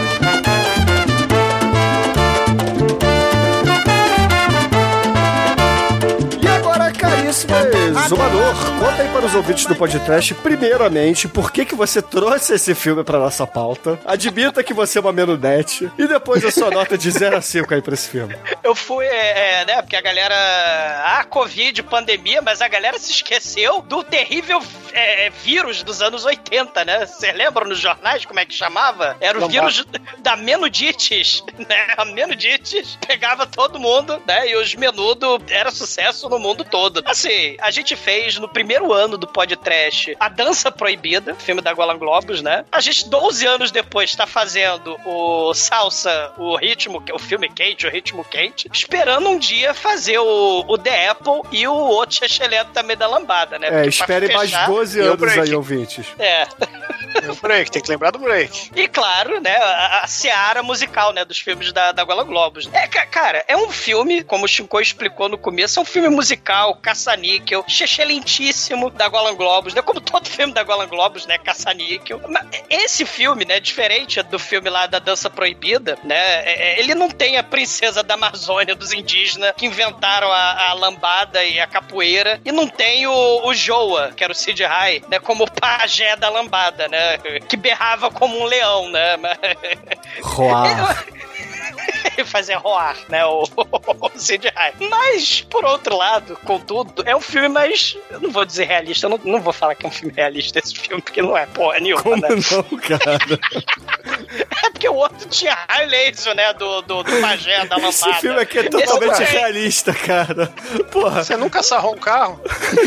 E agora, caríssimo Exumador, conta aí para os ouvintes do podcast, primeiramente, por que você trouxe esse filme para nossa pauta. Admita que você é uma menudete. E depois a sua nota de 0 a 5 aí para esse filme. Eu fui, né, porque a galera... Covid, pandemia, mas a galera se esqueceu do terrível vírus dos anos 80, né? Vocês lembram nos jornais como é que chamava? Era o vírus da menudites, né? A menudites pegava todo mundo, né? E os menudos era sucesso no mundo todo. Assim, a gente fez no primeiro ano do podcast A Dança Proibida, filme da Golan Globus, né? A gente, 12 anos depois, tá fazendo o Salsa, o filme quente, o ritmo quente, esperando um dia fazer o The Apple e o outro excelente também da lambada, né? Espere mais 12 anos aí, ouvintes. O break, tem que lembrar do break. E claro, né, a seara musical, né, dos filmes da Golden Globos. Cara, é um filme, como o Shinkoi explicou no começo, é um filme musical, caça-níquel, excelentíssimo da Golden Globos, né, como todo filme da Golden Globos, né, caça-níquel. Mas esse filme, né, diferente do filme lá da Dança Proibida, né, ele não tem a princesa da Amazônia, dos indígenas, que inventaram a lambada e a capoeira, e não tem o Joa, que era o Sid Rai, né, como pajé da lambada, né, que berrava como um leão, né. Roar. Fazer roar, né, o Sid Rai. Mas, por outro lado, contudo, é um filme mais, eu não vou dizer realista, eu não vou falar que é um filme realista esse filme, porque não é porra nenhuma, como né? Não, cara? É porque o outro tinha raio laser, né, do pajé, da lambada. Esse filme aqui é totalmente realista, cara. Porra. Você nunca sarrou um carro?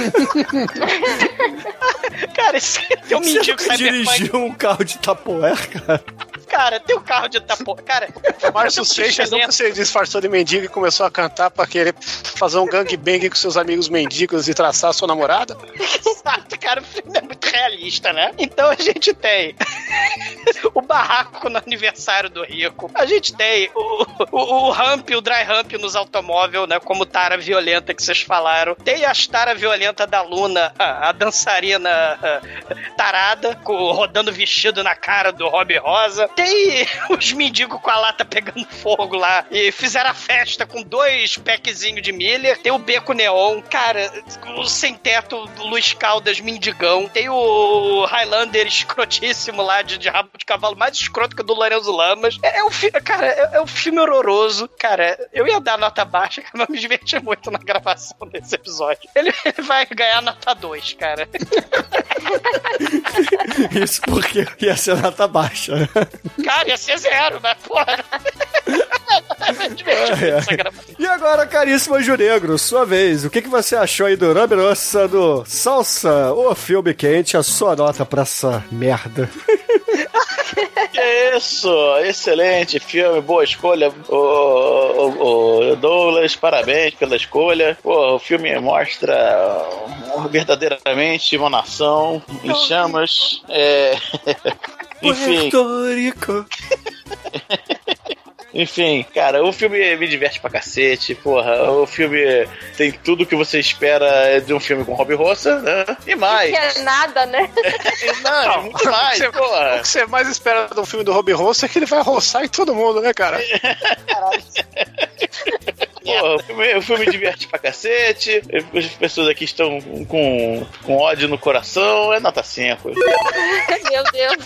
Cara, esse tem um mendigo Você dirigiu um carro de Tapoé, cara? Cara, tem um carro de Tapoé. Cara, o Márcio Seixas nunca se disfarçou de mendigo e começou a cantar pra querer fazer um gangbang com seus amigos mendigos e traçar a sua namorada? Exato, cara, o filme é muito realista, né? Então a gente tem o barraco no aniversário do rico, a gente tem o ramp, o dry ramp nos automóveis, né, como tara violenta que vocês falaram, tem a tara violenta da Luna, a dançarina tarada, rodando vestido na cara do Robbie Rosa, tem os mendigos com a lata pegando fogo lá e fizeram a festa com 2 packzinhos de Miller, tem o Beco Neon, cara, o Sem Teto do Luiz Caldas mendigão, tem o Highlander escrotíssimo lá de rabo de cavalo, mais escroto que o do Lorenzo Lamas. É um filme horroroso. Cara, eu ia dar nota baixa, mas me diverti muito na gravação desse episódio. Ele vai ganhar nota 2, cara. Isso porque ia ser nota baixa. Cara, ia ser 0, mas porra. E agora, caríssimo Junegro, sua vez. O que você achou aí do Rabirossa, do Salsa, o filme quente, a sua nota pra essa merda? Que isso, excelente filme, boa escolha, o Douglas, parabéns pela escolha. Pô, o filme mostra verdadeiramente uma nação em chamas. Enfim. Puerto Rico. Enfim, cara, o filme me diverte pra cacete, porra. O filme tem tudo que você espera de um filme com Robbie Roça, né? E mais. Que é nada, né? Não, muito mais, porra. O que você mais espera de um filme do Robbie Roça é que ele vai roçar em todo mundo, né, cara? Caralho. Pô, o filme diverte pra cacete. As pessoas aqui estão com ódio no coração. É nota 5. Meu Deus.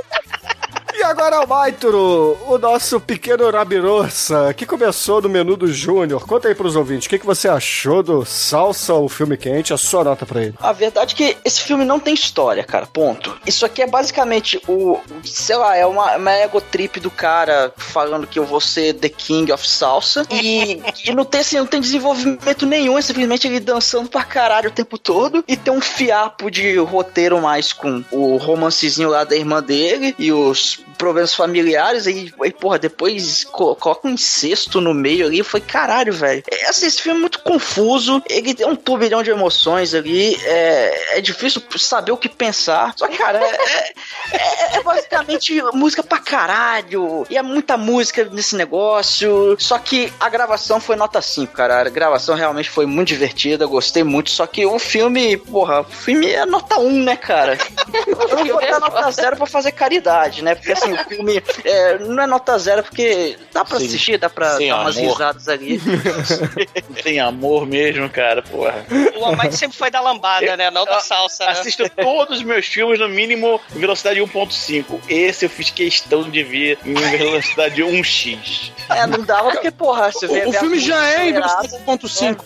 E agora o Maituro, o nosso pequeno Rabirossa, que começou no menu do Júnior. Conta aí pros ouvintes, o que você achou do Salsa, o filme quente, a sua nota pra ele? A verdade é que esse filme não tem história, cara, ponto. Isso aqui é basicamente é uma ego trip do cara falando que eu vou ser The King of Salsa e não tem desenvolvimento nenhum, é simplesmente ele dançando pra caralho o tempo todo e tem um fiapo de roteiro mais com o romancezinho lá da irmã dele e os problemas familiares, aí porra, depois coloca um incesto no meio ali, foi caralho, velho. Esse filme é muito confuso, ele tem um turbilhão de emoções ali, é difícil saber o que pensar, só que, cara, é basicamente música pra caralho, e é muita música nesse negócio, só que a gravação foi nota 5, cara, a gravação realmente foi muito divertida, gostei muito, só que o filme, porra, o filme é nota 1, né, cara? Eu não vou dar nota 0 pra fazer caridade, né, porque assim, o filme não é nota 0 porque dá pra assistir, dá pra dar umas risadas ali. Tem amor mesmo, cara, porra. O Almighty sempre foi da lambada, né? Não da salsa, né? Assisto todos os meus filmes no mínimo em velocidade 1.5. Esse eu fiz questão de ver em velocidade 1x. Não dava porque, porra, você vê... O filme já é em velocidade 1.5.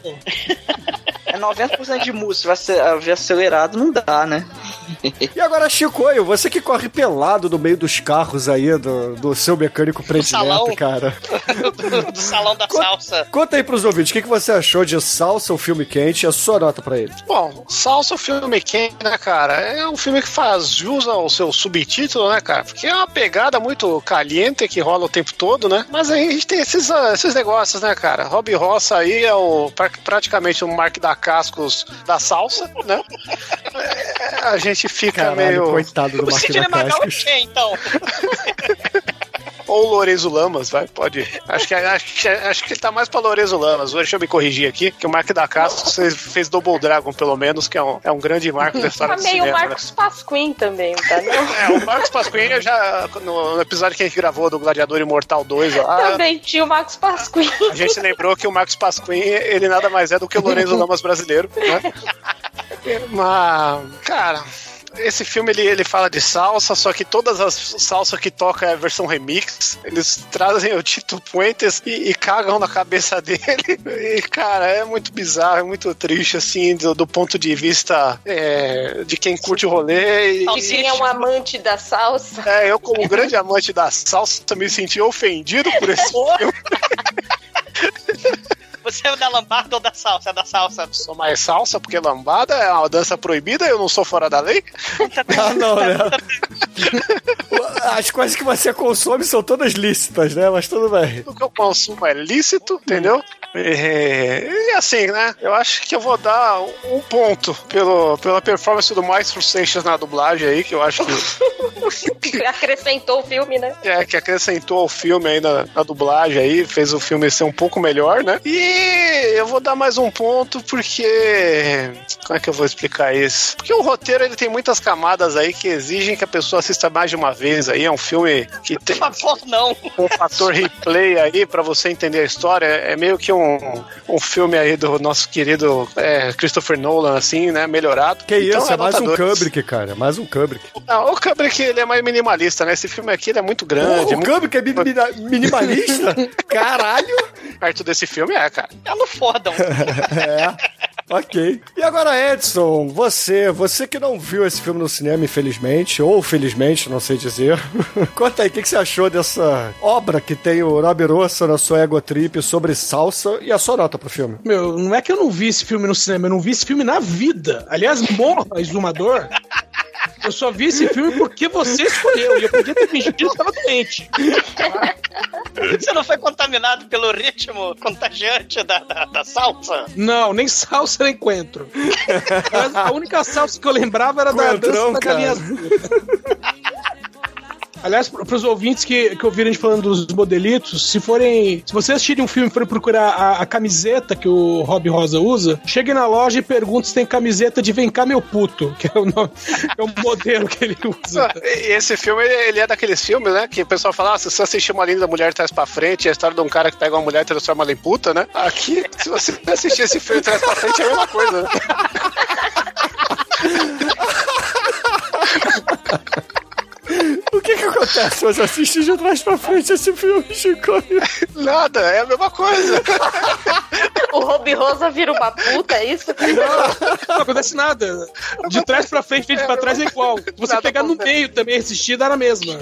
É 90% de música, vai ver acelerado, não dá, né? E agora, Chicoio, você que corre pelado no meio dos carros aí do seu mecânico predileto, cara. do salão da salsa. Conta aí pros ouvintes, o que você achou de Salsa, o filme quente, e a sua nota pra ele? Bom, Salsa, o filme quente, né, cara, é um filme que faz jus ao seu subtítulo, né, cara, porque é uma pegada muito caliente que rola o tempo todo, né, mas aí a gente tem esses negócios, né, cara, Robbie Roça aí é praticamente o Mark da Cascos da salsa, né? A gente fica Caralho, meio... coitado do O Sidney Marquinhos Magal é Cascos. quem, então? Ou Lourenço Lamas, vai, pode. Acho que ele tá mais pra Lourenço Lamas. Deixa eu me corrigir aqui, que o Mark da Cascos fez Double Dragon, pelo menos, que é um grande marco da história do cinema. Meio Marcos Pasquim também, tá? O Marcos Pasquim, eu já, no episódio que a gente gravou do Gladiador Imortal 2, lá, Também tinha o Marcos Pasquim. a gente lembrou que o Marcos Pasquim, ele nada mais é do que o Lourenço Lamas brasileiro, né? Mas, cara... Esse filme, ele fala de salsa, só que todas as salsas que toca é a versão remix. Eles trazem o Tito Puentes e cagam na cabeça dele. E, cara, é muito bizarro, é muito triste, assim, do ponto de vista de quem curte o rolê. Quem é um amante da salsa. Eu, como grande amante da salsa, me senti ofendido por esse filme. Você é da lambada ou da salsa? É da salsa. Sou mais salsa, porque lambada é uma dança proibida, eu não sou fora da lei. Ah, não, né? As coisas que você consome são todas lícitas, né? Mas tudo bem. O que eu consumo é lícito, entendeu? E assim, né? Eu acho que eu vou dar um ponto pela performance do Maestro Seixas na dublagem aí, que eu acho que... Acrescentou o filme, né? Que acrescentou ao filme aí na dublagem aí, fez o filme ser um pouco melhor, né? E eu vou dar mais um ponto porque... Como é que eu vou explicar isso? Porque o roteiro, ele tem muitas camadas aí que exigem que a pessoa assista mais de uma vez aí. É um filme que tem... Por favor, não. Um fator replay aí pra você entender a história. É meio que um filme aí do nosso querido Christopher Nolan, assim, né? Melhorado. Que então, isso, é mais um 2. Kubrick, cara. Mais um Kubrick. Não, o Kubrick, ele é mais minimalista, né? Esse filme aqui, ele é muito grande. O Kubrick é minimalista? Caralho! Perto desse filme, cara. É no fodão. Ok. E agora, Edson, você que não viu esse filme no cinema, infelizmente, ou felizmente, não sei dizer, conta aí, o que você achou dessa obra que tem o Rob Rossa na sua Ego Trip sobre salsa e a sua nota pro filme? Meu, não é que eu não vi esse filme no cinema, eu não vi esse filme na vida. Aliás, morra, exumador. Eu só vi esse filme porque você escolheu e eu podia ter fingido que eu estava doente. Você não foi contaminado pelo ritmo contagiante da salsa? Não, nem salsa nem coentro. Mas a única salsa que eu lembrava era da dança da galinha azul. Aliás, para os ouvintes que ouviram a gente falando dos modelitos, se vocês assistirem um filme e forem procurar a camiseta que o Rob Rosa usa, cheguem na loja e perguntem se tem camiseta de Vem Cá Meu Puto, que é o modelo que ele usa. E esse filme, ele é daqueles filmes, né, que o pessoal fala, se você assistir Uma Linda Mulher Traz Pra Frente, é a história de um cara que pega uma mulher e transforma ela em puta, né? Aqui, se você assistir esse filme Traz Pra Frente, é a mesma coisa, né? O que acontece se você assistir de trás pra frente esse filme, Chico? Nada, é a mesma coisa. O Rob Rosa vira uma puta, é isso? Não acontece nada. De trás pra frente, frente pra trás é igual. Se você Nada pegar no acontece. meio também e assistir, dá na mesma.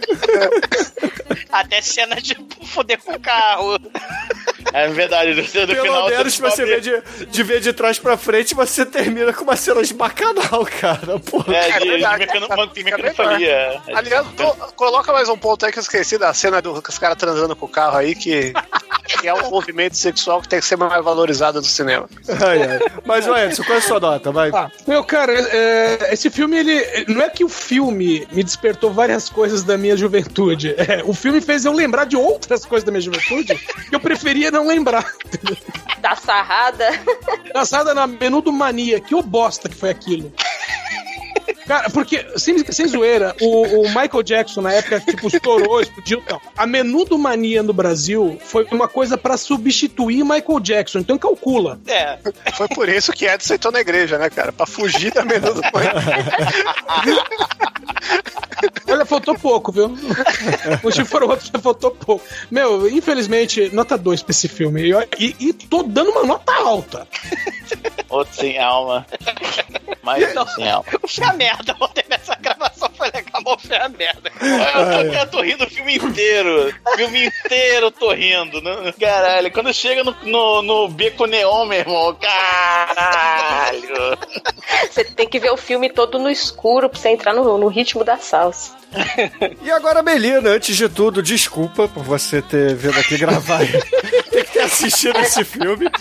Até cena de foder com o carro. É verdade, no final... Pelo menos se você vê de trás pra frente, você termina com uma cena de bacanal, cara. Porra. De mecanofalia. Aliás, coloca mais um ponto aí que eu esqueci da cena dos caras transando com o carro aí, que é um movimento sexual que tem que ser mais valorizado no cinema. Mas, Edson, qual é a sua nota? Vai. Meu, cara, esse filme, ele não é que o filme me despertou várias coisas da minha juventude. O filme fez eu lembrar de outras coisas da minha juventude que eu preferia não lembrar. Da sarrada. Da sarrada na Menudo Mania. Que bosta que foi aquilo. Cara, porque, sem zoeira, o Michael Jackson, na época, tipo, estourou, explodiu e tal. A Menudo Mania no Brasil foi uma coisa pra substituir Michael Jackson, então calcula. Foi por isso que Edson entrou na igreja, né, cara? Pra fugir da Menudo Mania. Olha, faltou pouco, viu? O motivo for outro, já faltou pouco. Meu, infelizmente, nota 2 pra esse filme. E tô dando uma nota alta. Outro sem alma. Mas não sem alma. Foi a merda, ontem nessa gravação foi legal, mas foi a merda. Eu tô rindo o filme inteiro. O filme inteiro eu tô rindo. Caralho, quando chega no Beco Neon, meu irmão, caralho. Você tem que ver o filme todo no escuro pra você entrar no ritmo da salsa. E agora, Melina, antes de tudo, desculpa por você ter vindo aqui gravar. Tem que ter assistido esse filme.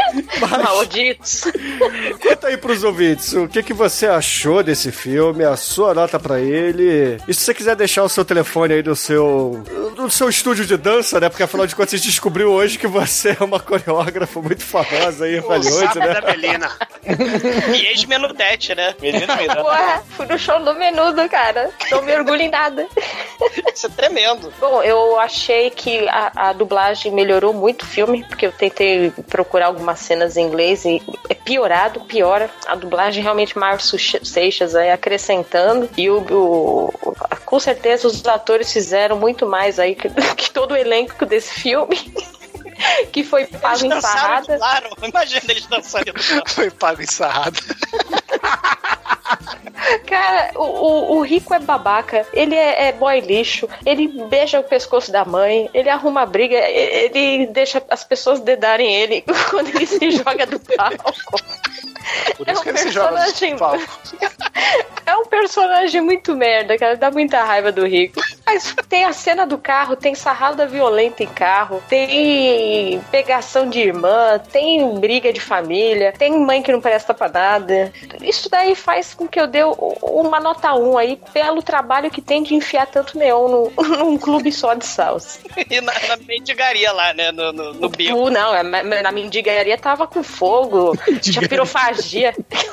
Malditos. Conta aí pros ouvintes, o que você achou desse filme, a sua nota pra ele. E se você quiser deixar o seu telefone aí no seu estúdio de dança, né? Porque afinal de contas a gente descobriu hoje que você é uma coreógrafa muito famosa aí em Hollywood, né? Da Melina. E ex-Menudete, né? Menina Miranda. Porra, fui no show do Menudo, cara. Não me orgulho em nada. Isso é tremendo. Bom, eu achei que a dublagem melhorou muito o filme, porque eu tentei procurar algumas cenas em inglês e é piora. A dublagem realmente, Márcio Seixas aí acrescentando, e com certeza os atores fizeram muito mais aí que todo o elenco desse filme. Que foi pago em sarrada. Claro, imagina eles dançando. Foi pago em sarrada. Cara, o Rico é babaca, ele é boy lixo, ele beija o pescoço da mãe, ele arruma briga, ele deixa as pessoas dedarem ele quando ele se joga do palco. Por isso que ele se joga do palco. É um personagem muito merda, cara, dá muita raiva do Rico. Mas tem a cena do carro, tem sarrada violenta em carro, tem pegação de irmã, tem briga de família, tem mãe que não presta pra nada. Isso daí faz com que eu dê uma nota 1 aí, pelo trabalho que tem de enfiar tanto neon num clube só de salsa. E na mendigaria lá, né, no bico. Não, na mendigaria tava com fogo, tinha pirofagia.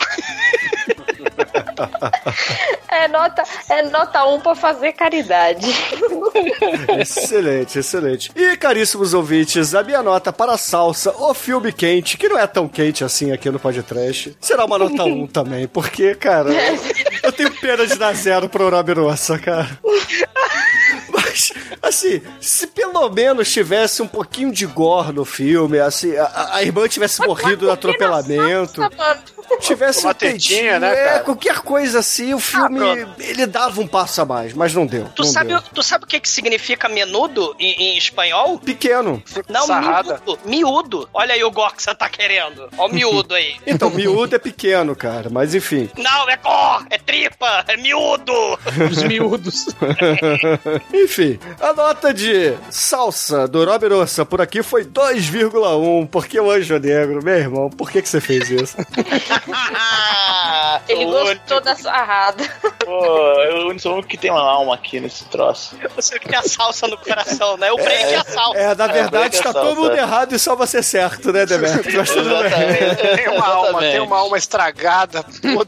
É nota 1 pra fazer caridade. Excelente, excelente. E, caríssimos ouvintes, a minha nota para a Salsa, o filme quente, que não é tão quente assim aqui no podcast, será uma nota 1 também, porque, cara, eu tenho pena de dar 0 pro Robirosa, cara. Mas, assim, se pelo menos tivesse um pouquinho de gore no filme, assim, a irmã tivesse morrido no atropelamento, tivesse uma tetinha, né, cara? Qualquer coisa assim, o filme, ele dava um passo a mais, mas não deu. Tu sabe o que significa menudo em espanhol? Pequeno. Não, Sarrada. miúdo. Olha aí o gore que você tá querendo. Olha o miúdo aí. Então, miúdo é pequeno, cara, mas enfim. Não, é gore, é tripa, é miúdo. Os miúdos. Enfim, a nota de Salsa do Robirosa por aqui foi 2,1, porque o Anjo Negro, meu irmão, por que você fez isso? Ele gostou da sarrada. Pô, eu sou o único que tem uma alma aqui nesse troço. Você que tem a salsa no coração, né? O break é a salsa. Na verdade, tá todo mundo errado e só você certo, né, Demetrio? Mas tudo bem. Tem uma alma estragada.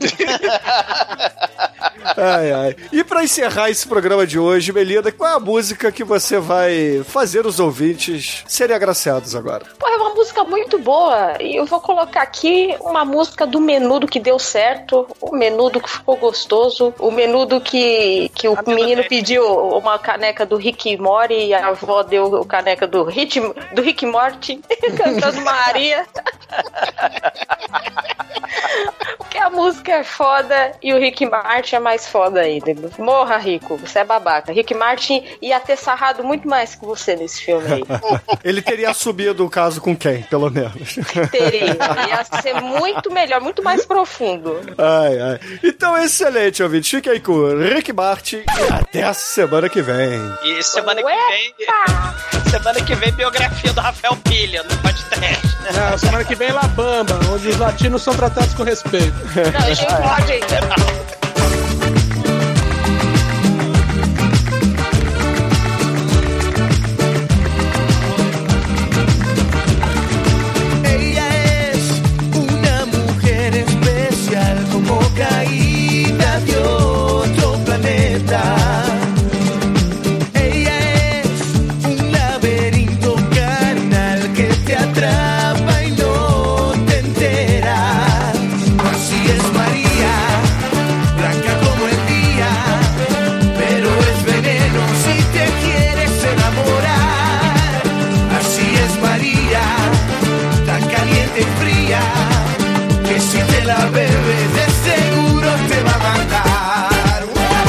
Ai. E pra encerrar esse programa de hoje, Melinda, qual é a música que você vai fazer os ouvintes serem agraciados agora? Pô, é uma música muito boa. E eu vou colocar aqui uma música do Menudo que deu certo, o Menudo que ficou gostoso, o Menudo que o menino pediu uma caneca do Rick Mori e a avó deu a caneca do Rick Morty cantando Maria. Porque a música é foda e o Rick Martin é mais foda ainda. Morra, Rico, você é babaca. Rick Martin ia ter sarrado muito mais que você nesse filme aí. Ele teria assumido o caso com quem, pelo menos? Teria. Ia ser muito melhor, muito mais profundo. Ai. Então, excelente, ouvinte. Fique aí com o Rick Martin e até a semana que vem. E semana que vem, biografia do Rafael Pilha, no podcast. Não, semana que vem é La Bamba, onde os latinos são tratados com respeito. Não, isso pode. Caída de otro planeta. Ella es un laberinto carnal que te atrapa y no te enteras. Así es María, blanca como el día, pero es veneno si te quieres enamorar. Así es María, tan caliente y fría, que si te la bebes de seguro te va a matar.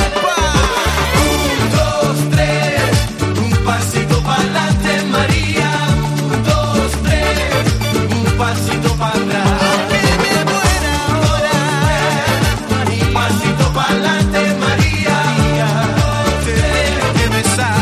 1, 2, 3, un pasito pa'lante, María. 1, 2, 3, un pasito para atrás. Que me muera ahora. Un pasito pa'lante, María. Te tengo que besar.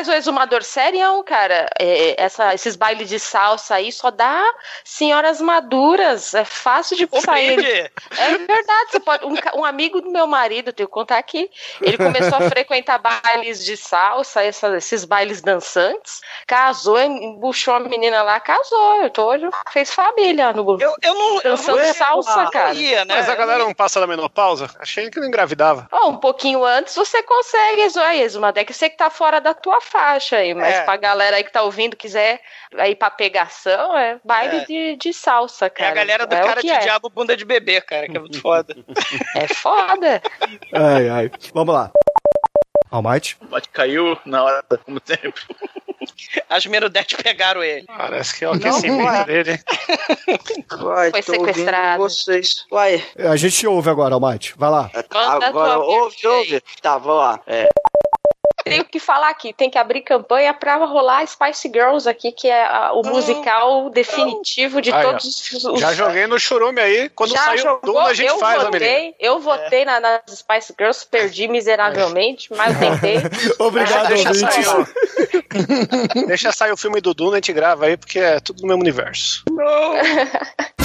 Aliás, o Exumador Serião, cara, esses bailes de salsa aí só dá senhoras maduras. É fácil de sair. É verdade. Você pode, um amigo do meu marido, tenho que contar aqui, ele começou a frequentar bailes de salsa, esses bailes dançantes, casou, embuchou a menina lá, casou. Hoje fez família no eu não dançando salsa, cara. Né? Mas a galera não passa da menopausa? Achei que não engravidava. Um pouquinho antes você consegue, Exumador, que você que tá fora da tua faixa aí, mas pra galera aí que tá ouvindo, quiser ir pra pegação, é baile de salsa, cara. É a galera do cara de diabo bunda de bebê, cara, que é muito foda. É foda. Ai. Vamos lá. Almighty? O Almighty caiu na hora, como sempre. As Menudettes pegaram ele. Parece que é o aquecimento dele. Uai, foi sequestrado. Vocês. Uai. A gente ouve agora, Almighty. Vai lá. Agora, ouve. Tá, vamos lá. Tenho que falar aqui, tem que abrir campanha pra rolar Spice Girls aqui, que é o musical definitivo de todos os... Já joguei no churume aí, quando saiu o Duna a gente faz, menina. Eu votei nas Spice Girls, perdi miseravelmente, mas tentei. Obrigado, Deixa sair o filme do Duna, a gente grava aí, porque é tudo no mesmo universo. Não!